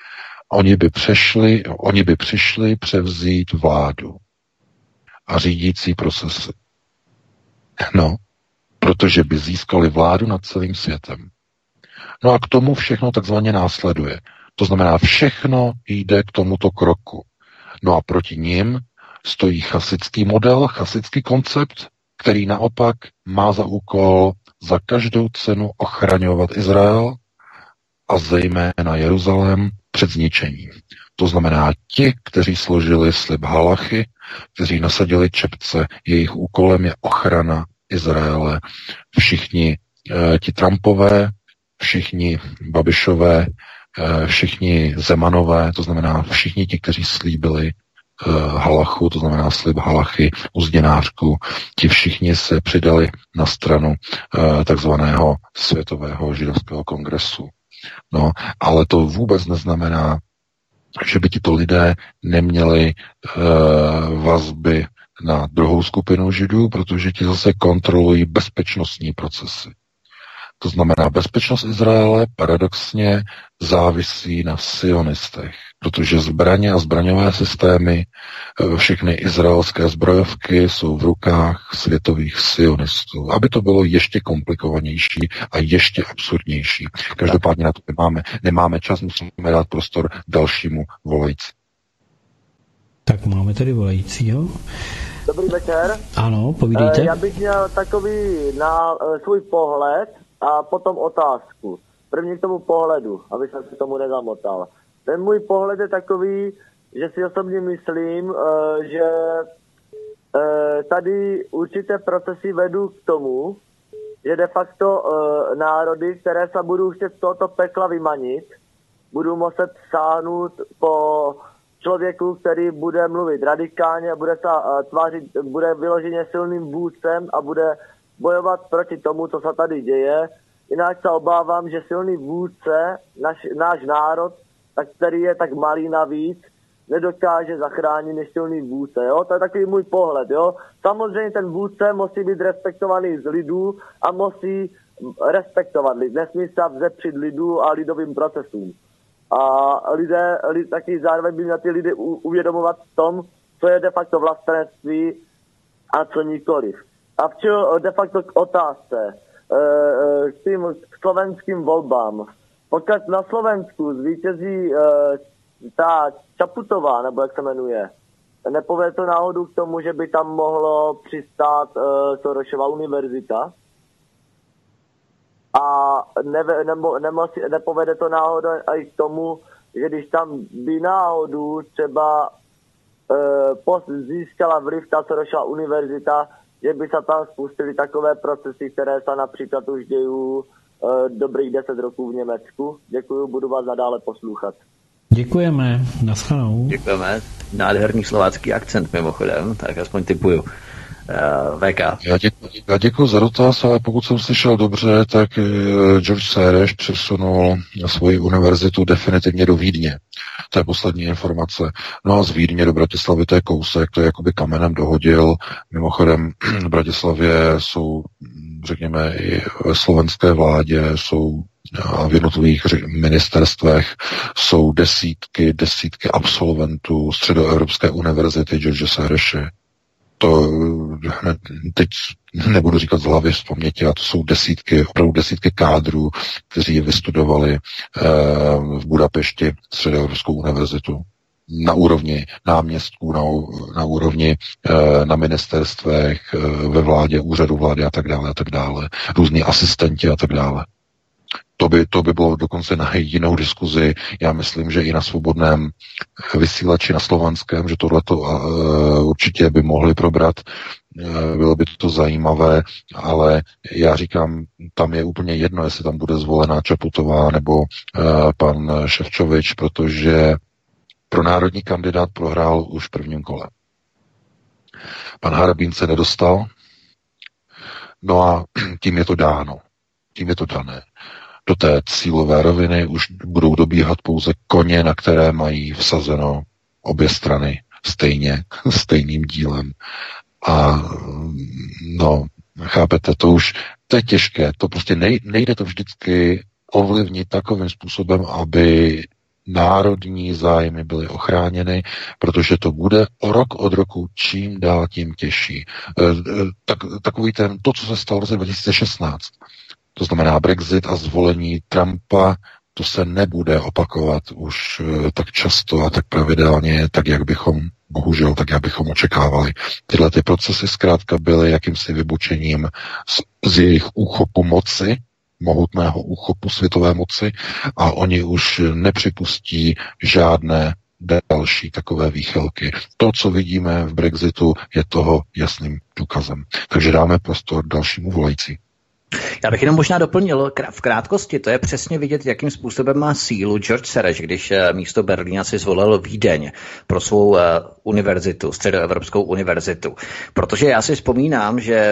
Oni by přišli převzít vládu a řídící procesy. No, protože by získali vládu nad celým světem. No a k tomu všechno takzvaně následuje. To znamená, všechno jde k tomuto kroku. No a proti nim stojí chasický model, chasický koncept, který naopak má za úkol za každou cenu ochraňovat Izrael a zejména Jeruzalém před zničením. To znamená, ti, kteří složili slib halachy, kteří nasadili čepce, jejich úkolem je ochrana Izraele. Všichni ti Trumpové, všichni Babišové, všichni Zemanové, to znamená všichni ti, kteří slíbili halachu, to znamená slib halachy, uzděnářku, ti všichni se přidali na stranu takzvaného Světového židovského kongresu. No, ale to vůbec neznamená, že by tito lidé neměli vazby na druhou skupinu židů, protože ti zase kontrolují bezpečnostní procesy. To znamená, bezpečnost Izraele paradoxně závisí na sionistech, protože zbraně a zbraňové systémy, všechny izraelské zbrojovky jsou v rukách světových sionistů. Aby to bylo ještě komplikovanější a ještě absurdnější. Každopádně na to nemáme čas, musíme dát prostor dalšímu volající. Tak máme tady volajícího. Dobrý večer. Ano, povídejte. Já bych měl takový na svůj pohled a potom otázku. První k tomu pohledu, aby jsem se tomu nezamotal. Ten můj pohled je takový, že si osobně myslím, že tady určité procesy vedou k tomu, že de facto národy, které se budou chtět z tohoto pekla vymanit, budou muset sáhnout po člověku, který bude mluvit radikálně, bude se tvářit, bude vyloženě silným vůdcem a bude bojovat proti tomu, co se tady děje. Jinak se obávám, že silný vůdce, náš národ, tak který je tak malý navíc, nedokáže zachránit než silný vůdce. Jo? To je takový můj pohled. Jo? Samozřejmě ten vůdce musí být respektovaný z lidů a musí respektovat lid. Nesmí se vzepřít lidu a lidovým procesům. A lidé taky zároveň by měli ty lidi uvědomovat v tom, co je de facto vlastenectví a co nikoliv. A včel de facto k otázce, k tým slovenským volbám. Pokud na Slovensku zvítězí ta Čaputová, nebo jak se jmenuje, nepovede to náhodou k tomu, že by tam mohlo přistát Sorosova univerzita? A nepovede to náhodou i k tomu, že když tam by náhodou třeba získala vliv ta Sorosova univerzita, že by se tam spustily takové procesy, které se například už dějí dobrých 10 roků v Německu. Děkuju, budu vás nadále poslouchat. Děkujeme, naschledanou. Děkujeme, nádherný slovácký akcent mimochodem, tak aspoň tipuju. VK. Já děkuji za dotaz, ale pokud jsem slyšel dobře, tak George Soros přesunul svoji univerzitu definitivně do Vídně. To je poslední informace. No a z Vídně do Bratislavy to je kousek, to je jakoby kamenem dohodil. Mimochodem v Bratislavě jsou, řekněme, i ve slovenské vládě, jsou a v jednotlivých ministerstvech jsou desítky absolventů Středoevropské univerzity George Sorose. To teď nebudu říkat z hlavy, z paměti, a to jsou opravdu desítky kádrů, kteří vystudovali v Budapešti Středoevropskou univerzitu na úrovni náměstků, na úrovni na ministerstvech, ve vládě, úřadu vlády a tak dále, různí asistenti a tak dále. To by bylo dokonce na jinou diskuzi. Já myslím, že i na svobodném vysílači na slovanském, že tohleto určitě by mohli probrat. Bylo by to zajímavé, ale já říkám, tam je úplně jedno, jestli tam bude zvolená Čaputová nebo pan Ševčovič, protože pro národní kandidát prohrál už v prvním kole. Pan Harabín se nedostal, no a tím je to dáno. Tím je to dané. Do té cílové roviny už budou dobíhat pouze koně, na které mají vsazeno obě strany stejným dílem. A no, chápete, to je těžké, to prostě nejde to vždycky ovlivnit takovým způsobem, aby národní zájmy byly ochráněny, protože to bude rok od roku čím dál tím těžší. Takový to, co se stalo v roce 2016, to znamená Brexit a zvolení Trumpa, to se nebude opakovat už tak často a tak pravidelně, tak jak bychom očekávali. Tyhle ty procesy zkrátka byly jakýmsi vybučením z jejich úchopu moci, mohutného úchopu světové moci, a oni už nepřipustí žádné další takové výchylky. To, co vidíme v Brexitu, je toho jasným důkazem. Takže dáme prostor dalšímu volající. Já bych jenom možná doplnil v krátkosti, to je přesně vidět, jakým způsobem má sílu George Soros, když místo Berlína si zvolil Vídeň pro svou univerzitu, Středoevropskou univerzitu. Protože já si vzpomínám, že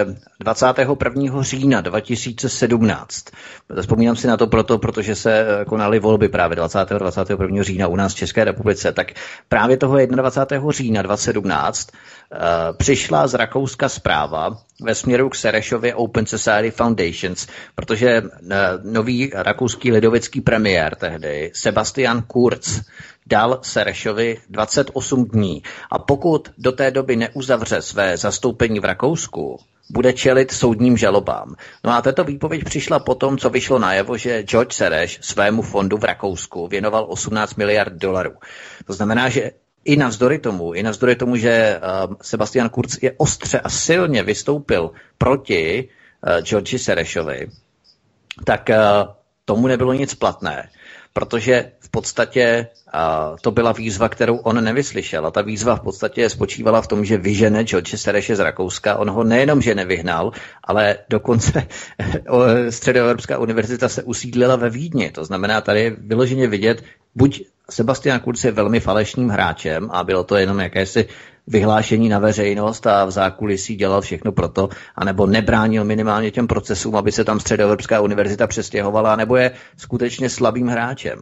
21. října 2017, vzpomínám si na to protože se konaly volby právě 21. října u nás v České republice, tak právě toho 21. října 2017 přišla z Rakouska zpráva ve směru k Sorosově Open Society Foundations, protože nový rakouský lidovecký premiér tehdy, Sebastian Kurz, dal Sorosovi 28 dní. A pokud do té doby neuzavře své zastoupení v Rakousku, bude čelit soudním žalobám. No a tato výpověď přišla potom, co vyšlo najevo, že George Soros svému fondu v Rakousku věnoval 18 miliard dolarů. To znamená, že i navzdory tomu, že Sebastian Kurz je ostře a silně vystoupil proti Georgi Sorosovi, tak tomu nebylo nic platné, protože v podstatě to byla výzva, kterou on nevyslyšel. A ta výzva v podstatě spočívala v tom, že vyžene George Sorose z Rakouska. On ho nejenom, že nevyhnal, ale dokonce Středoevropská univerzita se usídlila ve Vídni. To znamená, tady je vyloženě vidět, buď Sebastian Kurz je velmi falešným hráčem a bylo to jenom jakési vyhlášení na veřejnost a v zákulisí dělal všechno proto, anebo nebránil minimálně těm procesům, aby se tam Středoevropská univerzita přestěhovala, nebo je skutečně slabým hráčem.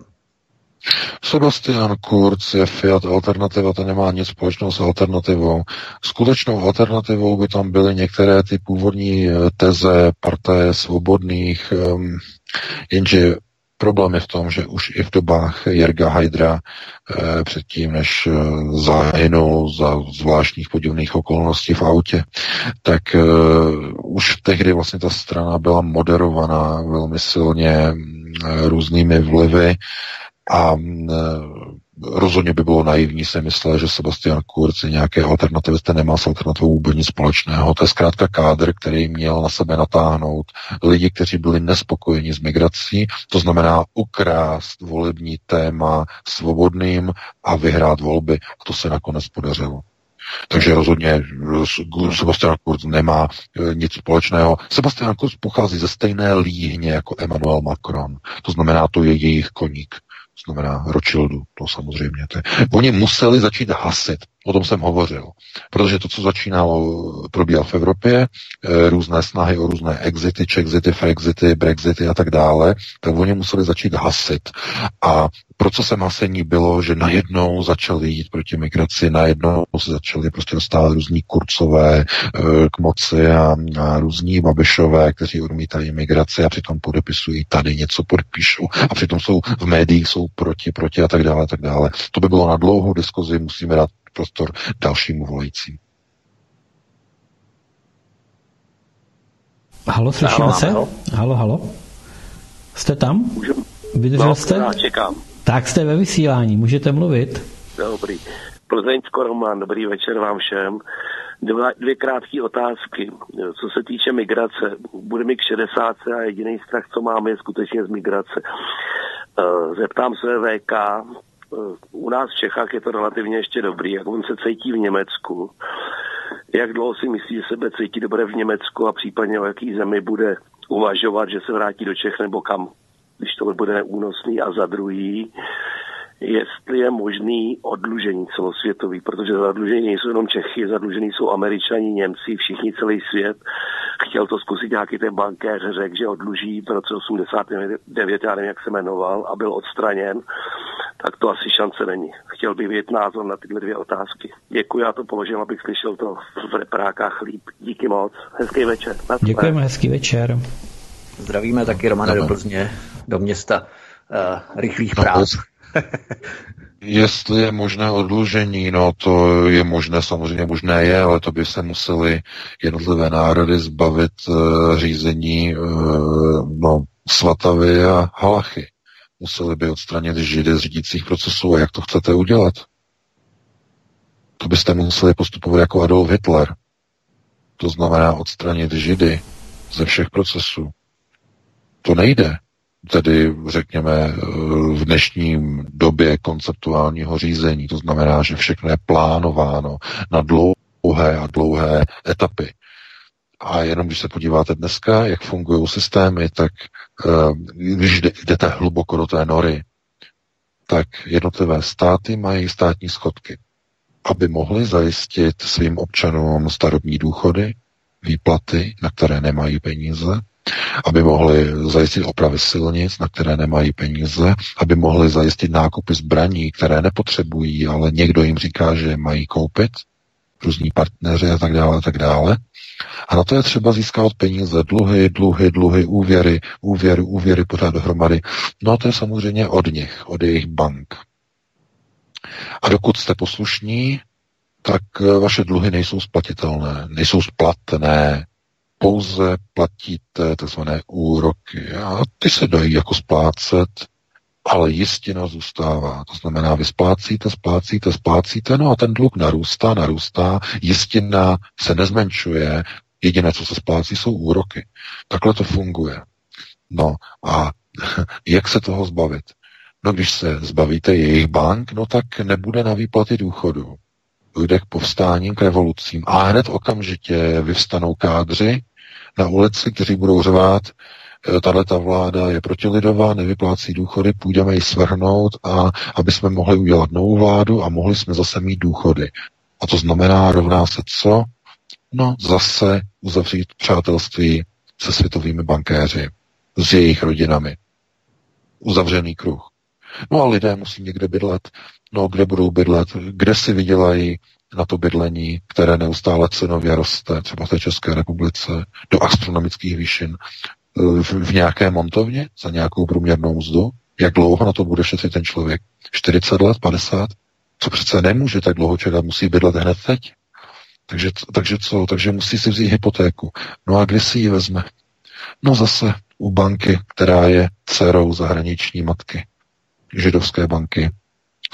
Sebastian Kurz je Fiat alternativa, to nemá nic společného s alternativou. Skutečnou alternativou by tam byly některé ty původní teze partaje svobodných, jenže problém je v tom, že už i v dobách Jirga Hajdra, předtím, než zahynul za zvláštních podivných okolností v autě, tak už tehdy vlastně ta strana byla moderovaná velmi silně různými vlivy a rozhodně by bylo naivní si myslet, že Sebastian Kurz je nějaké alternativista, nemá s alternativou vůbec nic společného. To je zkrátka kádr, který měl na sebe natáhnout lidi, kteří byli nespokojeni s migrací, to znamená ukrást volební téma svobodným a vyhrát volby. A to se nakonec podařilo. Takže rozhodně Sebastian Kurz nemá nic společného. Sebastian Kurz pochází ze stejné líhně jako Emmanuel Macron. To znamená, to je jejich koník. To znamená Rothschildu, to samozřejmě. Oni museli začít hasit, o tom jsem hovořil. Protože to, co začínalo probíhat v Evropě, různé snahy o různé exity, czexity, frexity, brexity a tak dále, tak oni museli začít hasit. A procesem hasení bylo, že najednou začali jít proti migraci, najednou se začali prostě dostávat různí Kurzové k moci a různí Babišové, kteří odmítají migraci a přitom podepisují tady něco, podepíšou a přitom jsou v médiích, jsou proti a tak dále, a tak dále. To by bylo na dlouhou diskuzi, musíme dát prostor dalšímu volajícím. Halo, slyšíme se? Halo. Jste tam? Vydržel jste? Já čekám. Tak jste ve vysílání, můžete mluvit. Dobrý. Plzeňsko Roman, dobrý večer vám všem. Dvě krátké otázky. Co se týče migrace, bude mi k 60 a jediný strach, co máme, je skutečně z migrace. Zeptám se VK, u nás v Čechách je to relativně ještě dobrý, jak on se cítí v Německu. Jak dlouho si myslí, že sebe cítí dobře v Německu a případně o jaký zemi bude uvažovat, že se vrátí do Čech nebo kam, když to bude neúnosný. A za druhý, jestli je možný odlužení celosvětový, protože zadlužení nejsou jenom Čechy, zadlužení jsou Američani, Němci, všichni, celý svět. Chtěl to zkusit nějaký ten bankéř, řekl, že odluží v roce 89, já nevím, jak se jmenoval, a byl odstraněn, tak to asi šance není. Chtěl bych vědět názor na tyhle dvě otázky. Děkuji, já to položím, abych slyšel to v reprákách líp. Díky moc. Hezký večer. Děkujeme, hezký večer. Zdravíme taky Romana do Plzně, do města rychlých práv. Jestli je možné odlužení, no to je možné, samozřejmě možné je, ale to by se museli jednotlivé národy zbavit řízení Svatavy a Halachy. Museli by odstranit Židy z řídících procesů. A jak to chcete udělat? To byste museli postupovat jako Adolf Hitler. To znamená odstranit Židy ze všech procesů. To nejde. Tedy, řekněme, v dnešním době konceptuálního řízení. To znamená, že všechno je plánováno na dlouhé etapy. A jenom když se podíváte dneska, jak fungují systémy, tak když jdete hluboko do té nory, tak jednotlivé státy mají státní schodky, aby mohly zajistit svým občanům starobní důchody, výplaty, na které nemají peníze, aby mohli zajistit opravy silnic, na které nemají peníze, aby mohli zajistit nákupy zbraní, které nepotřebují, ale někdo jim říká, že je mají koupit, různí partneři a tak dále, a tak dále. A na to je třeba získat peníze, dluhy, úvěry, pořád dohromady. No a to je samozřejmě od nich, od jejich bank. A dokud jste poslušní, tak vaše dluhy nejsou splatitelné, nejsou splatné, pouze platíte takzvané úroky a ty se dají jako splácet, ale jistina zůstává. To znamená, vy splácíte, no a ten dluh narůstá, jistina se nezmenšuje, jediné, co se splácí, jsou úroky. Takhle to funguje. No a jak se toho zbavit? No když se zbavíte jejich bank, no tak nebude na výplaty důchodu. Dojde k povstáním, k revolucím a hned okamžitě vyvstanou kádři na ulici, kteří budou řvát, tato vláda je protilidová, nevyplácí důchody, půjdeme ji svrhnout, a aby jsme mohli udělat novou vládu a mohli jsme zase mít důchody. A to znamená, rovná se co? No zase uzavřít přátelství se světovými bankéři, s jejich rodinami. Uzavřený kruh. No a lidé musí někde bydlet. No kde budou bydlet? Kde si vydělají na to bydlení, které neustále cenově roste, třeba v té České republice, do astronomických výšin, v nějaké montovně za nějakou průměrnou mzdu? Jak dlouho na to bude šetřit ten člověk? 40 let, 50? Co přece nemůže tak dlouho čekat, musí bydlet hned teď. Takže co? Takže musí si vzít hypotéku. No a kdy si ji vezme? No zase u banky, která je dcerou zahraniční matky. Židovské banky,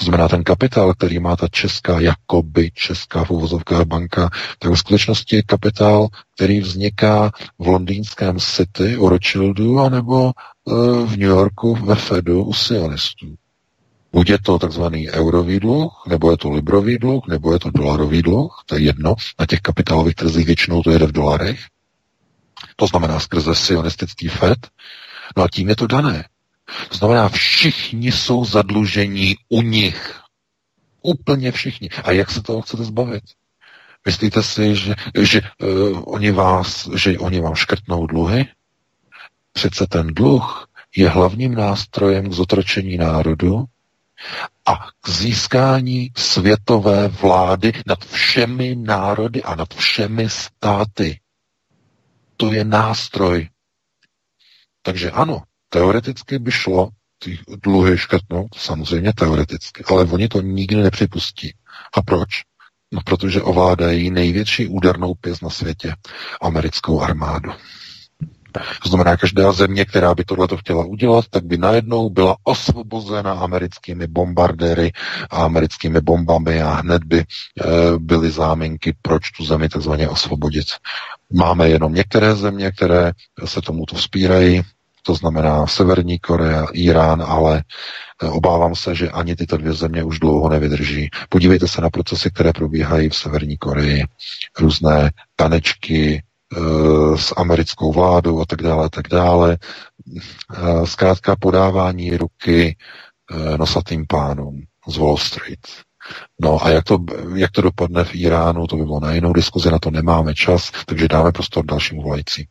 To znamená, ten kapitál, který má ta česká, jakoby česká v uvozovkách banka, tak v skutečnosti je kapitál, který vzniká v londýnském City u Rothschildu anebo v New Yorku ve Fedu u sionistů. Buď je to takzvaný eurový dluh, nebo je to librový dluh, nebo je to dolarový dluh, to je jedno. Na těch kapitálových trzích většinou to jede v dolarech. To znamená skrze sionistický Fed. No a tím je to dané. To znamená, všichni jsou zadlužení u nich. Úplně všichni. A jak se toho chcete zbavit? Myslíte si, že oni vám škrtnou dluhy? Přece ten dluh je hlavním nástrojem k zotročení národu a k získání světové vlády nad všemi národy a nad všemi státy. To je nástroj. Takže ano, teoreticky by šlo ty dluhy škrtnout, samozřejmě teoreticky, ale oni to nikdy nepřipustí. A proč? No, protože ovládají největší údernou pěst na světě, americkou armádu. To znamená, každá země, která by tohleto chtěla udělat, tak by najednou byla osvobozena americkými bombardéry a americkými bombami a hned by byly záminky, proč tu zemi takzvaně osvobodit. Máme jenom některé země, které se tomuto vzpírají, to znamená Severní Korea, Irán, ale obávám se, že ani tyto dvě země už dlouho nevydrží. Podívejte se na procesy, které probíhají v Severní Koreji. Různé tanečky s americkou vládou a tak dále, tak dále. Zkrátka podávání ruky nosatým pánům z Wall Street. No a jak to dopadne v Iránu, to by bylo na jinou diskuzi, na to nemáme čas, takže dáme prostor dalšímu volající.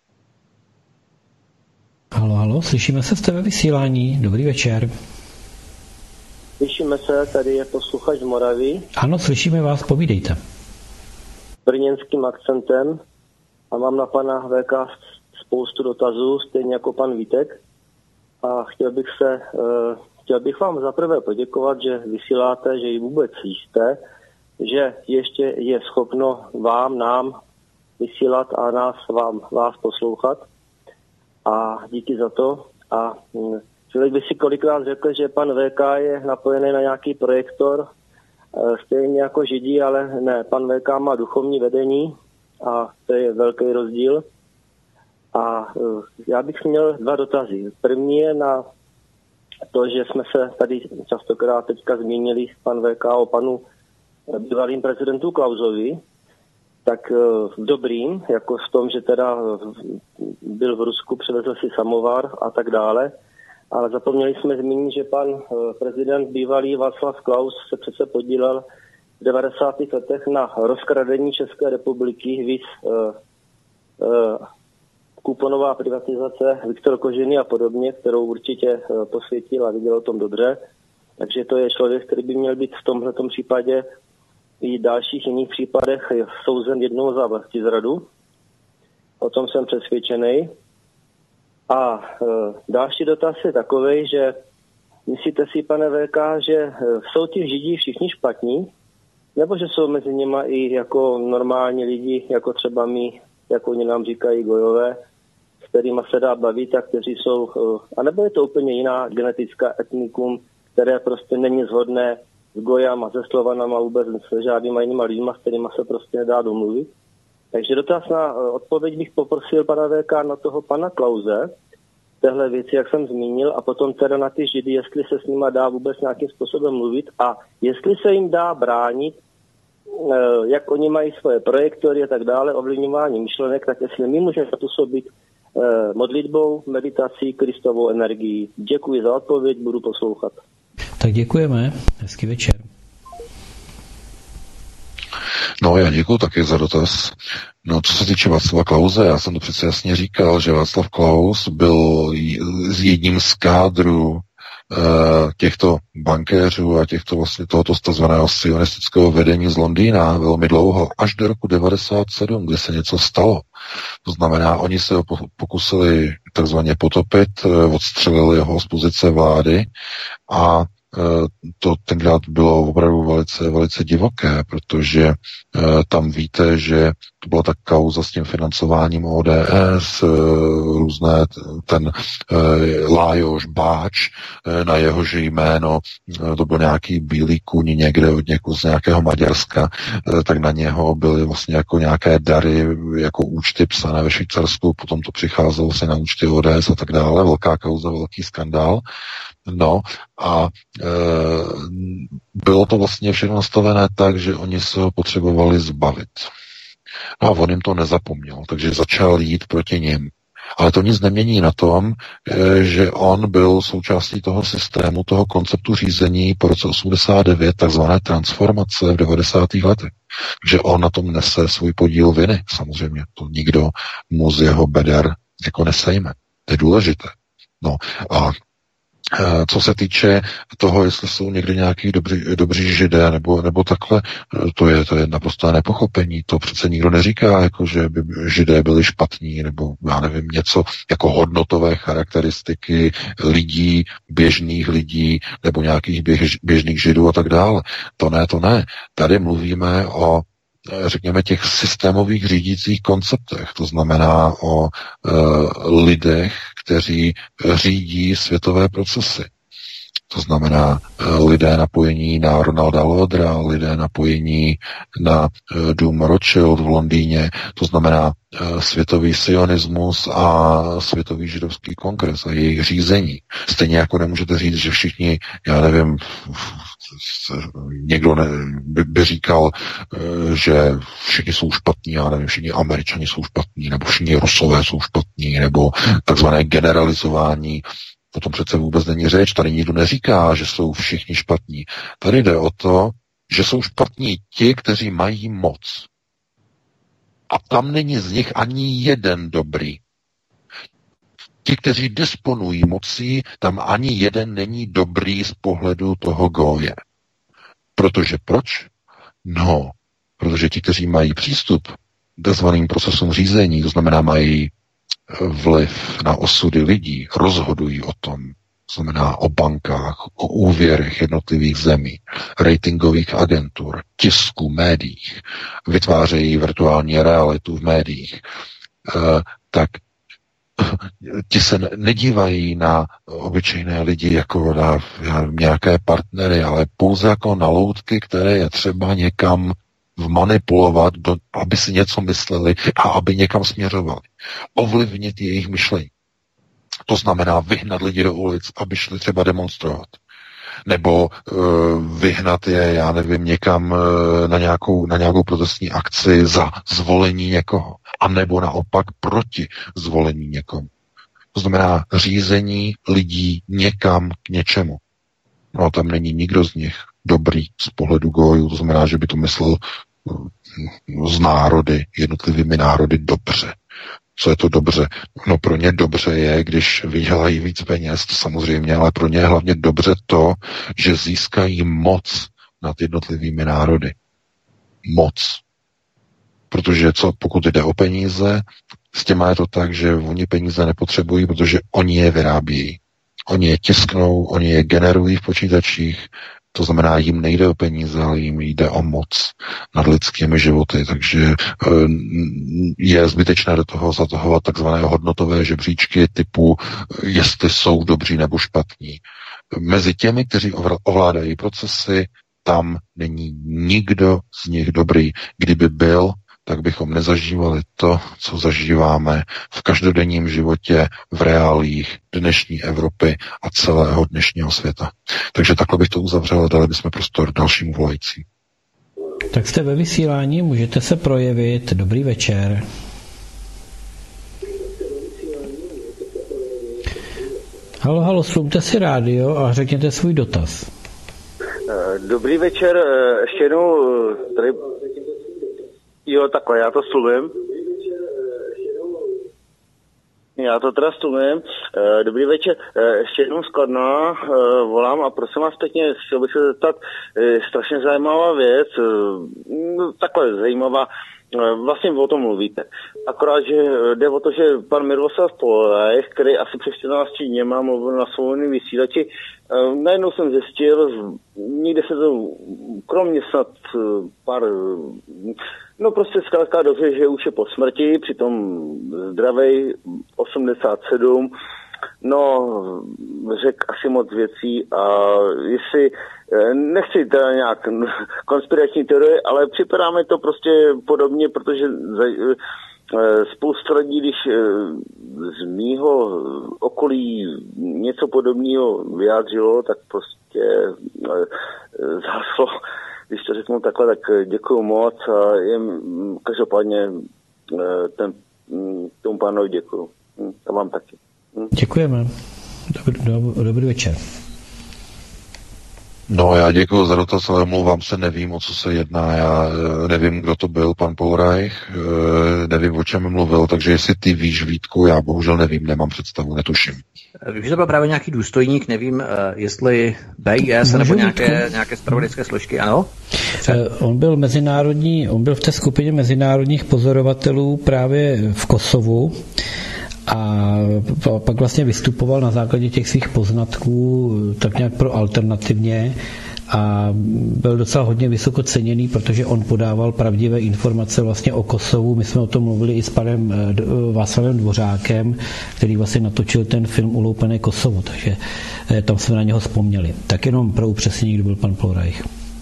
Halo, slyšíme se, jste ve vysílání. Dobrý večer. Slyšíme se, tady je posluchač z Moravy. Ano, slyšíme vás, povídejte. Brněnským akcentem a mám na pana VK spoustu dotazů, stejně jako pan Vítek. A chtěl bych vám zaprvé poděkovat, že vysíláte, že ji vůbec jste, že ještě je schopno nám vysílat a vás poslouchat. A díky za to. A člověk by si kolikrát řekl, že pan VK je napojený na nějaký projektor, stejně jako Židi, ale ne, pan VK má duchovní vedení a to je velký rozdíl. A já bych měl 2 dotazy. První je na to, že jsme se tady častokrát teďka zmínili pan VK o panu bývalým prezidentu Klausovi, tak dobrým, jako v tom, že teda byl v Rusku, přivezl si samovar a tak dále, ale zapomněli jsme zmínit, že pan prezident bývalý Václav Klaus se přece podílel v 90. letech na rozkradení České republiky, víc kuponová privatizace Viktor Kožiny a podobně, kterou určitě posvětil a viděl o tom dobře. Takže to je člověk, který by měl být v tomhletom případě i dalších jiných případech souzen jednou za vlastizradu. O tom jsem přesvědčený. A další dotaz je takovej, že myslíte si, pane VK, že jsou ti Židi všichni špatní? Nebo že jsou mezi nimi i jako normální lidi, jako třeba my, jako oni nám říkají gojové, s kterými se dá bavit a kteří jsou, anebo je to úplně jiná genetická etnikum, které prostě není shodné s Gojama, se Slovanama, vůbec se žádnýma jinýma lidma, s kterýma se prostě nedá domluvit. Takže dotaz na odpověď bych poprosil pana VK na toho pana Klause, téhle věci, jak jsem zmínil, a potom teda na ty Židy, jestli se s nima dá vůbec nějakým způsobem mluvit a jestli se jim dá bránit, jak oni mají svoje projektory a tak dále, ovlivňování myšlenek, tak jestli my můžeme působit modlitbou, meditací, Kristovou energií. Děkuji za odpověď, budu poslouchat. Tak děkujeme, hezký večer. No, já děkuji taky za dotaz. No, co se týče Václava Klause, já jsem to přece jasně říkal, že Václav Klaus byl jedním z kádrů těchto bankéřů a těchto vlastně tohoto takzvaného sionistického vedení z Londýna velmi dlouho, až do roku 1997, kdy se něco stalo. To znamená, oni se ho pokusili takzvaně potopit, odstřelili ho z pozice vlády a to tenkrát bylo opravdu velice, velice divoké, protože tam víte, že to byla ta kauza s tím financováním ODS, různé ten Lájoš Báč, na jehož jméno to byl nějaký bílý kůň někde od někud z nějakého Maďarska, tak na něho byly vlastně jako nějaké dary, jako účty psané ve Švýcarsku, potom to přicházelo se na účty ODS a tak dále, velká kauza, velký skandál. No a bylo to vlastně všechno nastavené tak, že oni se ho potřebovali zbavit. No a on jim to nezapomněl, takže začal jít proti nim. Ale to nic nemění na tom, že on byl součástí toho systému, toho konceptu řízení po roce 89, takzvané transformace v 90. letech. Takže on na tom nese svůj podíl viny, samozřejmě. To nikdo mu z jeho beder jako nesejme. To je důležité. No a co se týče toho, jestli jsou někde nějaký dobří židé nebo takhle, to je naprosto nepochopení. To přece nikdo neříká, jako že by židé byli špatní, nebo já nevím, něco jako hodnotové charakteristiky lidí, běžných lidí, nebo nějakých běžných židů a tak dále. To ne. Tady mluvíme o, řekněme, těch systémových řídících konceptech. To znamená o lidech, kteří řídí světové procesy. To znamená lidé napojení na Ronalda Lodra, lidé napojení na dům Rothschild v Londýně, to znamená světový sionismus a světový židovský kongres a jejich řízení. Stejně jako nemůžete říct, že všichni, já nevím, někdo by říkal, že všichni jsou špatní, já nevím, všichni Američani jsou špatní, nebo všichni Rusové jsou špatní, nebo takzvané generalizování. O tom přece vůbec není řeč. Tady nikdo neříká, že jsou všichni špatní. Tady jde o to, že jsou špatní ti, kteří mají moc. A tam není z nich ani jeden dobrý. Ti, kteří disponují mocí, tam ani jeden není dobrý z pohledu toho góje. Protože proč? No, protože ti, kteří mají přístup k takzvaným procesům řízení, to znamená mají vliv na osudy lidí, rozhodují o tom, to znamená o bankách, o úvěrech jednotlivých zemí, ratingových agentur, tisku, médiích, vytvářejí virtuální realitu v médiích, tak ti se nedívají na obyčejné lidi jako na nějaké partnery, ale pouze jako na loutky, které je třeba někam vmanipulovat, aby si něco mysleli a aby někam směřovali. Ovlivnit jejich myšlení. To znamená vyhnat lidi do ulic, aby šli třeba demonstrovat. Nebo vyhnat je, já nevím, někam na nějakou protestní akci za zvolení někoho. A nebo naopak proti zvolení někomu. To znamená řízení lidí někam k něčemu. No a tam není nikdo z nich dobrý z pohledu gojů, to znamená, že by to myslel z národy, jednotlivými národy dobře. Co je to dobře? No pro ně dobře je, když vydělají víc peněz, to samozřejmě, ale pro ně je hlavně dobře to, že získají moc nad jednotlivými národy. Moc. Protože pokud jde o peníze, s těma je to tak, že oni peníze nepotřebují, protože oni je vyrábějí. Oni je tisknou, oni je generují v počítačích, to znamená, jim nejde o peníze, ale jim jde o moc nad lidskými životy, takže je zbytečné do toho zatahovat takzvané hodnotové žebříčky typu, jestli jsou dobří nebo špatní. Mezi těmi, kteří ovládají procesy, tam není nikdo z nich dobrý. Kdyby byl, tak bychom nezažívali to, co zažíváme v každodenním životě, v reálích dnešní Evropy a celého dnešního světa. Takže takhle bych to uzavřel a dali bychom prostor dalšímu volajícím. Tak jste ve vysílání, můžete se projevit. Dobrý večer. Halo, slumte si rádio a řekněte svůj dotaz. Dobrý večer, ještě jednou tady... Jo, takhle, já to slumím. Já to teda slumím. Dobrý večer, ještě jednou z Kladna volám a prosím vás pěkně, chtěl bych se zeptat, strašně zajímavá věc, takhle zajímavá. vlastně o tom mluvíte. Akorát, že jde o to, že pan Miroslav Polech, který asi před 14 dněma mluvil na svobodném vysílači, najednou jsem zjistil, někde se to, kromě snad pár, no prostě zkrátka dobře, že už je po smrti, přitom zdravej, 87, no, řekl asi moc věcí a jestli, nechci teda nějak konspirační teorie, ale připadá mi to prostě podobně, protože spousta lidí, když z mýho okolí něco podobného vyjádřilo, tak prostě zhaslo, když to řeknu takhle, tak děkuju moc a každopádně tomu pánovi děkuju. A vám taky. Děkujeme. Dobrý večer. No, já děkuji za dotaz, ale omlouvám se, nevím, o co se jedná. Já nevím, kdo to byl, pan Polreich, nevím, o čem mluvil, takže jestli ty víš, Vítku, já bohužel nevím, nemám představu, netuším. Vím, že to byl právě nějaký důstojník, nevím, jestli BIS nebo nějaké zpravodajské složky, ano? On byl v té skupině mezinárodních pozorovatelů právě v Kosovu, a pak vlastně vystupoval na základě těch svých poznatků tak nějak pro alternativně a byl docela hodně vysoko ceněný, protože on podával pravdivé informace vlastně o Kosovu. My jsme o tom mluvili i s panem Václavem Dvořákem, který vlastně natočil ten film Uloupené Kosovo, takže tam jsme na něho vzpomněli. Tak jenom pro upřesnění, kdo byl pan Polreich.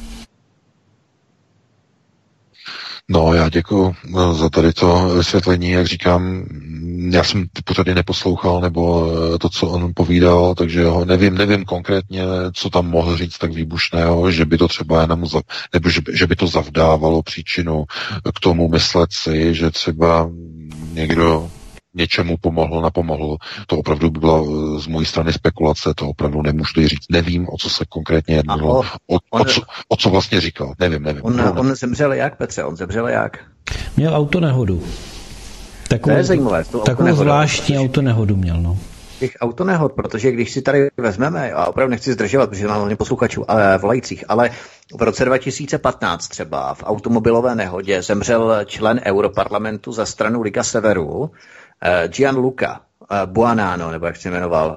No, já děkuji za tady to vysvětlení, jak říkám, já jsem ty pořady neposlouchal, nebo to, co on povídal, takže ho nevím konkrétně, co tam mohl říct tak výbušného, že by to třeba jenom, nebo že by to zavdávalo příčinu k tomu myslet si, že třeba někdo něčemu napomohl. To opravdu by byla z mojí strany spekulace, to opravdu nemůžu říct. Nevím, o co se konkrétně jednalo, o co vlastně říkal. Nevím. On zemřel jak, Petře? On zemřel jak? Měl autonehodu. To je zajímavé. Takovou zvláštní autonehodu měl, no. Těch autonehod, protože když si tady vezmeme, a opravdu nechci zdržovat, protože mám hodně posluchačů volajících, ale v roce 2015 třeba v automobilové nehodě zemřel člen Europarlamentu za stranu Liga Severu, Gianluca Buonanno, nebo jak se jmenoval,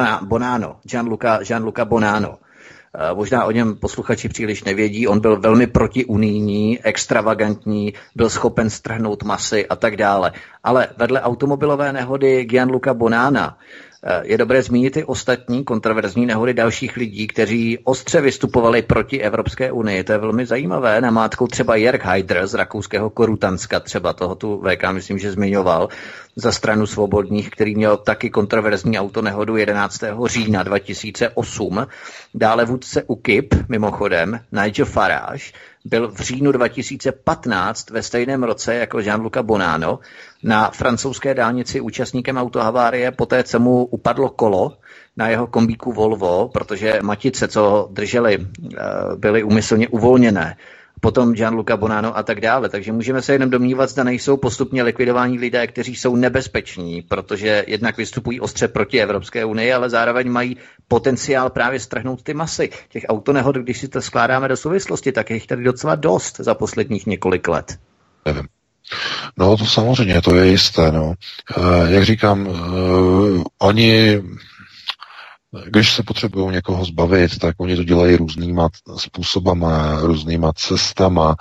Gianluca Buonanno. Možná o něm posluchači příliš nevědí, on byl velmi protiunijní, extravagantní, byl schopen strhnout masy a tak dále. Ale vedle automobilové nehody Gianluca Buonanna je dobré zmínit i ostatní kontroverzní nehody dalších lidí, kteří ostře vystupovali proti Evropské unii. To je velmi zajímavé. Namátkou třeba Jörg Haider z rakouského Korutanska, třeba toho tu VK, myslím, že zmiňoval, za stranu svobodných, který měl taky kontroverzní autonehodu 11. října 2008. Dále vůdce UKIP, mimochodem, Nigel Farage, byl v říjnu 2015 ve stejném roce jako Gianluca Buonanno na francouzské dálnici účastníkem autohavárie poté, co mu upadlo kolo na jeho kombíku Volvo, protože matice, co drželi, byly úmyslně uvolněné. Potom Gianluca Buonanno a tak dále. Takže můžeme se jenom domnívat, zda nejsou postupně likvidováni lidé, kteří jsou nebezpeční, protože jednak vystupují ostře proti Evropské unii, ale zároveň mají potenciál právě strhnout ty masy. Těch autonehod, když si to skládáme do souvislosti, tak je jich tady docela dost za posledních několik let. Nevím. No to samozřejmě, to je jisté. No. Jak říkám, oni... Když se potřebují někoho zbavit, tak oni to dělají různýma způsobama, různýma cestama.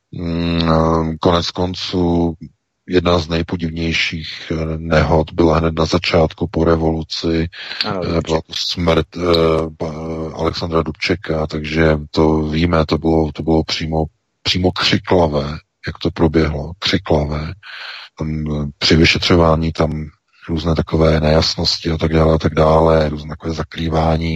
Konec konců jedna z nejpodivnějších nehod byla hned na začátku po revoluci. Byla to smrt Alexandra Dubčeka, takže to víme, to bylo přímo křiklavé, jak to proběhlo. Křiklavé. Při vyšetřování tam různé takové nejasnosti a tak dále, různé takové zakrývání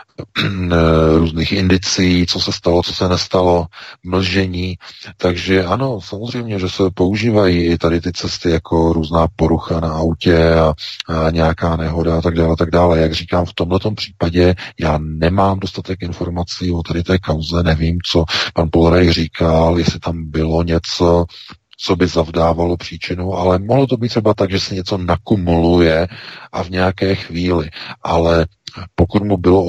různých indicí, co se stalo, co se nestalo, mlžení. Takže ano, samozřejmě, že se používají i tady ty cesty jako různá porucha na autě a nějaká nehoda a tak dále. Jak říkám, v tomhletom případě já nemám dostatek informací o tady té kauze, nevím, co pan Polreich říkal, jestli tam bylo něco, co by zavdávalo příčinu, ale mohlo to být třeba tak, že se něco nakumuluje a v nějaké chvíli. Ale pokud mu bylo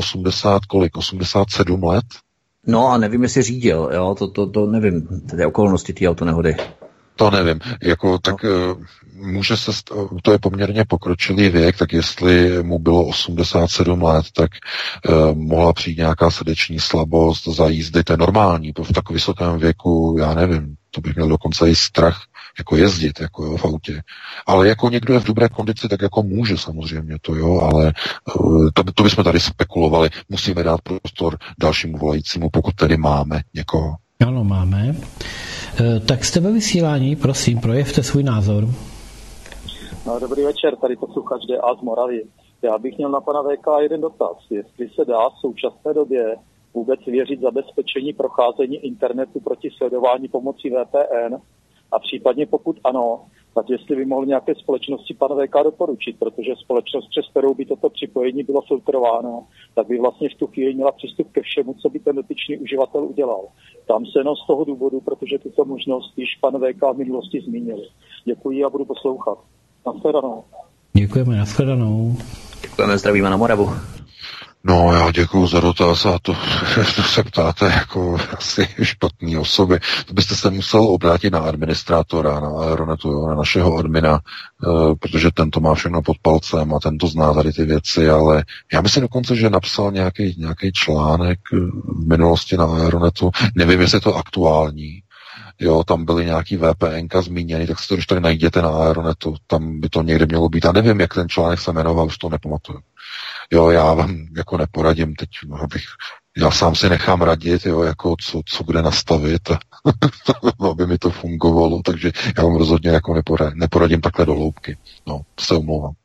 87 let? No a nevím, jestli řídil, jo, to nevím, ty okolnosti té autonehody. To nevím. Jako, tak může se, to je poměrně pokročilý věk, tak jestli mu bylo 87 let, tak mohla přijít nějaká srdeční slabost za jízdy, to je normální. V tak vysokém věku, já nevím, to bych měl dokonce i strach jako jezdit jako jo, v autě. Ale jako někdo je v dobré kondici, tak jako může samozřejmě to, jo, ale to bychom tady spekulovali. Musíme dát prostor dalšímu volajícímu, pokud tedy máme někoho. Ano, máme. Tak jste ve vysílání, prosím, projevte svůj názor. No, dobrý večer, tady posluchač DA z Moravy. Já bych měl na pana VK jeden dotaz. Jestli se dá v současné době vůbec věřit zabezpečení procházení internetu proti sledování pomocí VPN a případně pokud ano, tak jestli by mohl nějaké společnosti pan VK doporučit, protože společnost, přes kterou by toto připojení bylo filtrováno, tak by vlastně v tu chvíli měla přístup ke všemu, co by ten dotyčný uživatel udělal. Tam se jenom z toho důvodu, protože tuto možnost již pan VK v minulosti zmínil. Děkuji a budu poslouchat. Nashledanou. Děkujeme, nashledanou. Děkujeme, zdravíme na Moravu. No, já děkuju za dotaz a to se ptáte jako asi špatný osoby. To byste se musel obrátit na administrátora, na Aeronetu, na našeho admina, protože ten to má všechno pod palcem a ten to zná tady ty věci, ale já myslím dokonce, že napsal nějaký článek v minulosti na Aeronetu. Nevím, jestli je to aktuální. Jo, tam byly nějaký VPNka zmíněny, tak si to když tak najděte na Aeronetu, tam by to někde mělo být. A nevím, jak ten článek se jmenoval, už to nepamatuju. Jo, já vám jako neporadím teď, já sám si nechám radit, jo, jako co bude nastavit, aby mi to fungovalo, takže já vám rozhodně jako neporadím takhle do hloubky. No, se omlouvám.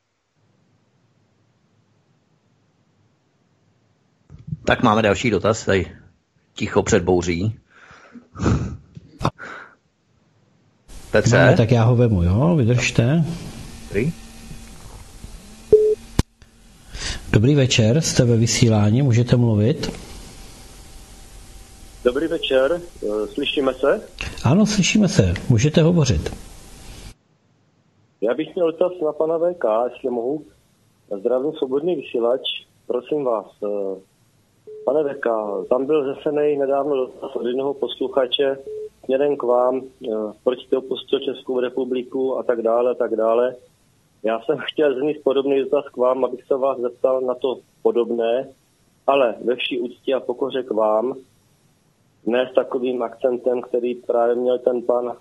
Tak máme další dotaz, tady ticho před bouří. Petře? No, tak já ho vemu, jo, vydržte. Dobrý. Dobrý večer, jste ve vysílání, můžete mluvit? Dobrý večer, slyšíme se? Ano, slyšíme se, můžete hovořit. Já bych měl dotaz na pana VK, jestli mohu. Zdravím svobodný vysílač, prosím vás. Pane VK, tam byl zasenej nedávno dotaz od jednoho posluchače směrem k vám, proč jste opustil Českou republiku a tak dále, a tak dále. Já jsem chtěl znít podobný dotaz k vám, abych se vás zeptal na to podobné, ale ve vší úctě a pokoře k vám, ne s takovým akcentem, který právě měl ten pan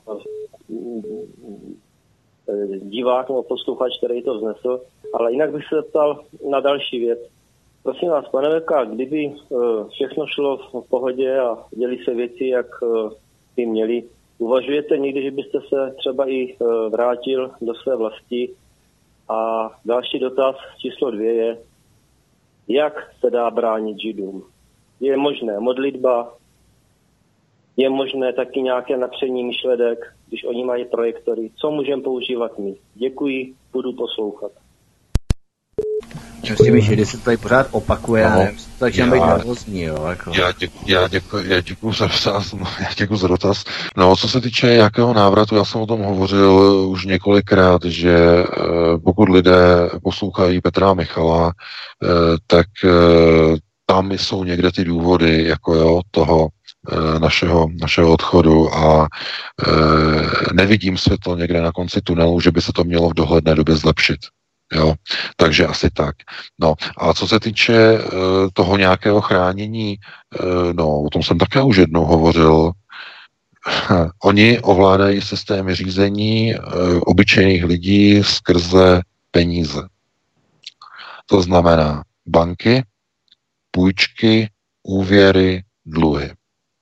divák nebo posluchač, který to vznesl, ale jinak bych se zeptal na další věc. Prosím vás, pane Veka, kdyby všechno šlo v pohodě a děli se věci, jak by měli, uvažujete někdy, že byste se třeba i vrátil do své vlasti? A další dotaz číslo 2 je, jak se dá bránit Židům? Je možné modlitba, je možné taky nějaké napření myšledek, když oni mají projektory. Co můžeme používat my? Děkuji, budu poslouchat. S těmi Židy se tady pořád opakuje, no, takže být nervózní, jo. Jako. Já děkuju za dotaz. No, co se týče jakého návratu, já jsem o tom hovořil už několikrát, že pokud lidé poslouchají Petra Michala, tak tam jsou někde ty důvody, jako jo, toho našeho odchodu a nevidím světlo někde na konci tunelu, že by se to mělo v dohledné době zlepšit. Jo, takže asi tak. No a co se týče toho nějakého chránění, no o tom jsem také už jednou hovořil. Oni ovládají systémy řízení obyčejných lidí skrze peníze. To znamená banky, půjčky, úvěry, dluhy.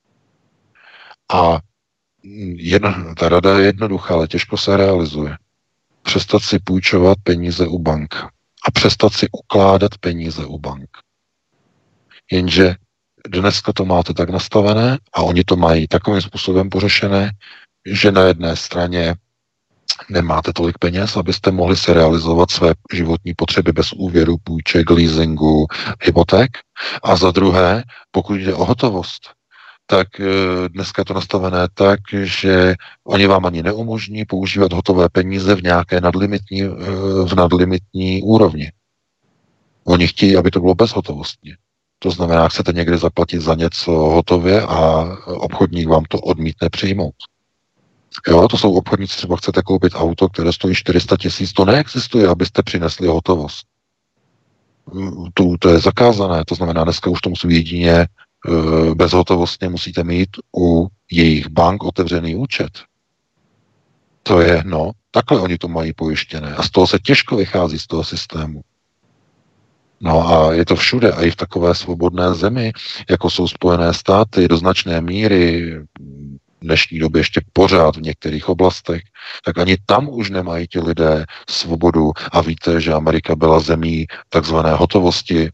A ta rada je jednoduchá, ale těžko se realizuje. Přestat si půjčovat peníze u bank a přestat si ukládat peníze u bank. Jenže dneska to máte tak nastavené a oni to mají takovým způsobem pořešené, že na jedné straně nemáte tolik peněz, abyste mohli se realizovat své životní potřeby bez úvěru, půjček, leasingu, hypoték. A za druhé, pokud jde o hotovost, tak dneska je to nastavené tak, že oni vám ani neumožní používat hotové peníze v nějaké nadlimitní úrovni. Oni chtějí, aby to bylo bezhotovostně. To znamená, chcete někde zaplatit za něco hotově a obchodník vám to odmítne přijmout. Jo, to jsou obchodníci, třeba chcete koupit auto, které stojí 400 000, to neexistuje, abyste přinesli hotovost. To je zakázané, to znamená, dneska už to musí jedině bezhotovostně musíte mít u jejich bank otevřený účet. To je, takhle oni to mají pojištěné. A z toho se těžko vychází z toho systému. No a je to všude, a i v takové svobodné zemi, jako jsou Spojené státy, do značné míry, v dnešní době ještě pořád v některých oblastech, tak ani tam už nemají ti lidé svobodu. A víte, že Amerika byla zemí takzvané hotovosti,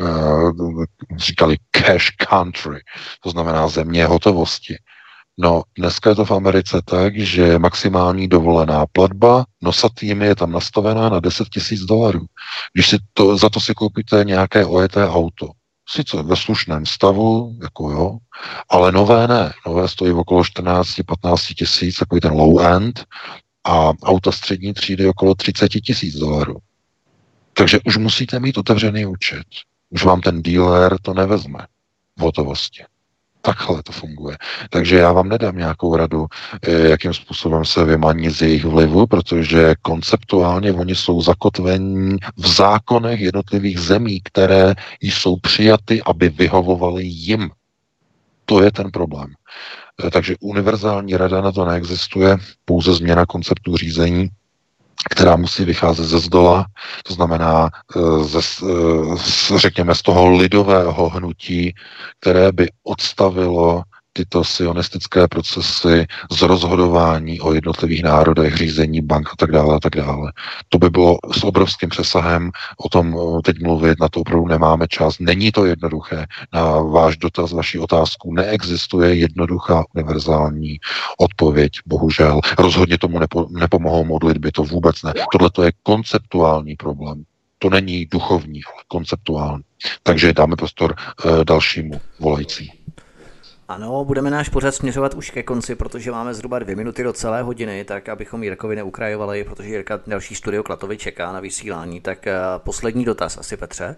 říkali cash country, to znamená země hotovosti. No, dneska je to v Americe tak, že maximální dovolená platba nosatými je tam nastavená na $10,000. Když si za to si koupíte nějaké ojeté auto, sice ve slušném stavu, jako jo, ale nové ne. Nové stojí okolo 14-15 tisíc, takový ten low end, a auta střední třídy okolo $30,000. Takže už musíte mít otevřený účet. Už vám ten dealer to nevezme v hotovosti. Takhle to funguje. Takže já vám nedám nějakou radu, jakým způsobem se vymanit z jejich vlivu, protože konceptuálně oni jsou zakotvení v zákonech jednotlivých zemí, které jsou přijaty, aby vyhovovaly jim. To je ten problém. Takže univerzální rada na to neexistuje, pouze změna konceptu řízení, která musí vycházet ze zdola, to znamená, řekněme, z toho lidového hnutí, které by odstavilo tyto sionistické procesy z rozhodování o jednotlivých národech, řízení bank a tak dále a tak dále. To by bylo s obrovským přesahem, o tom teď mluvit, na to opravdu nemáme čas. Není to jednoduché. Na váš dotaz, vaši otázku neexistuje jednoduchá univerzální odpověď, bohužel. Rozhodně tomu nepomohou modlitby, to vůbec ne. Tohle to je konceptuální problém. To není duchovní, ale konceptuální. Takže dáme prostor dalšímu volající. Ano, budeme náš pořad směřovat už ke konci, protože máme zhruba 2 minuty do celé hodiny, tak abychom Jirkovi neukrajovali, protože Jirka další studio Klatovy čeká na vysílání. Tak poslední dotaz asi, Petře.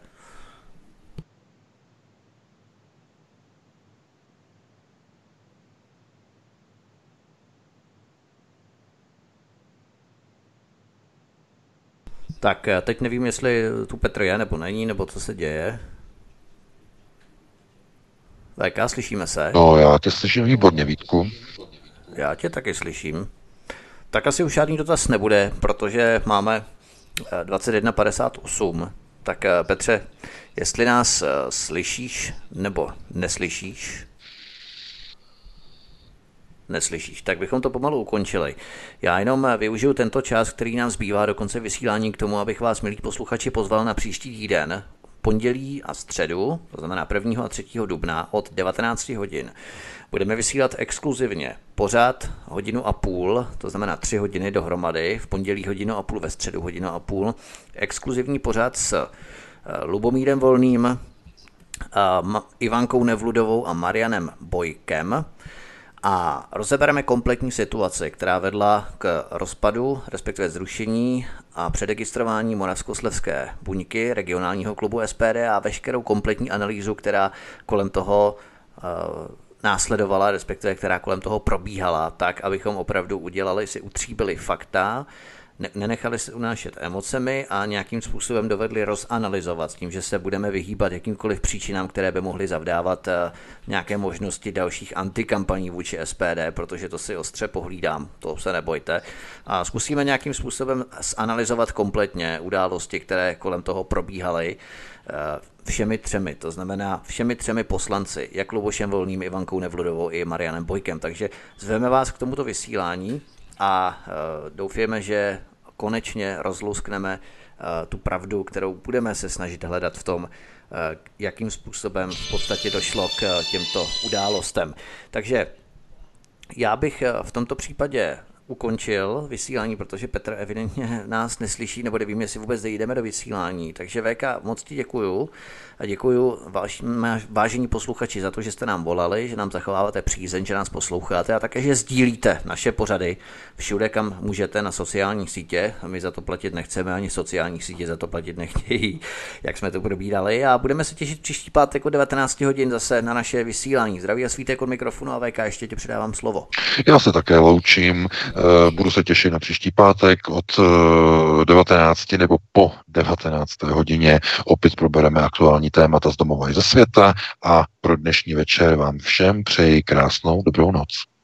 Tak teď nevím, jestli tu Petr je nebo není, nebo co se děje. VK, slyšíme se? No, já tě slyším výborně, Vítku. Já tě taky slyším. Tak asi už žádný dotaz nebude, protože máme 21:58. Tak Petře, jestli nás slyšíš nebo neslyšíš, tak bychom to pomalu ukončili. Já jenom využiju tento čas, který nám zbývá do konce vysílání k tomu, abych vás, milí posluchači, pozval na příští týden, pondělí a středu, to znamená 1. a 3. dubna od 19 hodin. Budeme vysílat exkluzivně pořad 1,5 hodiny, to znamená 3 hodiny dohromady, v pondělí 1,5 hodiny, ve středu 1,5 hodiny. Exkluzivní pořad s Lubomírem Volným, Ivankou Nevludovou a Marianem Bojkem. A rozebereme kompletní situaci, která vedla k rozpadu, respektive zrušení a předregistrování Moravskoslezské buňky, regionálního klubu SPD a veškerou kompletní analýzu, která kolem toho následovala, respektive která kolem toho probíhala, tak, abychom opravdu utříbili fakta, nenechali se unášet emocemi a nějakým způsobem dovedli rozanalyzovat s tím, že se budeme vyhýbat jakýmkoliv příčinám, které by mohly zavdávat nějaké možnosti dalších antikampaní vůči SPD, protože to si ostře pohlídám, to se nebojte. A zkusíme nějakým způsobem zanalyzovat kompletně události, které kolem toho probíhaly všemi třemi, to znamená všemi třemi poslanci, jak Lubošem Volným, Ivankou Nevludovou i Marianem Bojkem. Takže zveme vás k tomuto vysílání a doufáme, že konečně rozluskneme tu pravdu, kterou budeme se snažit hledat v tom, jakým způsobem v podstatě došlo k těmto událostem. Takže já bych v tomto případě ukončil vysílání, protože Petr evidentně nás neslyší, nebo nevím, jestli vůbec jdeme do vysílání. Takže VK, moc ti děkuju a děkuju vážení posluchači za to, že jste nám volali, že nám zachováváte přízeň, že nás posloucháte a také, že sdílíte naše pořady všude, kam můžete na sociální sítě. My za to platit nechceme, ani sociální sítě za to platit nechtějí, jak jsme to probírali. A budeme se těšit příští pátek od 19 hodin zase na naše vysílání. Zdraví a svítek od mikrofonu a VK, ještě ti předávám slovo. Já se také loučím, budu se těšit na příští pátek od 19 nebo po 19. hodině. Opět probereme aktuální témata z domova i ze světa a pro dnešní večer vám všem přeji krásnou dobrou noc.